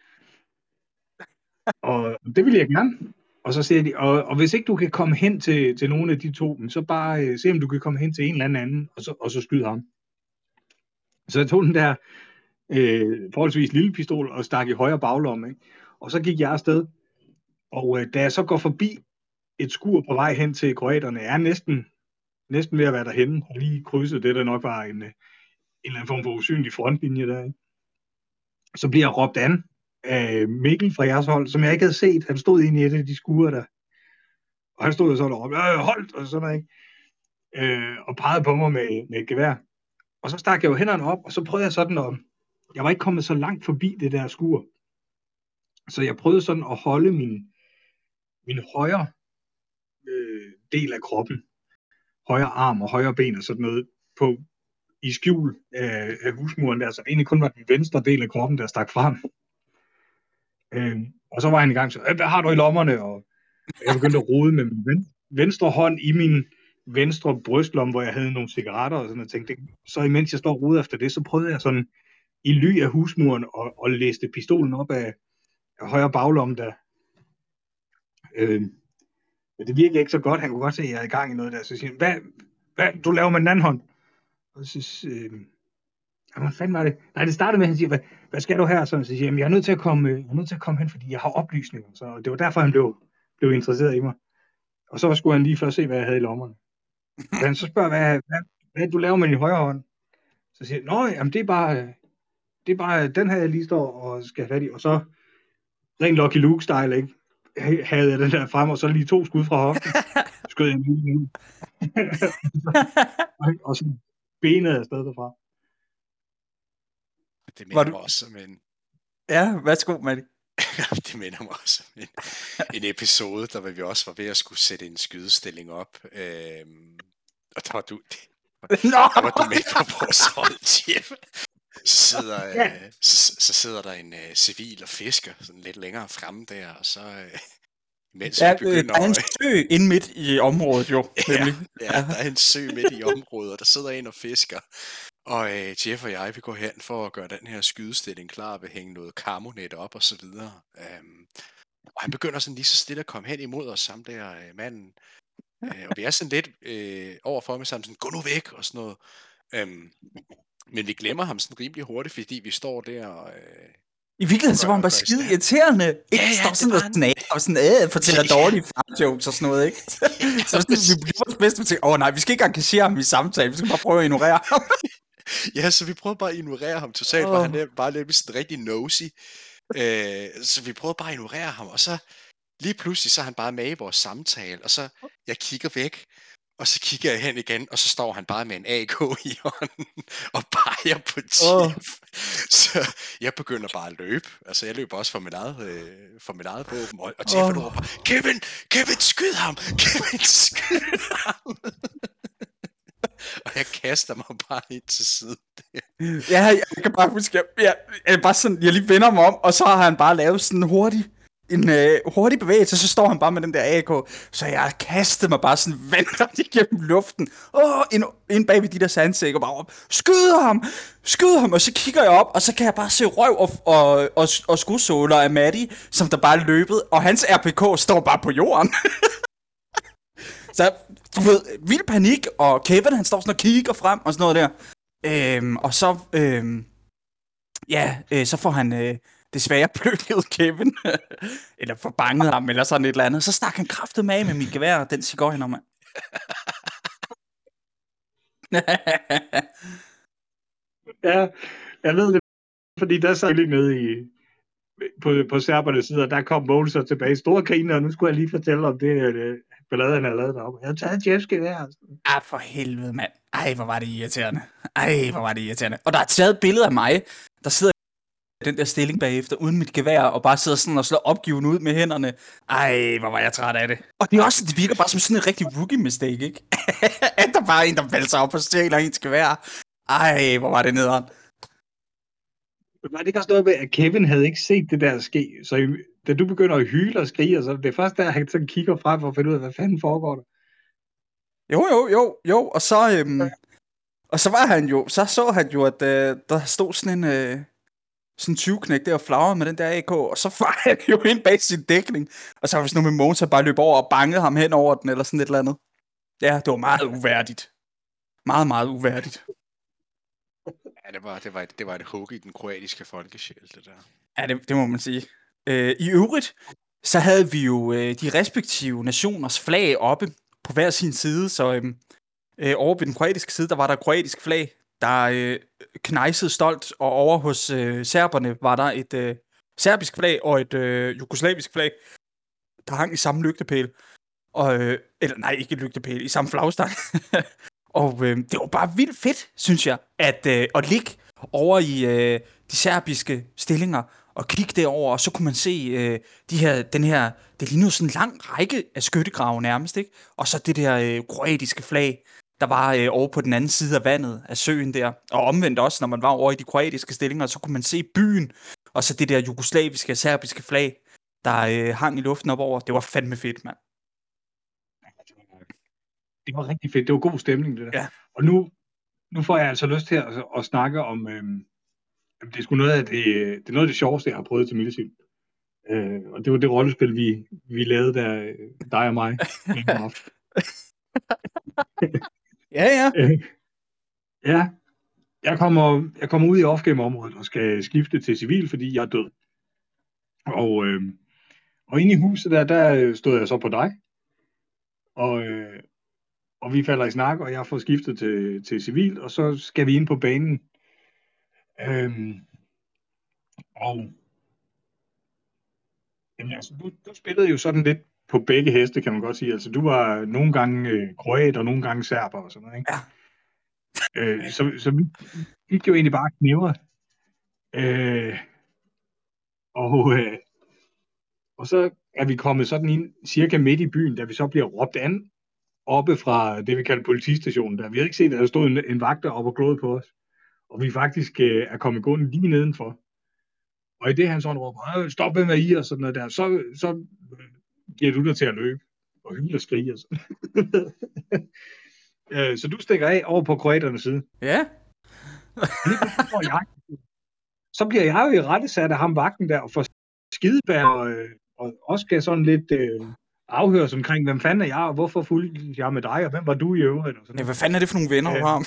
S2: Og det ville jeg gerne. Og så siger de, og hvis ikke du kan komme hen til nogle af de to, så bare se, om du kan komme hen til en eller anden, og så skyde ham. Så jeg tog den der forholdsvis lille pistol og stak i højre baglomme, ikke? Og så gik jeg afsted. Og da jeg så går forbi et skur på vej hen til kroaterne, er næsten ved at være derhenne, og lige krydset det, der nok var en eller anden form for usynlig frontlinje der, ikke? Så bliver jeg råbt an af Mikkel fra jeres hold, som jeg ikke havde set. Han stod inde i et af de skurer der. Og han stod sådan og råbte, holdt, og sådan noget, ikke? Og pegede på mig med et gevær. Og så stak jeg jo hænderne op, og så prøvede jeg sådan at... Jeg var ikke kommet så langt forbi det der skur. Så jeg prøvede sådan at holde min højre del af kroppen, højre arm og højre ben og sådan noget, i skjul af husmuren der, så det egentlig kun var den venstre del af kroppen, der stak frem. Og så var han i gang, så hvad har du i lommerne? Og jeg begyndte at rode med min venstre hånd i min venstre brystlomme, hvor jeg havde nogle cigaretter og sådan noget. Tænkte, så imens jeg står og rode efter det, så prøvede jeg sådan i ly af husmuren og læste pistolen op af højre baglomme der. Men det virkede ikke så godt. Han kunne godt se, at jeg er i gang i noget der. Så siger han, hvad du laver med den anden hånd? Og så Hvad fanden var det? Nej, det startede med, at han siger, hvad skal du her? Så siger jeg, jeg er nødt til at komme hen, fordi jeg har oplysninger. Så det var derfor, han blev interesseret i mig. Og så skulle han lige først se, hvad jeg havde i lommerne. Da han så spørger, hvad du laver med din højre hånd? Så siger jeg, nå, jamen det er bare den her, jeg lige står og skal have fat i. Og så rent Lucky Luke-style, ikke? Havde jeg den der frem, og så lige 2 skud fra hoften. Skød jeg lige ud. Og så benede afsted derfra.
S3: Det minder mig også om en...
S1: Ja, værsgo, Matti.
S3: Det minder mig også om en episode, der vi også var ved at skulle sætte en skydestilling op. Og der var du... Der var du med på vores hold, Jeff. Så sidder der en civil og fisker sådan lidt længere fremme der, og så mens vi begynder...
S1: Der er en sø inde midt i området jo, nemlig.
S3: Ja, der er en sø midt i området, og der sidder en og fisker. Og Jeff og jeg, vi går hen for at gøre den her skydestilling klar ved at hænge noget karmonet op og så videre. Og han begynder sådan lige så stille at komme hen imod os, sammen der manden. Og vi er sådan lidt overfor med sammen sådan, gå nu væk og sådan noget. Men vi glemmer ham sådan rimelig hurtigt, fordi vi står der og...
S1: I virkeligheden så var han bare skide irriterende. Ikke står sådan noget snag og sådan, fortæller dårlige farjokes og sådan noget, ikke? Så sådan, vi bliver vores bedste til, nej, vi skal ikke engagere ham i samtale, vi skal bare prøve at ignorere ham.
S3: Ja, så vi prøvede bare at ignorere ham totalt, for han er bare lidt sådan rigtig nosy. Så vi prøvede bare at ignorere ham, og så lige pludselig så er han bare med i vores samtale, og så jeg kigger væk, og så kigger jeg hen igen, og så står han bare med en AK i hånden, og peger på Jeff. Så jeg begynder bare at løbe. Altså, jeg løber også for mit eget våben, og Jeff råber, Kevin, skyd ham! Kevin, skyd ham! Og jeg kaster mig bare ind til siden.
S1: Ja, jeg kan bare huske, jeg lige vender mig om, og så har han bare lavet sådan en hurtig bevægelse, så står han bare med den der AK, så jeg kastede mig bare sådan vandt igennem luften, ind bag ved de der sandsæk, og bare op, skyd ham, og så kigger jeg op, og så kan jeg bare se røv og skudsåler af Matti, som der bare løbet, og hans RPK står bare på jorden. Så du ved, vild panik, og Kevin han står sådan og kigger frem, og sådan noget der. Og så, så får han desværre pløkket Kevin, eller forbanget ham, eller sådan et eller andet. Så stak han kraftedeme af med mit gevær, og den cigøjner, mand.
S2: Ja, jeg ved det, fordi der sad lige nede på serbernes side, og der kom Mål så tilbage, store griner, og nu skulle jeg lige fortælle om det ballade, han havde lavet deroppe. Jeg har taget Jeffs gevær.
S1: For helvede, mand. Hvor var det irriterende. Og der er taget billeder af mig, der sidder i den der stilling bagefter, uden mit gevær, og bare sidder sådan og slår opgiven ud med hænderne. Hvor var jeg træt af det. Og det virker bare som sådan en rigtig rookie mistake, ikke? At der bare er en, der falder sig op og stjæler ens gevær. Hvor var det nederen.
S2: Var det ikke også noget med, at Kevin havde ikke set det der ske? Så da du begynder at hyle og skrige, så det er først der, han sådan kigger frem for at finde ud af, hvad fanden foregår der?
S1: Jo, og så var han jo, så han jo, at der stod sådan en 20-knæk der og flagrede med den der AK, og så var han jo ind bag sin dækning, og så var sådan noget med Mogens, der bare løb over og bangede ham hen over den, eller sådan et eller andet. Ja, det var meget uværdigt. Meget, meget uværdigt.
S3: Ja, det var et hug i den kroatiske folkesjæl, det der.
S1: Ja, det må man sige. I øvrigt, så havde vi jo de respektive nationers flag oppe på hver sin side, så over ved den kroatiske side, der var der kroatisk flag, der knejsede stolt, og over hos serberne var der et serbisk flag og et jugoslavisk flag, der hang i samme lygtepæl. Ikke lygtepæl, i samme flagstang. Og det var bare vildt fedt, synes jeg, at ligge over i de serbiske stillinger og kigge derover, og så kunne man se det lignede sådan en lang række af skyttegrave nærmest, ikke? Og så det der kroatiske flag, der var over på den anden side af vandet, af søen der. Og omvendt også, når man var over i de kroatiske stillinger, så kunne man se byen, og så det der jugoslaviske og serbiske flag, der hang i luften op over. Det var fandme fedt, mand.
S2: Det var rigtig fedt. Det var god stemning, det der.
S1: Ja.
S2: Og nu får jeg altså lyst til at snakke om, det er sgu noget af det er noget af det sjoveste, jeg har prøvet til Mildesild. Og det var det rollespil, vi lavede der, dig og mig.
S1: Ja.
S2: Ja. Jeg kommer ud i off-game-området og skal skifte til civil, fordi jeg er død. Og inde i huset der stod jeg så på dig. Og vi falder i snak, og jeg får skiftet til civil, og så skal vi ind på banen. Og jamen, altså, du spillede jo sådan lidt på begge heste, kan man godt sige. Altså, du var nogle gange kroat og nogle gange serber og sådan noget, ikke?
S1: Ja.
S2: Så vi gik jo egentlig bare knævre. Og så er vi kommet sådan ind cirka midt i byen, da vi så bliver råbt an oppe fra det, vi kalder politistationen. Der vi havde ikke set, at der stod en vagt deroppe og glåede på os. Og vi faktisk er kommet gående lige nedenfor. Og i det han sådan råber, stop med I og sådan noget der, så giver du dig til at løbe og hylde og skrige og sådan. Så du stikker af over på kroaternes side.
S1: Ja.
S2: Så bliver jeg jo i rettesat af ham vagten der og får skidebær og også skal sådan lidt afhøres omkring, hvem fanden er jeg, og hvorfor fulgte jeg med dig, og hvem var du i øvrigt? Og sådan.
S1: Ja, hvad fanden er det for nogle venner, du har?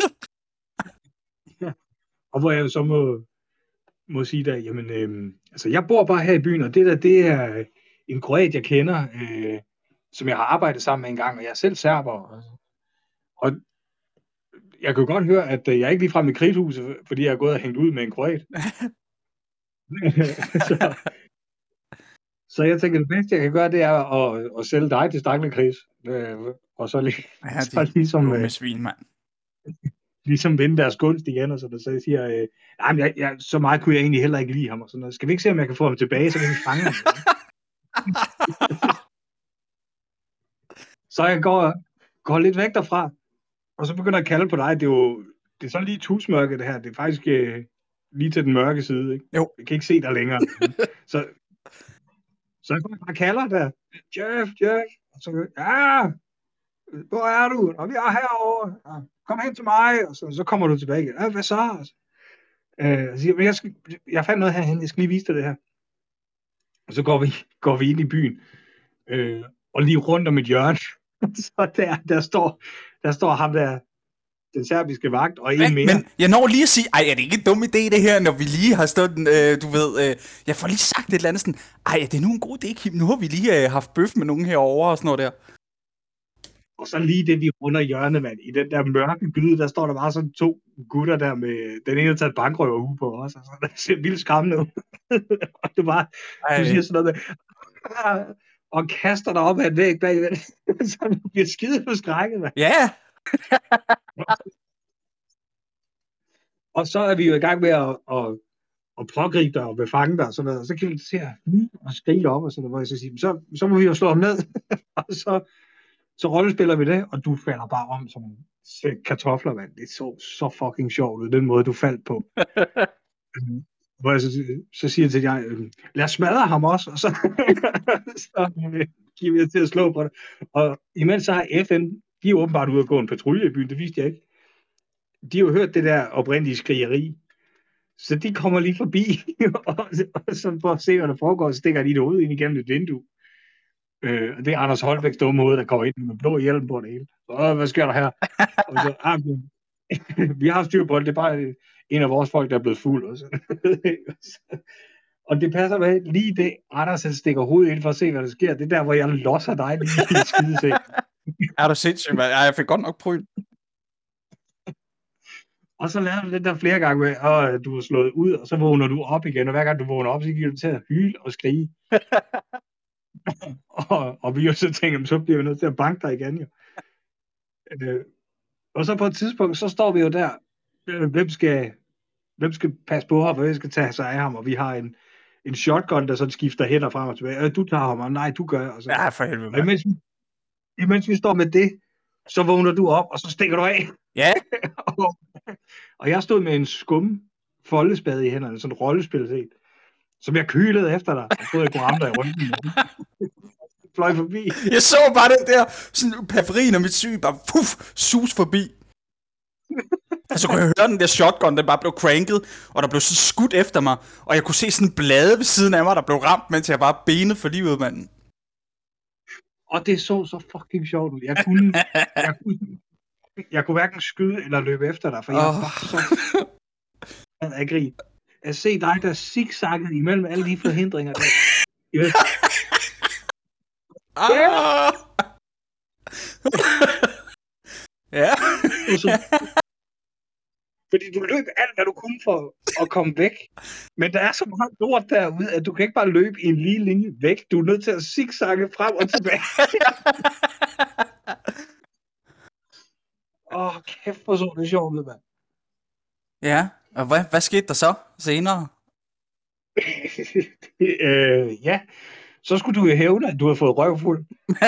S2: Og hvor jeg så må sige der, jamen, altså jeg bor bare her i byen, og det er en kroat, jeg kender, som jeg har arbejdet sammen med en gang, og jeg er selv serber. Og jeg kan jo godt høre, at jeg er ikke ligefrem i krigshuset, fordi jeg er gået og hængt ud med en kroat. Så jeg tænker, det bedste, jeg kan gøre, det er at sælge dig til Stakkelen Chris. Og så ligesom...
S1: svin, mand.
S2: Ligesom vinde deres gunst igen, og så jeg siger, så meget kunne jeg egentlig heller ikke lide ham, og sådan noget. Skal vi ikke se, om jeg kan få ham tilbage, så kan vi fange ham? Så jeg går lidt væk derfra, og så begynder jeg at kalde på dig. Det er sådan lige tusmørke, det her. Det er faktisk lige til den mørke side, ikke?
S1: Jo.
S2: Jeg kan ikke se dig længere. Så jeg kommer bare kalder der. Jeff. Og så hvor er du? Og vi er herovre. Ja, kom hen til mig. Og så kommer du tilbage igen. Ja, hvad så? Jeg fandt noget herhen. Jeg skal lige vise dig det her. Og så går vi ind i byen. Og lige rundt om et hjørne. Så der står ham der, den serbiske vagt, og en mere.
S1: Men jeg når lige at sige, er det ikke en dum idé det her, når vi lige har stået, du ved, jeg får lige sagt et eller andet sådan, er det nu en god idé, Kim? Nu har vi lige haft bøf med nogen herovre og sådan noget der.
S2: Og så lige det, vi runder hjørnet, mand. I den der mørke gyde, der står der bare sådan 2 gutter der med, den ene har taget bankrøverhue på os, og så der ser vildt skræmmende ud. Og du siger sådan noget med, og kaster dig op ad en væg bagved, så du bliver skide forskrækket, mand.
S1: Ja!
S2: Og så er vi jo i gang med at pågribe dig og befange dig og sådan noget, og så kan vi se og skrige op og sådan noget, hvor jeg så siger, så må vi jo slå ham ned, og så rollespiller vi det, og du falder bare om som kartofler, mand. Det så fucking sjovt ud, den måde, du faldt på. Hvor jeg så siger jeg til dig, lad os smadre ham også, og så giver vi til at slå på det. Og imens så har FN, de er åbenbart ude at gå en patrulje i byen, det vidste jeg ikke. De har jo hørt det der oprindelige skrigeri, så de kommer lige forbi, og så for at se, hvad der foregår, så stikker de det ud ind igennem et vindue. Og det er Anders Holbæks dumme hoved, der kommer ind med blå hjelm på det hele. Hvad sker der her? Og så, vi har styr på det, det er bare en af vores folk, der er blevet fuld. Og det passer med lige det, Anders stikker hovedet ind for at se, hvad der sker. Det er der, hvor jeg losser dig lige i skidesæk.
S1: Er du sindssygt, mand? Jeg fik godt nok prøvet.
S2: Og så laver du det der flere gange med, og du er slået ud, og så vågner du op igen, og hver gang du vågner op, så giver du til at hyle og skrige. og vi jo så tænker, så bliver vi nødt til at banke dig igen, jo. Og så på et tidspunkt, så står vi jo der, hvem skal passe på ham, hvem skal tage sig af ham, og vi har en shotgun, der sådan skifter hænder frem og tilbage. Du tager ham, og nej, du gør. Og så.
S1: Ja, for helvede.
S2: Og imens vi står med det, så vågner du op, og så stikker du af.
S1: Ja.
S2: Og jeg stod med en skum foldespade i hænderne, sådan en rollespil, som jeg kylede efter dig, og troede, jeg kunne ramme dig i ryggen. Fløj forbi.
S1: Jeg så bare den der, sådan periferien af mit syg, bare sus forbi. Og så kunne jeg høre den der shotgun, den bare blev cranket, og der blev så skudt efter mig, og jeg kunne se sådan en blade ved siden af mig, der blev ramt, mens jeg bare benede for livet, manden.
S2: Og det så fucking sjovt ud. Jeg kunne Jeg kunne hverken skyde eller løbe efter dig, for jeg var så af grin. At se dig, der zigzaggede imellem alle de forhindringer der. Ja.
S1: Ja.
S2: Fordi du løb alt, hvad du kunne for at komme væk. Men der er så meget lort derude, at du kan ikke bare løbe i en lige linje væk. Du er nødt til at zigzagge frem og tilbage. Kæft, hvor så det sjovt ud, mand.
S1: Ja, og hvad skete der så senere?
S2: Ja, så skulle du jo hævne, at du havde fået røvfuld.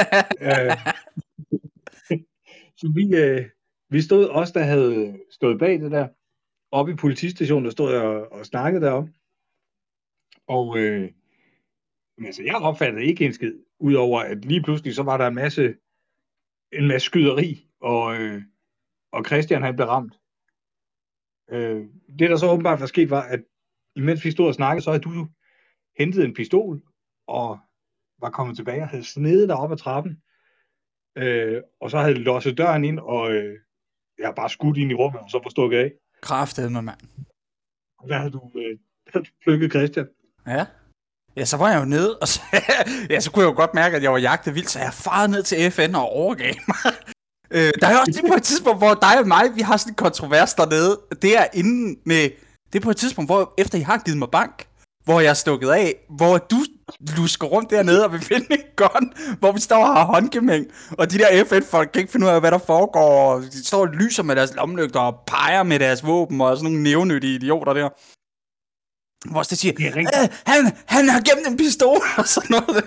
S2: Så vi stod også, der havde stået bag det der, oppe i politistationen, der stod og snakkede deroppe. Og altså, jeg opfattede ikke en skid, udover at lige pludselig, så var der en masse skyderi, og Christian han blev ramt. Det der så åbenbart var sket, var, at imens vi stod og snakkede, så havde du hentet en pistol, og var kommet tilbage og havde snedet dig op ad trappen, og så havde låset døren ind, og jeg bare skudt ind i rummet, og så var stukket af.
S1: Kraftedeme, mand.
S2: Og der havde du plukket Christian.
S1: Ja. Ja, så var jeg jo nede, og så, så kunne jeg jo godt mærke, at jeg var jagtet vildt, så jeg farede ned til FN og overgav mig. Der er også det på et tidspunkt, hvor dig og mig, vi har sådan en kontrovers dernede. Det er på et tidspunkt, hvor efter I har givet mig bank, hvor jeg er stukket af, hvor du lusker rundt dernede og vil finde en gun, hvor vi står og har håndgemæng, og de der FN-folk kan ikke finde ud af, hvad der foregår, og de står og lyser med deres lommelygter og peger med deres våben, og sådan nogle nævnyttige idioter der. Hvor det siger, han har gemt en pistol, og sådan noget.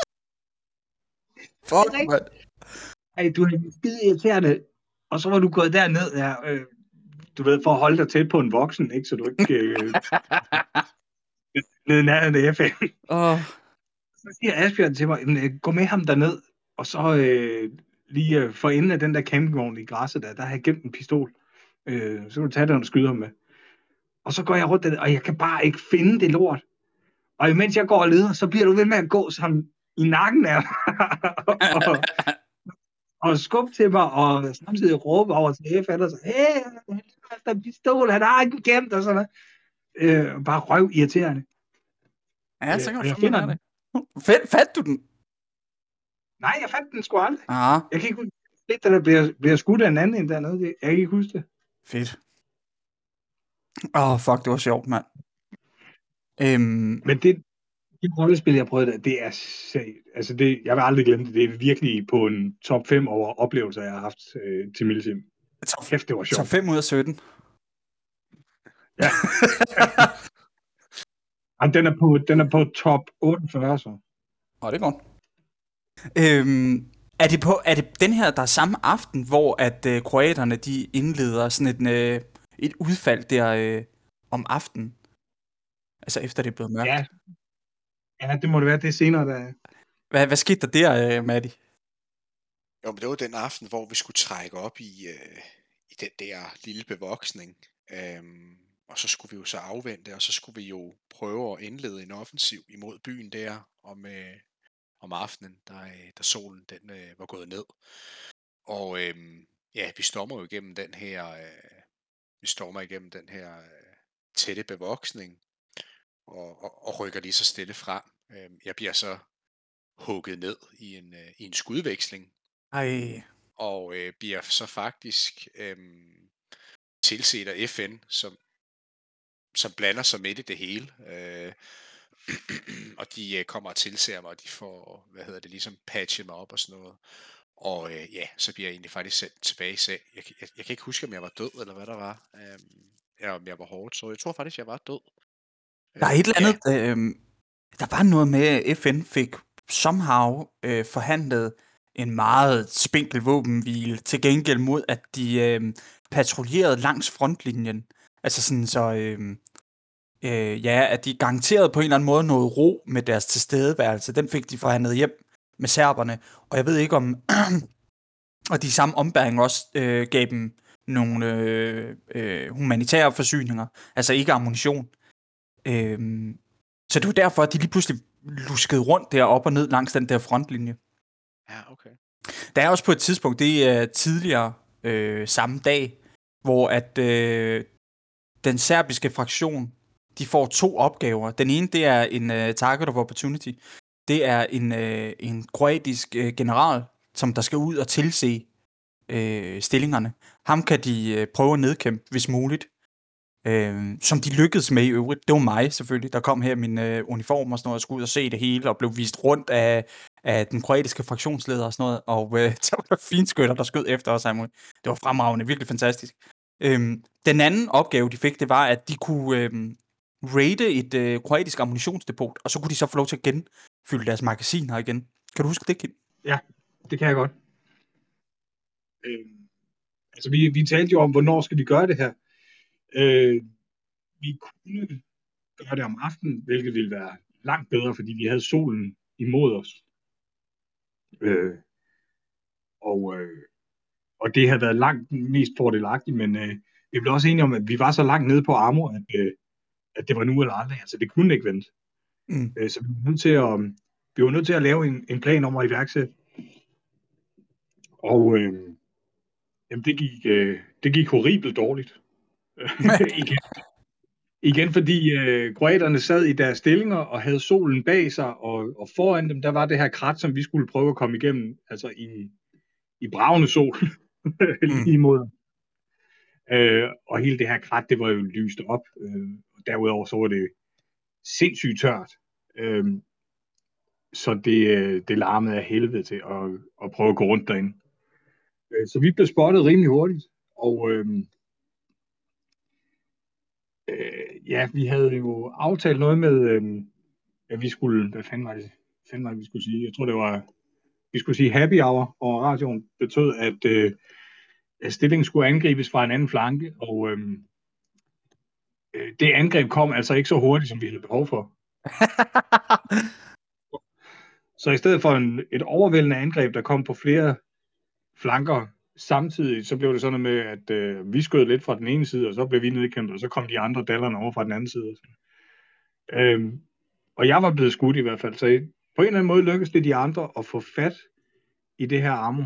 S1: Fuck, man.
S2: Ej, du er skide irriterende, og så var du gået derned, du ved, for at holde dig tæt på en voksen, ikke, så du ikke ned i nærheden af FN. Så siger Asbjørn til mig, gå med ham derned, og så lige for enden af den der campingvogn i græsset der har jeg gemt en pistol. Så kan du tage den og skyde ham med. Og så går jeg rundt der, og jeg kan bare ikke finde det lort. Og imens jeg går og leder, så bliver du ved med at gå sådan i nakken af og skubbe til mig, og samtidig råbe over til FN, og så, hey, han har en pistol, han har ikke gemt, og sådan noget. Bare røv irriterende.
S1: Ja, så kan du
S2: finde den.
S1: Fandt du den?
S2: Nej, jeg fandt den sgu aldrig.
S1: Aha.
S2: Jeg kan ikke huske, at der bliver skudt af en anden end dernede. Jeg kan ikke huske det.
S1: Fedt. Fuck, det var sjovt, mand.
S2: Men det rollespil, jeg prøvede, det er altså det, jeg vil aldrig glemme det. Det er virkelig på en top 5 over oplevelser, jeg har haft til Milsim. Kæft, det var sjovt.
S1: Top 5 ud af 17.
S2: Ja. Den er på top 48, så.
S1: Det er godt. Er det den her, der er samme aften, hvor at kroaterne, de indleder sådan et udfald der om aftenen? Altså efter det er blevet mørkt.
S2: Ja, det må det være. Det er senere, der.
S1: Hvad skete der, Matti?
S3: Jo, men det var den aften, hvor vi skulle trække op i den der lille bevoksning. Og så skulle vi jo så afvente, og så skulle vi jo prøve at indlede en offensiv imod byen der om aftenen, da solen den var gået ned. Og vi stormer jo igennem den her tætte bevoksning og rykker lige så stille frem. Jeg bliver så hugget ned i en skudveksling.
S1: Ej.
S3: Og bliver så faktisk tilset af FN, som blander sig midt i det hele. Og de kommer og tilser mig, og de får, ligesom patchet mig op og sådan noget. Og så bliver jeg egentlig faktisk sendt tilbage i seng. Jeg kan ikke huske, om jeg var død, eller hvad der var. Om jeg var hårdt, så jeg tror faktisk, jeg var død.
S1: Der er et eller andet, der var noget med, at FN fik somehow forhandlet en meget spinkel våbenhvile, til gengæld mod, at de patruljerede langs frontlinjen. Altså sådan så, at de garanterede på en eller anden måde noget ro med deres tilstedeværelse. Den fik de forhandlet hjem med serberne. Og jeg ved ikke om, og de samme ombæring også gav dem nogle humanitære forsyninger, altså ikke ammunition. Så det var derfor, at de lige pludselig luskede rundt der op og ned langs den der frontlinje.
S3: Ja, okay.
S1: Der er også på et tidspunkt, det er tidligere samme dag, hvor at den serbiske fraktion, de får 2 opgaver. Den ene, det er en target of opportunity. Det er en kroatisk general, som der skal ud og tilse stillingerne. Ham kan de prøve at nedkæmpe, hvis muligt. Som de lykkedes med i øvrigt. Det var mig selvfølgelig, der kom her i min uniform og sådan noget, og skulle ud og se det hele, og blev vist rundt af den kroatiske fraktionsleder og sådan noget, og der var der finskytter, der skød efter os. Det var fremragende, virkelig fantastisk. Den anden opgave, de fik, det var, at de kunne raide et kroatisk ammunitionsdepot, og så kunne de så få lov til at genfylde deres magasiner igen. Kan du huske det, Kim?
S2: Ja, det kan jeg godt. Altså, vi talte jo om, hvornår skal vi gøre det her. Vi kunne gøre det om aftenen, hvilket ville være langt bedre, fordi vi havde solen imod os. Og det havde været langt mest fordelagtigt, men vi blev også enige om, at vi var så langt nede på Ammo, at det var nu eller aldrig. Altså, det kunne ikke vente. Så vi var nødt til at lave en plan om at iværksætte. Og jamen, det gik horribelt dårligt. Igen fordi kroaterne sad i deres stillinger og havde solen bag sig, og foran dem, der var det her krat, som vi skulle prøve at komme igennem, altså i bravende sol lige mod. Og hele det her krat, det var jo lyst op. Og derudover så var det sindssygt tørt. Så det larmede af helvede til at prøve at gå rundt derinde. Så vi blev spottet rimelig hurtigt, og ja, vi havde jo aftalt noget med, at vi skulle, hvad fanden var det, vi skulle sige? Jeg tror, det var, vi skulle sige happy hour, og radioen betød, at stillingen skulle angribes fra en anden flanke, og det angreb kom altså ikke så hurtigt, som vi havde behov for. Så i stedet for et overvældende angreb, der kom på flere flanker samtidig, så blev det sådan med, at vi skød lidt fra den ene side, og så blev vi nedkæmpet, og så kom de andre dallerne over fra den anden side. Og jeg var blevet skudt i hvert fald, så på en eller anden måde lykkedes det de andre at få fat i det her ammo.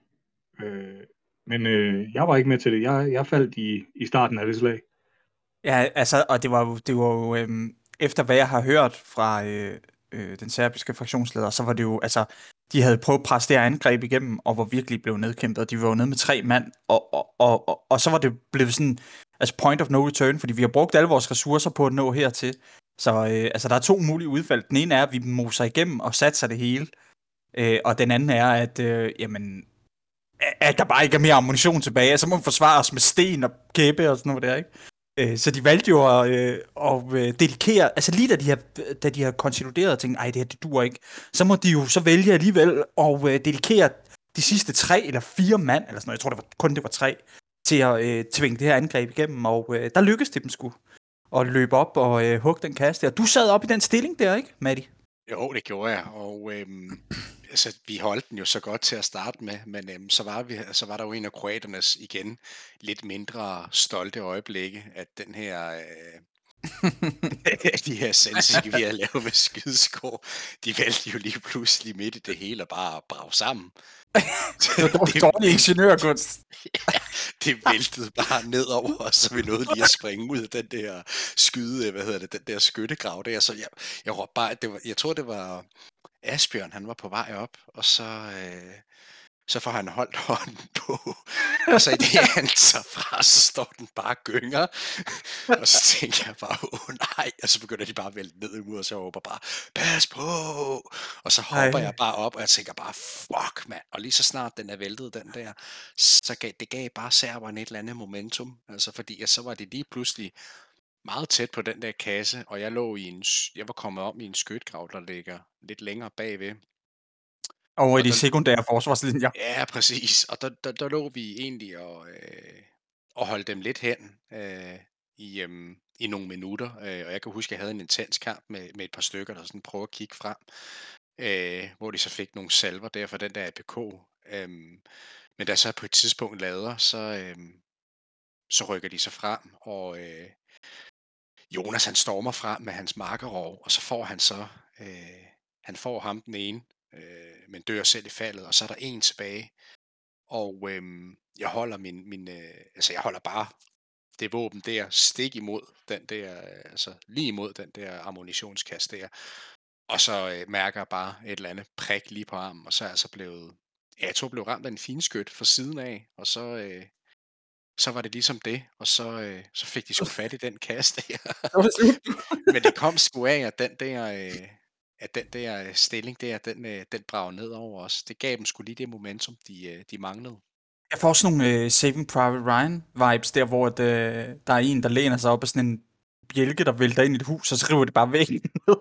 S2: Men jeg var ikke med til det. Jeg faldt i starten af det slag.
S1: Ja, altså, og det var jo efter hvad jeg har hørt fra den serbiske fraktionsleder, så var det jo, altså, de havde prøvet at presse det her angreb igennem, og var virkelig blevet nedkæmpet, og de var jo nede med 3 mand, og så var det blevet sådan, altså point of no return, fordi vi har brugt alle vores ressourcer på at nå hertil. Så altså, der er 2 mulige udfald. Den ene er, at vi moser igennem og satser det hele, og den anden er, at jamen, at der bare ikke er mere ammunition tilbage, så må vi forsvare os med sten og kæppe og sådan noget der, ikke? Så de valgte jo at dedikere, altså lige da de har konsolideret og tænkt, ej, det her, det duer ikke, så må de jo så vælge alligevel at dedikere de sidste 3 eller 4 mand, eller sådan noget, jeg tror det var 3, til at tvinge det her angreb igennem, og der lykkedes det dem sgu at løbe op og hugge den kasse der. Du sad op i den stilling der, ikke, Matti?
S3: Jo, det gjorde jeg, og altså, vi holdt den jo så godt til at starte med, men så var der jo en af kroaternes igen lidt mindre stolte øjeblikke, at den her de her selvsikke, vi har lavet med skydeskår, de valgte jo lige pludselig midt i det hele og bare brage sammen.
S1: Det var dårlig ingeniørkunst.
S3: Ja, det væltede bare ned over os, så vi nåede lige at springe ud af den der den der skyttegrav der. Så jeg råbte bare, jeg tror det var Asbjørn, han var på vej op, og så får han holdt hånden på, og så i det han tager fra, så står den bare gynger, og så tænker jeg bare, nej, og så begynder de bare at vælte ned imod, og så råber bare, pas på, og så hopper jeg bare op, og jeg tænker bare, fuck mand, og lige så snart den er væltet, den der, så gav bare serberne et eller andet momentum, altså fordi så var det lige pludselig meget tæt på den der kasse, og jeg var kommet om i en skytgrav, der ligger lidt længere bagved.
S1: Over i de sekundære forsvarslinjer.
S3: Ja, præcis. Og der lå vi egentlig og holdt dem lidt hen i nogle minutter. Og jeg kan huske, at jeg havde en intens kamp med et par stykker, der sådan prøvede at kigge frem. Hvor de så fik nogle salver der for den der APK. Men da så på et tidspunkt lader, så rykker de så frem, og Jonas han stormer frem med hans markerov, og så får han får ham den ene, men dør selv i faldet, og så er der en tilbage, Og jeg holder jeg holder bare det våben der stik imod den der, altså lige imod den der ammunitionskast der. Og så mærker jeg bare et eller andet prik lige på armen, og så er jeg så blevet, jeg tror, jeg blev ramt af en finskyt fra siden af, og så var det ligesom det, og så fik de sgu fat i den kasse der. Men det kom sgu af, at den der stilling der, den bragede ned over os. Det gav dem sgu lige det momentum, de manglede.
S1: Jeg får også nogle Saving Private Ryan-vibes der, hvor der er en, der læner sig op af sådan en bjælke, der vælter ind i et hus, og så river det bare væk ned.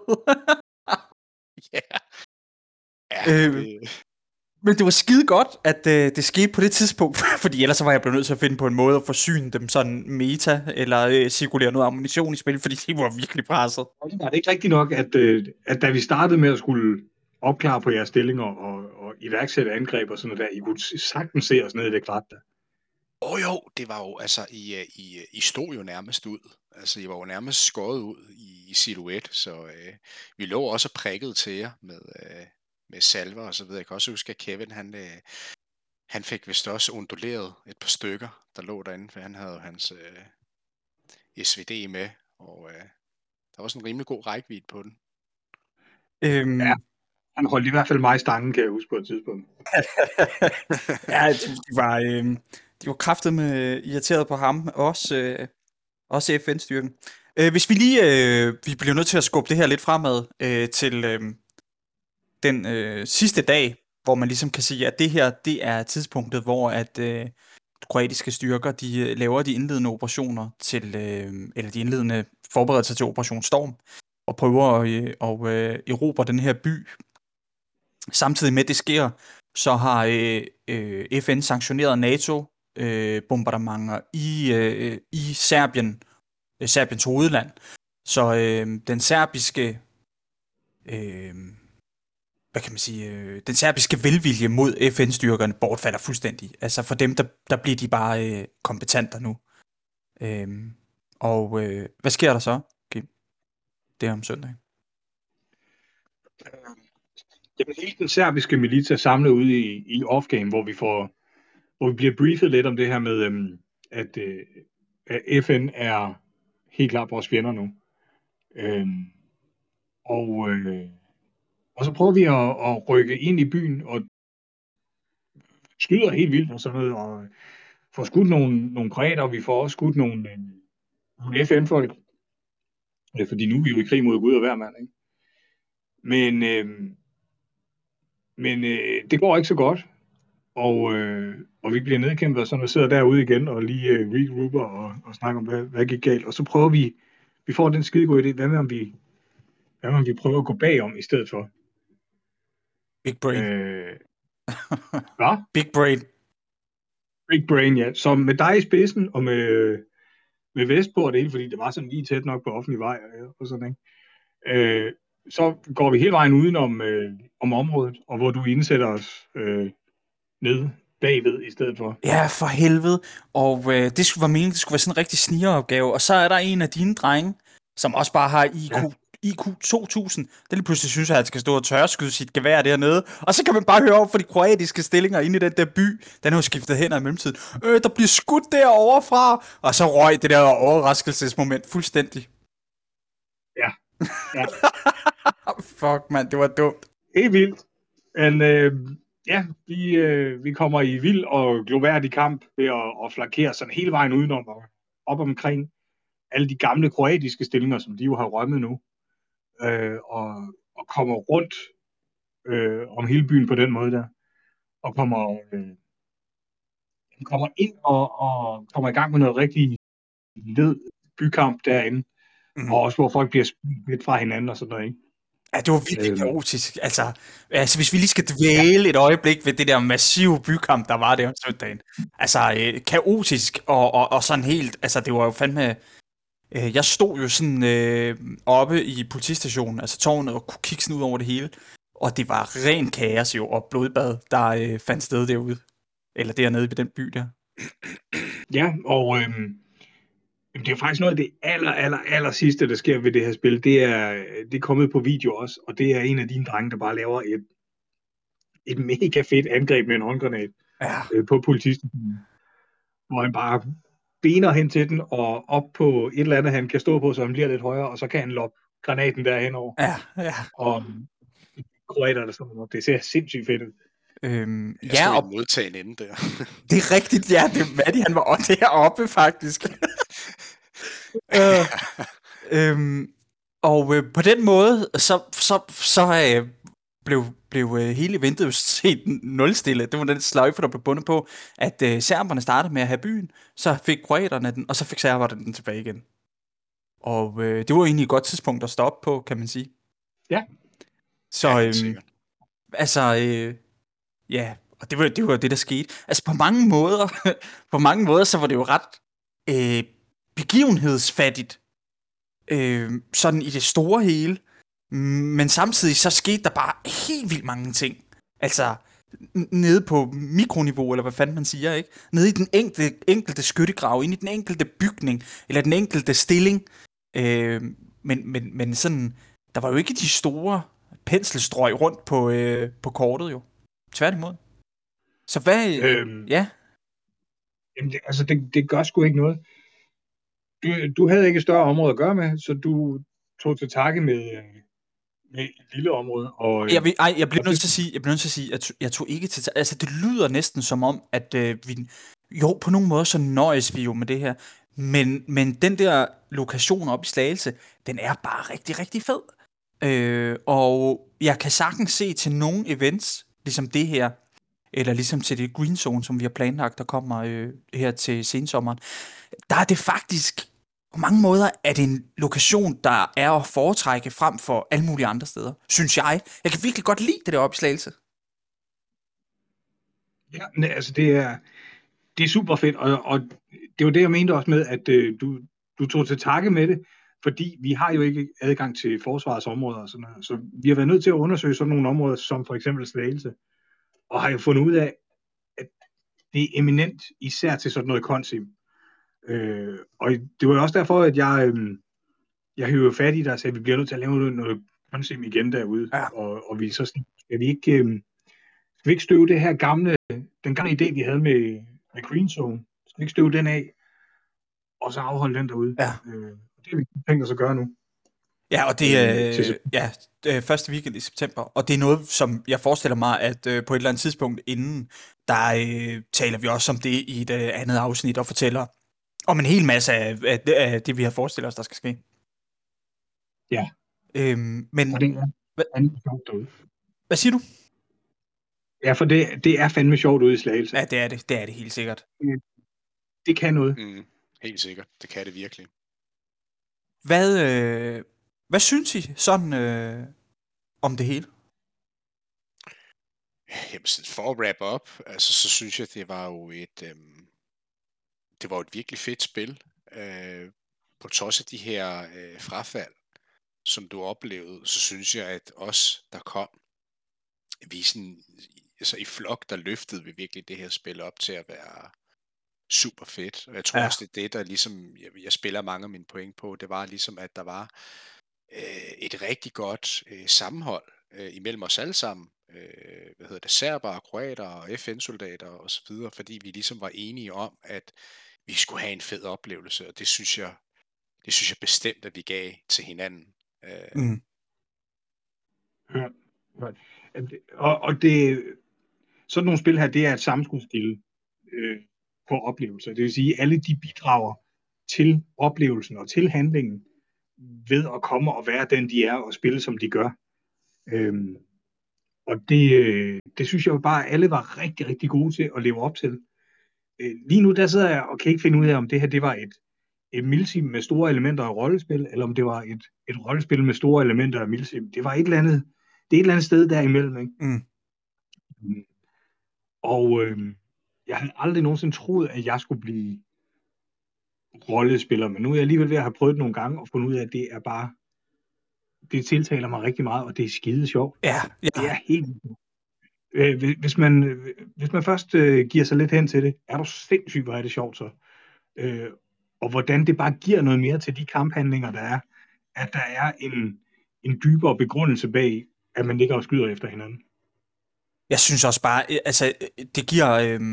S1: Men det var skide godt, at det skete på det tidspunkt, fordi ellers så var jeg blevet nødt til at finde på en måde at forsyne dem sådan meta, eller cirkulere noget ammunition i spil, fordi de var virkelig presset.
S2: Var det ikke rigtigt nok, at da vi startede med at skulle opklare på jeres stillinger og iværksætte angreb og sådan noget der, I kunne sagtens se os ned i det krat der?
S3: Jo, det var jo, altså, I stod jo nærmest ud. Altså, I var jo nærmest skåret ud i silhuet, så vi lå også prikket til jer med salver og så videre. Jeg kan også huske, at Kevin, han fik vist også unduleret et par stykker, der lå derinde, for han havde jo hans SVD med, og der var også en rimelig god rækkevidde på den.
S2: Ja, han holdt i hvert fald mig i stangen, kan jeg huske på et tidspunkt.
S1: Ja, de var kraftedeme irriteret på ham, også FN-styrken. Hvis vi lige, vi bliver nødt til at skubbe det her lidt fremad til den sidste dag, hvor man ligesom kan sige, at det her, det er tidspunktet, hvor at kroatiske styrker, de laver de indledende operationer til, eller de indledende forberedelser til Operation Storm, og prøver at erobre den her by. Samtidig med det sker, så har FN sanktioneret NATO bombardementer i Serbien, Serbiens hovedland. Så den serbiske hvad kan man sige, den serbiske velvilje mod FN-styrkerne bortfalder fuldstændig. Altså for dem, der bliver de bare kompetenter nu. Hvad sker der så, Kim? Det er om søndagen.
S2: Jamen, hele den serbiske milits er samlet ude i off-game, hvor vi bliver briefet lidt om det her med, at FN er helt klart vores fjender nu. Og så prøver vi at rykke ind i byen og skyder helt vildt og sådan noget, og får skudt nogle kroater, og vi får også skudt nogle FN-folk, fordi nu er vi jo i krig mod Gud og hver mand, ikke? Men det går ikke så godt, og vi bliver nedkæmpet og sådan og sidder derude igen og lige regrouper og snakker om, hvad gik galt. Og så prøver vi får den skide gode idé, hvad med om vi prøver at gå bagom i stedet for?
S1: Big brain.
S2: Hvad?
S1: Big brain.
S2: Big brain, ja. Så med dig i spidsen og med vest på det hele, fordi det var sådan lige tæt nok på offentlig vej og sådan, ikke? Så går vi hele vejen uden om området, og hvor du indsætter os ned bagved i stedet for.
S1: Ja, for helvede. Og det skulle være meningen, det skulle være sådan en rigtig snigeropgave. Og så er der en af dine drenge, som også bare har IQ 2000. Det lige pludselig synes, at han skal stå og tørskyde sit gevær dernede. Og så kan man bare høre op for de kroatiske stillinger inde i den der by. Den har jo skiftet hænder i mellemtiden. Der bliver skudt derovre fra. Og så røg det der overraskelsesmoment fuldstændig.
S2: Ja.
S1: Fuck, mand, det var dumt.
S2: Helt vildt. Men vi kommer i vild og gloværdig kamp ved at flakere sådan hele vejen udenom og op omkring alle de gamle kroatiske stillinger, som de jo har rømmet nu, og kommer rundt om hele byen på den måde der, og kommer ind og kommer i gang med noget rigtig led bykamp derinde, og også hvor folk bliver spidt lidt fra hinanden og sådan noget, ikke?
S1: Ja, det var virkelig kaotisk. Altså, hvis vi lige skal dvæle et øjeblik ved det der massive bykamp, der var der om søndagen. Altså, kaotisk og sådan helt, altså det var jo fandme... Jeg stod jo sådan oppe i politistationen, altså tårnet, og kunne kigge sådan ud over det hele. Og det var ren kaos jo, og blodbad, der fandt sted derude. Eller dernede ved den by der.
S2: Ja, og det er faktisk noget af det aller sidste, der sker ved det her spil. Det er kommet på video også, og det er en af dine drenge, der bare laver et mega fedt angreb med en håndgranat,
S1: Ja.
S2: på politisten, hvor han bare bener hen til den, og op på et eller andet, han kan stå på, så han bliver lidt højere, og så kan han loppe granaten derhen over.
S1: Ja.
S2: Og kroater, der sådan noget. Det ser sindssygt fedt ud.
S3: Jeg stod i den modtagende ende der.
S1: Det er rigtigt, ja. Det er Maddie, han var også deroppe, faktisk. På den måde, så blev hele eventet jo set nulstille. Det var den sløjfe, der blev bundet på, at serberne startede med at have byen, så fik kroaterne den, og så fik serberne den tilbage igen. Og det var egentlig et godt tidspunkt at stoppe på, kan man sige.
S2: Ja.
S1: Så ja, og det var det, der skete. Altså på mange måder, så var det jo ret begivenhedsfattigt, sådan i det store hele. Men samtidig så skete der bare helt vildt mange ting. Altså nede på mikroniveau, eller hvad fanden man siger, ikke? Nede i den enkelte skyttegrav, inde i den enkelte bygning, eller den enkelte stilling. Men sådan, der var jo ikke de store penselstrøg rundt på kortet jo. Tværtimod. Så hvad... ja?
S2: Jamen, det gør sgu ikke noget. Du havde ikke et større område at gøre med, så du tog til takke med et lille område. Og,
S1: jeg bliver nødt til at sige, at jeg tog ikke til takke. Altså, det lyder næsten som om, at vi... Jo, på nogle måder, så nøjes vi jo med det her. Men den der lokation oppe i Slagelse, den er bare rigtig, rigtig fed. Og jeg kan sagtens se til nogle events, ligesom det her, eller ligesom til det Green Zone, som vi har planlagt, der kommer her til sensommeren, der er det faktisk, på mange måder, er det en lokation, der er at foretrække frem for alle mulige andre steder, synes jeg. Jeg kan virkelig godt lide det der opslagelse.
S2: Ja, altså det er super fedt, og det var det, jeg mente også med, at du tog til takke med det, fordi vi har jo ikke adgang til forsvarets områder og sådan noget, så vi har været nødt til at undersøge sådan nogle områder, som for eksempel Slagelse, og har jo fundet ud af, at det er eminent, især til sådan noget konsim. Og det var jo også derfor, at jeg høvede fat i dig og sagde, at vi bliver nødt til at lave noget konsim igen derude, ja. Og vi så skal vi ikke støve det her den gamle idé, vi havde med Green Zone, skal vi ikke støve den af, og så afholde den derude.
S1: Ja.
S2: Det har vi tænkt os at gøre nu.
S1: Ja, og det er første weekend i september, og det er noget, som jeg forestiller mig, at på et eller andet tidspunkt inden, der taler vi også om det i et andet afsnit, og fortæller om en hel masse af det, vi har forestillet os, der skal ske.
S2: Ja.
S1: Men
S2: og det er fandme sjovt derude.
S1: Hvad siger du?
S2: Ja, for det er fandme sjovt ude i Slagelse.
S1: Ja, det er det. Det er det helt sikkert.
S2: Det kan noget.
S3: Helt sikkert. Det kan det virkelig.
S1: Hvad synes I sådan om det hele?
S3: Jamen, for at wrap up, altså, så synes jeg, det var jo et virkelig fedt spil. På trods af de her frafald, som du oplevede, så synes jeg, at os, der kom, vi sådan, altså i flok, der løftede vi virkelig det her spil op til at være super fedt. Og jeg tror også, det er det, der ligesom, jeg spiller mange af mine point på, det var ligesom, at der var et rigtig godt sammenhold imellem os alle sammen. Serbere, kroater og FN-soldater og så videre, fordi vi ligesom var enige om, at vi skulle have en fed oplevelse, og det synes jeg bestemt, at vi gav til hinanden.
S2: Ja. Og det, sådan nogle spil her, det er et sammenskudspil på oplevelser. Det vil sige, at alle de bidrager til oplevelsen og til handlingen ved at komme og være den, de er, og spille, som de gør. Og det synes jeg jo bare, at alle var rigtig, rigtig gode til at leve op til. Lige nu, der sidder jeg og kan ikke finde ud af, om det her det var et milsim med store elementer af rollespil, eller om det var et rollespil med store elementer af milsim. Det var et eller andet sted derimellem, ikke? Og jeg havde aldrig nogensinde troet, at jeg skulle blive rollespiller, men nu er jeg alligevel ved at have prøvet det nogle gange og fundet ud af, at det er bare, det tiltaler mig rigtig meget, og det er skide sjovt.
S1: Ja.
S2: Det er helt hvis man først giver sig lidt hen til det, er du sindssygt, hvor er det sjovt så. Og hvordan det bare giver noget mere til de kamphandlinger, der er, at der er en dybere begrundelse bag, at man ligger og skyder efter hinanden.
S1: Jeg synes også bare, altså, det giver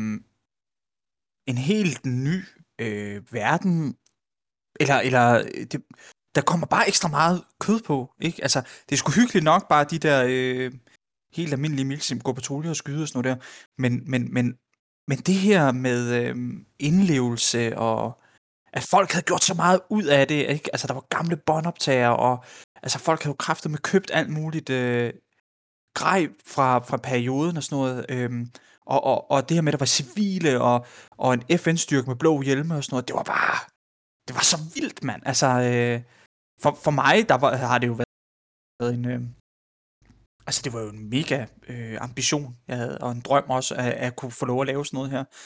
S1: en helt ny verden, eller der kommer bare ekstra meget kød på, ikke? Altså, det er sgu hyggeligt nok, bare de der helt almindelige milsim, gå på patrulje og skyde og sådan noget der, men det her med indlevelse, og at folk havde gjort så meget ud af det, ikke? Altså, der var gamle båndoptager, og altså, folk havde jo kraftet med købt alt muligt grej fra perioden og sådan noget, og det her med, at der var civile, og en FN-styrke med blå hjelme og sådan noget, det var så vildt, mand. Altså, for mig, har det jo været en, altså det var jo en mega ambition, jeg havde, og en drøm også, at kunne få lov at lave sådan noget her.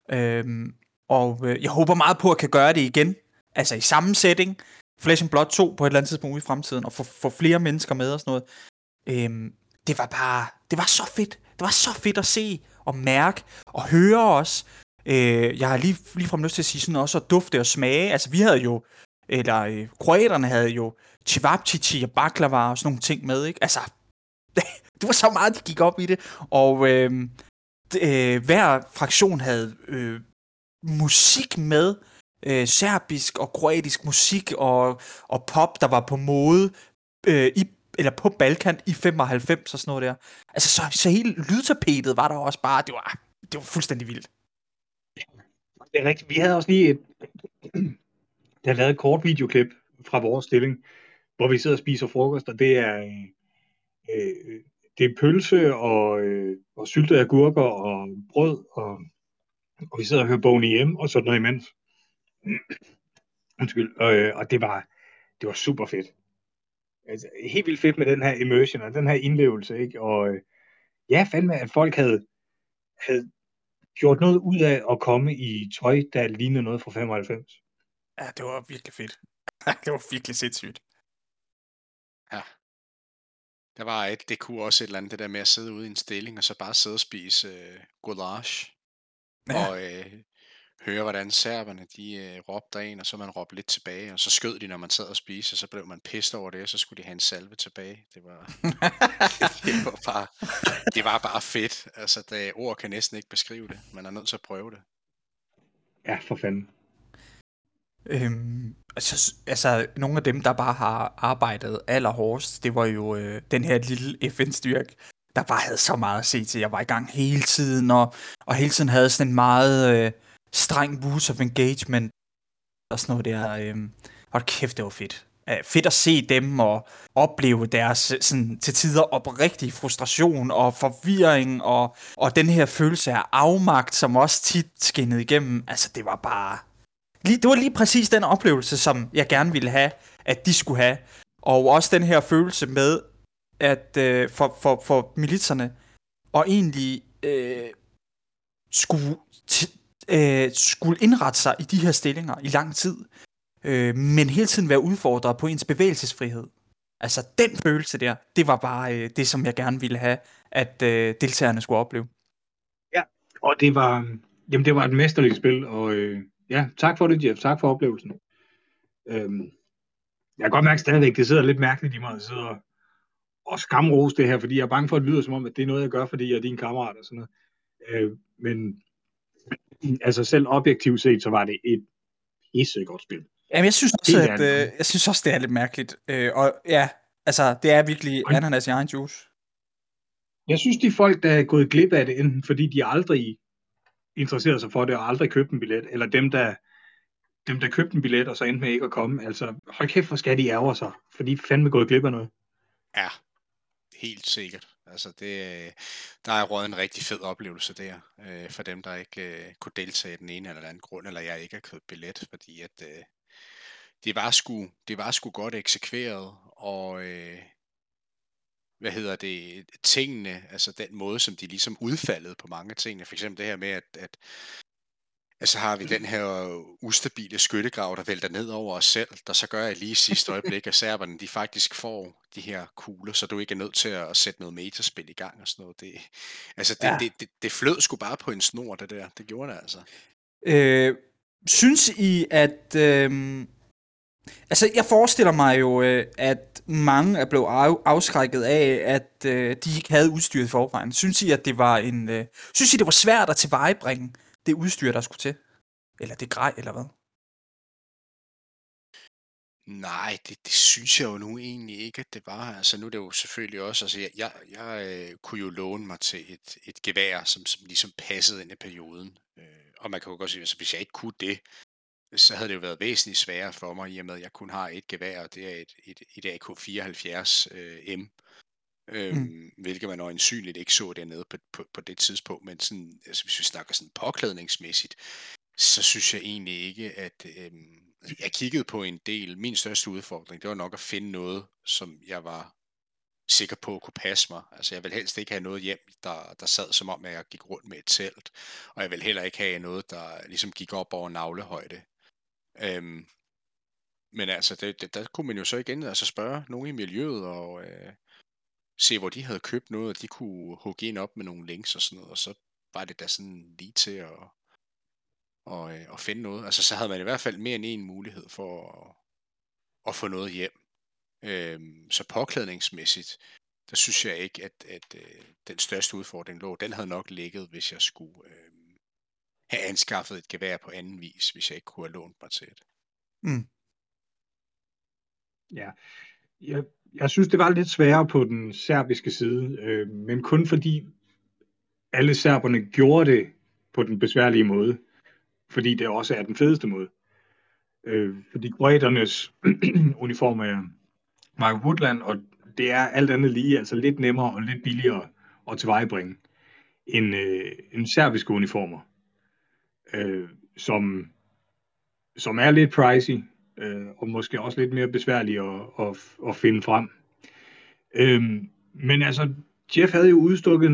S1: Jeg håber meget på, at kan gøre det igen, altså i samme setting, Flesh and Blood 2 på et eller andet tidspunkt i fremtiden, og få flere mennesker med og sådan noget. Det var så fedt. Det var så fedt at se og mærke og høre også. Jeg har ligefrem lyst til at sige sådan også at dufte og smage. Altså vi havde jo, eller kroaterne havde jo cevapcici og baklava og sådan nogle ting med, ikke? Altså, det var så meget, de gik op i det. Og hver fraktion havde musik med. Serbisk og kroatisk musik og pop, der var på mode eller på Balkan i 95 og sådan noget der. Altså, så hele lydtapetet var der også bare, det var fuldstændig vildt.
S2: Det er rigtigt. Vi havde også lige der lavet et kort videoklip fra vores stilling, hvor vi sidder og spiser frokost, og det er pølse og syltede agurker og brød, og vi sidder og hører Boney M og sådan noget imens. Undskyld. Og det var super fedt. Altså, helt vildt fedt med den her immersion og den her indlevelse, ikke? Og ja, fandme, at folk havde gjort noget ud af at komme i tøj, der lignede noget fra 95.
S1: Ja, det var virkelig fedt. Det var virkelig sindssygt.
S3: Ja. Der var det kunne også et eller andet, det der med at sidde ude i en stilling, og så bare sidde og spise goulash.
S1: Ja.
S3: Og høre, hvordan serberne, de råbte af en, og så man råbte lidt tilbage, og så skød de, når man sad og spiste, og så blev man pissed over det, og så skulle de have en salve tilbage. Det var bare fedt. Altså, ord kan næsten ikke beskrive det. Man er nødt til at prøve det.
S2: Ja, for fanden.
S1: Altså, nogle af dem, der bare har arbejdet allerhårdest, det var jo den her lille FN-styrke, der bare havde så meget at se til. Jeg var i gang hele tiden, og hele tiden havde sådan en meget streng rules of engagement, og sådan noget der. Hold kæft, det var fedt. Fedt at se dem og opleve deres sådan, til tider oprigtige frustration og forvirring og den her følelse af afmagt, som også tit skinnede igennem. Altså, det var bare... Det var lige præcis den oplevelse, som jeg gerne ville have, at de skulle have. Og også den her følelse med, at for militserne, og egentlig skulle indrette sig i de her stillinger i lang tid, men hele tiden være udfordret på ens bevægelsesfrihed. Altså den følelse der, det var bare det, som jeg gerne ville have, at deltagerne skulle opleve.
S2: Ja, og det var et mesterligt spil, og ja, tak for det, Jeff. Tak for oplevelsen. Jeg kan godt mærke stadigvæk, det sidder lidt mærkeligt i mig, at sidde og skamrose det her, fordi jeg er bange for, at det lyder som om, at det er noget, jeg gør, fordi jeg er din kammerat og sådan noget. Men altså selv objektivt set, så var det et pissegodt spil.
S1: Jamen, jeg synes også, det er lidt mærkeligt. Og ja, altså, det er virkelig ananas i egen juice.
S2: Jeg synes, de folk, der er gået glip af det, enten fordi de aldrig interesserede sig for det, og aldrig købte en billet, eller dem, der købte en billet, og så endte med ikke at komme. Altså, hold kæft, hvor skal de ærge sig, fordi de fandme gået glip af noget.
S3: Ja, helt sikkert. Altså, der er råd en rigtig fed oplevelse der, for dem, der ikke kunne deltage i den ene eller den anden grund, eller jeg ikke har købt billet, fordi at det var sgu godt eksekveret, og tingene, altså den måde, som de ligesom udfaldede på mange af tingene, for eksempel det her med, at så har vi den her ustabile skyttegrav, der vælter ned over os selv, der så gør, at lige i sidste øjeblik, at serberne, de faktisk får de her kugler, så du ikke er nødt til at sætte noget metaspil i gang og sådan noget. Det flød sgu bare på en snor, det der. Det gjorde det altså.
S1: Synes I, at Altså, jeg forestiller mig jo, at mange er blevet afskrækket af, at de ikke havde udstyr i forvejen. Synes I, at det var synes I, det var svært at tilvejebringe det udstyr, der skulle til? Eller det grej, eller hvad?
S3: Nej, det synes jeg jo nu egentlig ikke, at det var. Altså nu er det jo selvfølgelig også, altså jeg kunne jo låne mig til et gevær, som ligesom passede ind i perioden. Og man kan jo godt sige, altså hvis jeg ikke kunne det, så havde det jo været væsentligt sværere for mig, i og med at jeg kun har et gevær, og det er et AK-74 M. Hvilket man øjensynligt ikke så dernede på det tidspunkt, men sådan, altså hvis vi snakker sådan påklædningsmæssigt, så synes jeg egentlig ikke, at jeg kiggede på en del. Min største udfordring, det var nok at finde noget, som jeg var sikker på at kunne passe mig. Altså jeg vil helst ikke have noget hjem, der sad som om, at jeg gik rundt med et telt, og jeg vil heller ikke have noget, der ligesom gik op over navlehøjde. Men altså, der kunne man jo så igen altså spørge nogen i miljøet, og se, hvor de havde købt noget, og de kunne hugge ind op med nogle links og sådan noget, og så var det da sådan lige til at finde noget. Altså, så havde man i hvert fald mere end en mulighed for at få noget hjem. Så påklædningsmæssigt, der synes jeg ikke, at den største udfordring lå. Den havde nok ligget, hvis jeg skulle have anskaffet et gevær på anden vis, hvis jeg ikke kunne have lånt mig til det.
S2: Ja, jeg synes, det var lidt sværere på den serbiske side, men kun fordi alle serberne gjorde det på den besværlige måde, fordi det også er den fedeste måde. Fordi kroaternes uniform er Mark Woodland, og det er alt andet lige altså lidt nemmere og lidt billigere at tilvejebringe end serbiske uniformer, som er lidt pricey, og måske også lidt mere besværlige at finde frem. Men altså, Jeff havde jo udstukket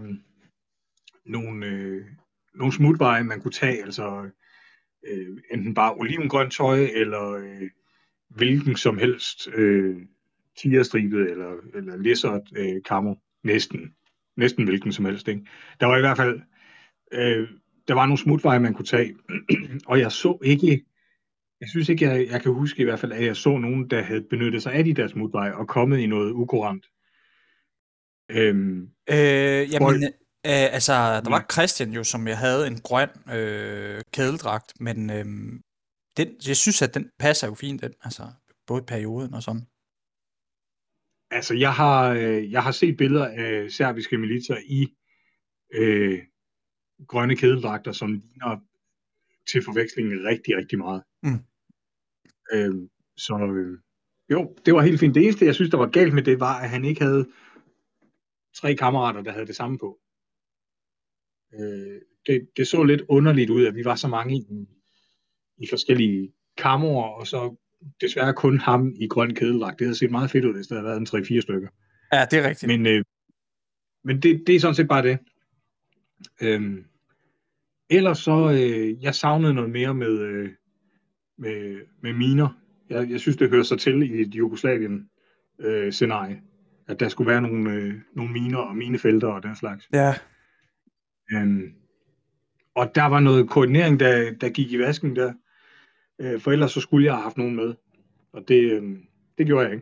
S2: nogle smutveje, man kunne tage, altså enten bare olivengrønt tøj, eller hvilken som helst tigerstribet eller lizard camo, næsten hvilken som helst, ikke? Der var i hvert fald der var nogle smutveje, man kunne tage, og jeg synes ikke, jeg kan huske i hvert fald, at jeg så nogen, der havde benyttet sig af de der smutveje og kommet i noget ukurant.
S1: Altså, der var Christian jo, som jeg havde en grøn kædeldragt, men jeg synes, at den passer jo fint, altså både perioden og sådan.
S2: Altså, jeg har set billeder af serbiske militser i grønne kædeldragter, som ligner til forveksling rigtig, rigtig meget. Jo, det var helt fint. Det eneste, jeg synes, der var galt med det, var, at han ikke havde 3 kammerater, der havde det samme på. Det så lidt underligt ud, at vi var så mange i forskellige kammer, og så desværre kun ham i grøn kædeldragt. Det havde set meget fedt ud, hvis der havde været en 3-4 stykker.
S1: Ja, det er rigtigt.
S2: Men det er sådan set bare det. Ellers så, jeg savnede noget mere med miner. Jeg synes, det hører sig til i et Jugoslavien-scenarie, at der skulle være nogle miner og minefelter og den slags.
S1: Ja.
S2: Og der var noget koordinering, der gik i vasken der. For ellers så skulle jeg have haft nogen med. Og det gjorde jeg ikke.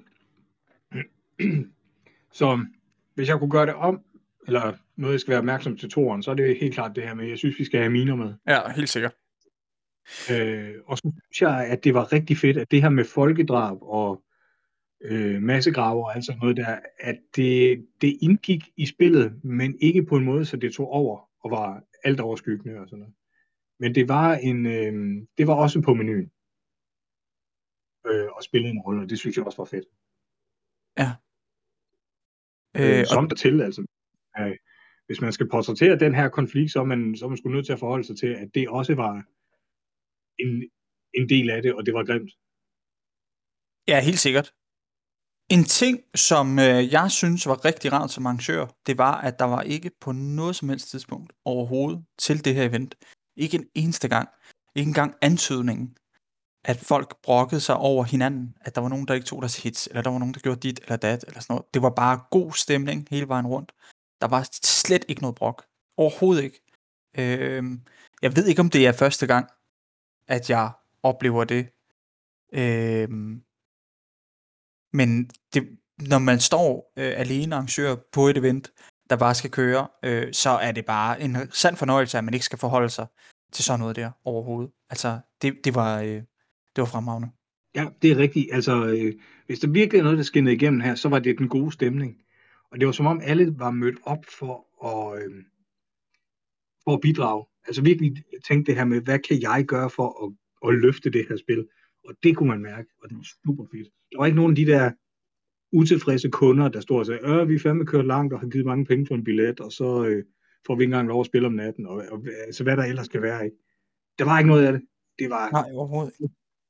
S2: Så hvis jeg kunne gøre det om, eller noget, jeg skal være opmærksom til toeren, så er det helt klart det her med, jeg synes, vi skal have miner med.
S1: Ja, helt sikkert.
S2: Og så synes jeg, at det var rigtig fedt, at det her med folkedrab og massegrave og alt sådan noget der, at det indgik i spillet, men ikke på en måde, så det tog over og var alt overskyggende og sådan noget. Men det var også på menuen og spillede en rolle, og det synes jeg også var fedt.
S1: Ja.
S2: Som der til, altså. Hvis man skal portrættere den her konflikt, så er man sgu nødt til at forholde sig til, at det også var en del af det, og det var grimt.
S1: Ja, helt sikkert. En ting, som jeg synes var rigtig rart som arrangør, det var, at der var ikke på noget som helst tidspunkt overhovedet til det her event. Ikke en eneste gang. Ikke engang antydningen, at folk brokkede sig over hinanden, at der var nogen, der ikke tog deres hits, eller der var nogen, der gjorde dit eller dat, eller sådan noget. Det var bare god stemning hele vejen rundt. Der var slet ikke noget brok. Overhovedet ikke. Jeg ved ikke, om det er første gang, at jeg oplever det. Men når man står alene arrangør på et event, der bare skal køre, så er det bare en sand fornøjelse, at man ikke skal forholde sig til sådan noget der overhovedet. Altså, det var fremragende.
S2: Ja, det er rigtigt. Altså, hvis der virkelig er noget, der skinnede igennem her, så var det den gode stemning. Og det var som om alle var mødt op for at bidrage. Altså virkelig tænke det her med, hvad kan jeg gøre for at løfte det her spil? Og det kunne man mærke, og det var super fedt. Der var ikke nogen af de der utilfredse kunder, der stod og sagde, vi er fandme kørt langt og har givet mange penge for en billet, og så får vi ikke engang lov at spille om natten, og altså hvad der ellers skal være, ikke? Der var ikke noget af det. Det var...
S1: Nej, overhovedet ikke.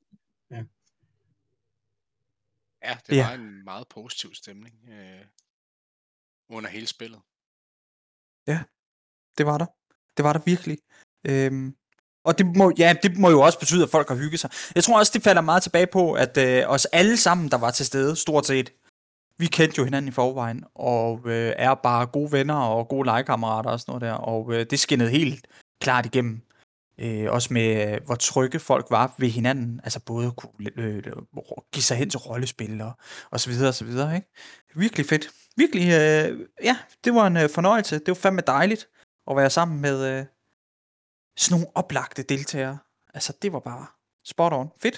S3: Ja, det var en meget positiv stemning under hele spillet.
S1: Ja, det var der. Det var der virkelig. Og det må jo også betyde, at folk har hygget sig. Jeg tror også, det falder meget tilbage på, at os alle sammen, der var til stede, stort set, vi kendte jo hinanden i forvejen, og er bare gode venner og gode legekammerater og sådan noget der, og det skinnede helt klart igennem. Også med, hvor trygge folk var ved hinanden, altså både kunne give sig hen til rollespil og så videre og så videre, ikke? Virkelig fedt. Virkelig, det var en fornøjelse. Det var fandme dejligt at være sammen med sådan nogle oplagte deltagere. Altså, det var bare spot on. Fedt.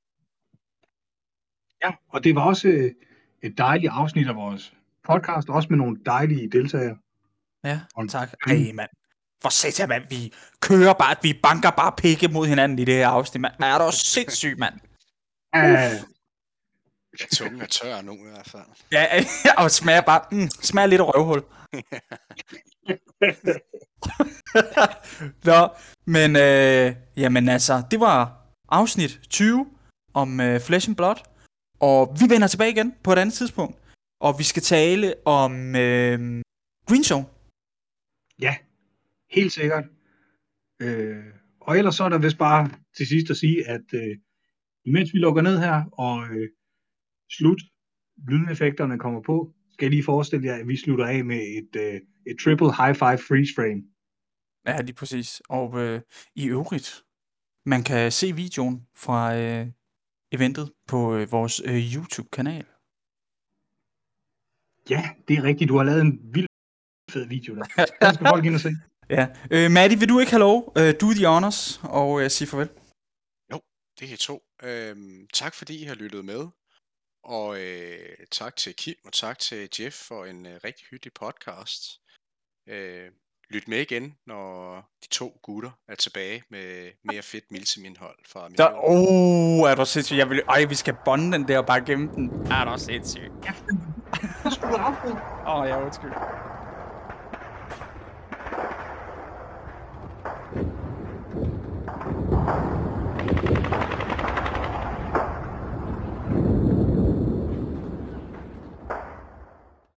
S2: Ja, og det var også et dejligt afsnit af vores podcast, også med nogle dejlige deltagere.
S1: Ja, tak. Ej, mand. For satan, mand. Vi kører bare, vi banker bare pikke mod hinanden i det her afsnit, mand. Er du sindssyg, mand?
S3: Tungen er tør nu i hvert fald.
S1: Ja, og smager bare, smager lidt af røvhul. Nå, men jamen altså, det var afsnit 20 om Flesh and Blood, og vi vender tilbage igen på et andet tidspunkt, og vi skal tale om Green Zone.
S2: Ja, helt sikkert. Og ellers så er der vist bare til sidst at sige, at imens vi lukker ned her, og lydeffekterne kommer på, skal jeg lige forestille jer, at vi slutter af med et triple high five freeze frame.
S1: Ja, lige præcis. Og i øvrigt, man kan se videoen fra eventet på vores YouTube-kanal.
S2: Ja, det er rigtigt. Du har lavet en vild fed video der. Den skal folk ind og se.
S1: Ja. Maddie, vil du ikke have lov? Do the honors og sige farvel.
S3: Jo, det kan I tro. Tak fordi I har lyttet med. Og tak til Kim og tak til Jeff for en rigtig hyggelig podcast. Lyt med igen, når de to gutter er tilbage med mere fedt milsimindhold fra min
S1: er du sindssyg? Vi skal bonde den der og bare gemme den. Er du sindssyg?
S2: Ja, det skulle du afbryde.
S1: Ja, undskyld.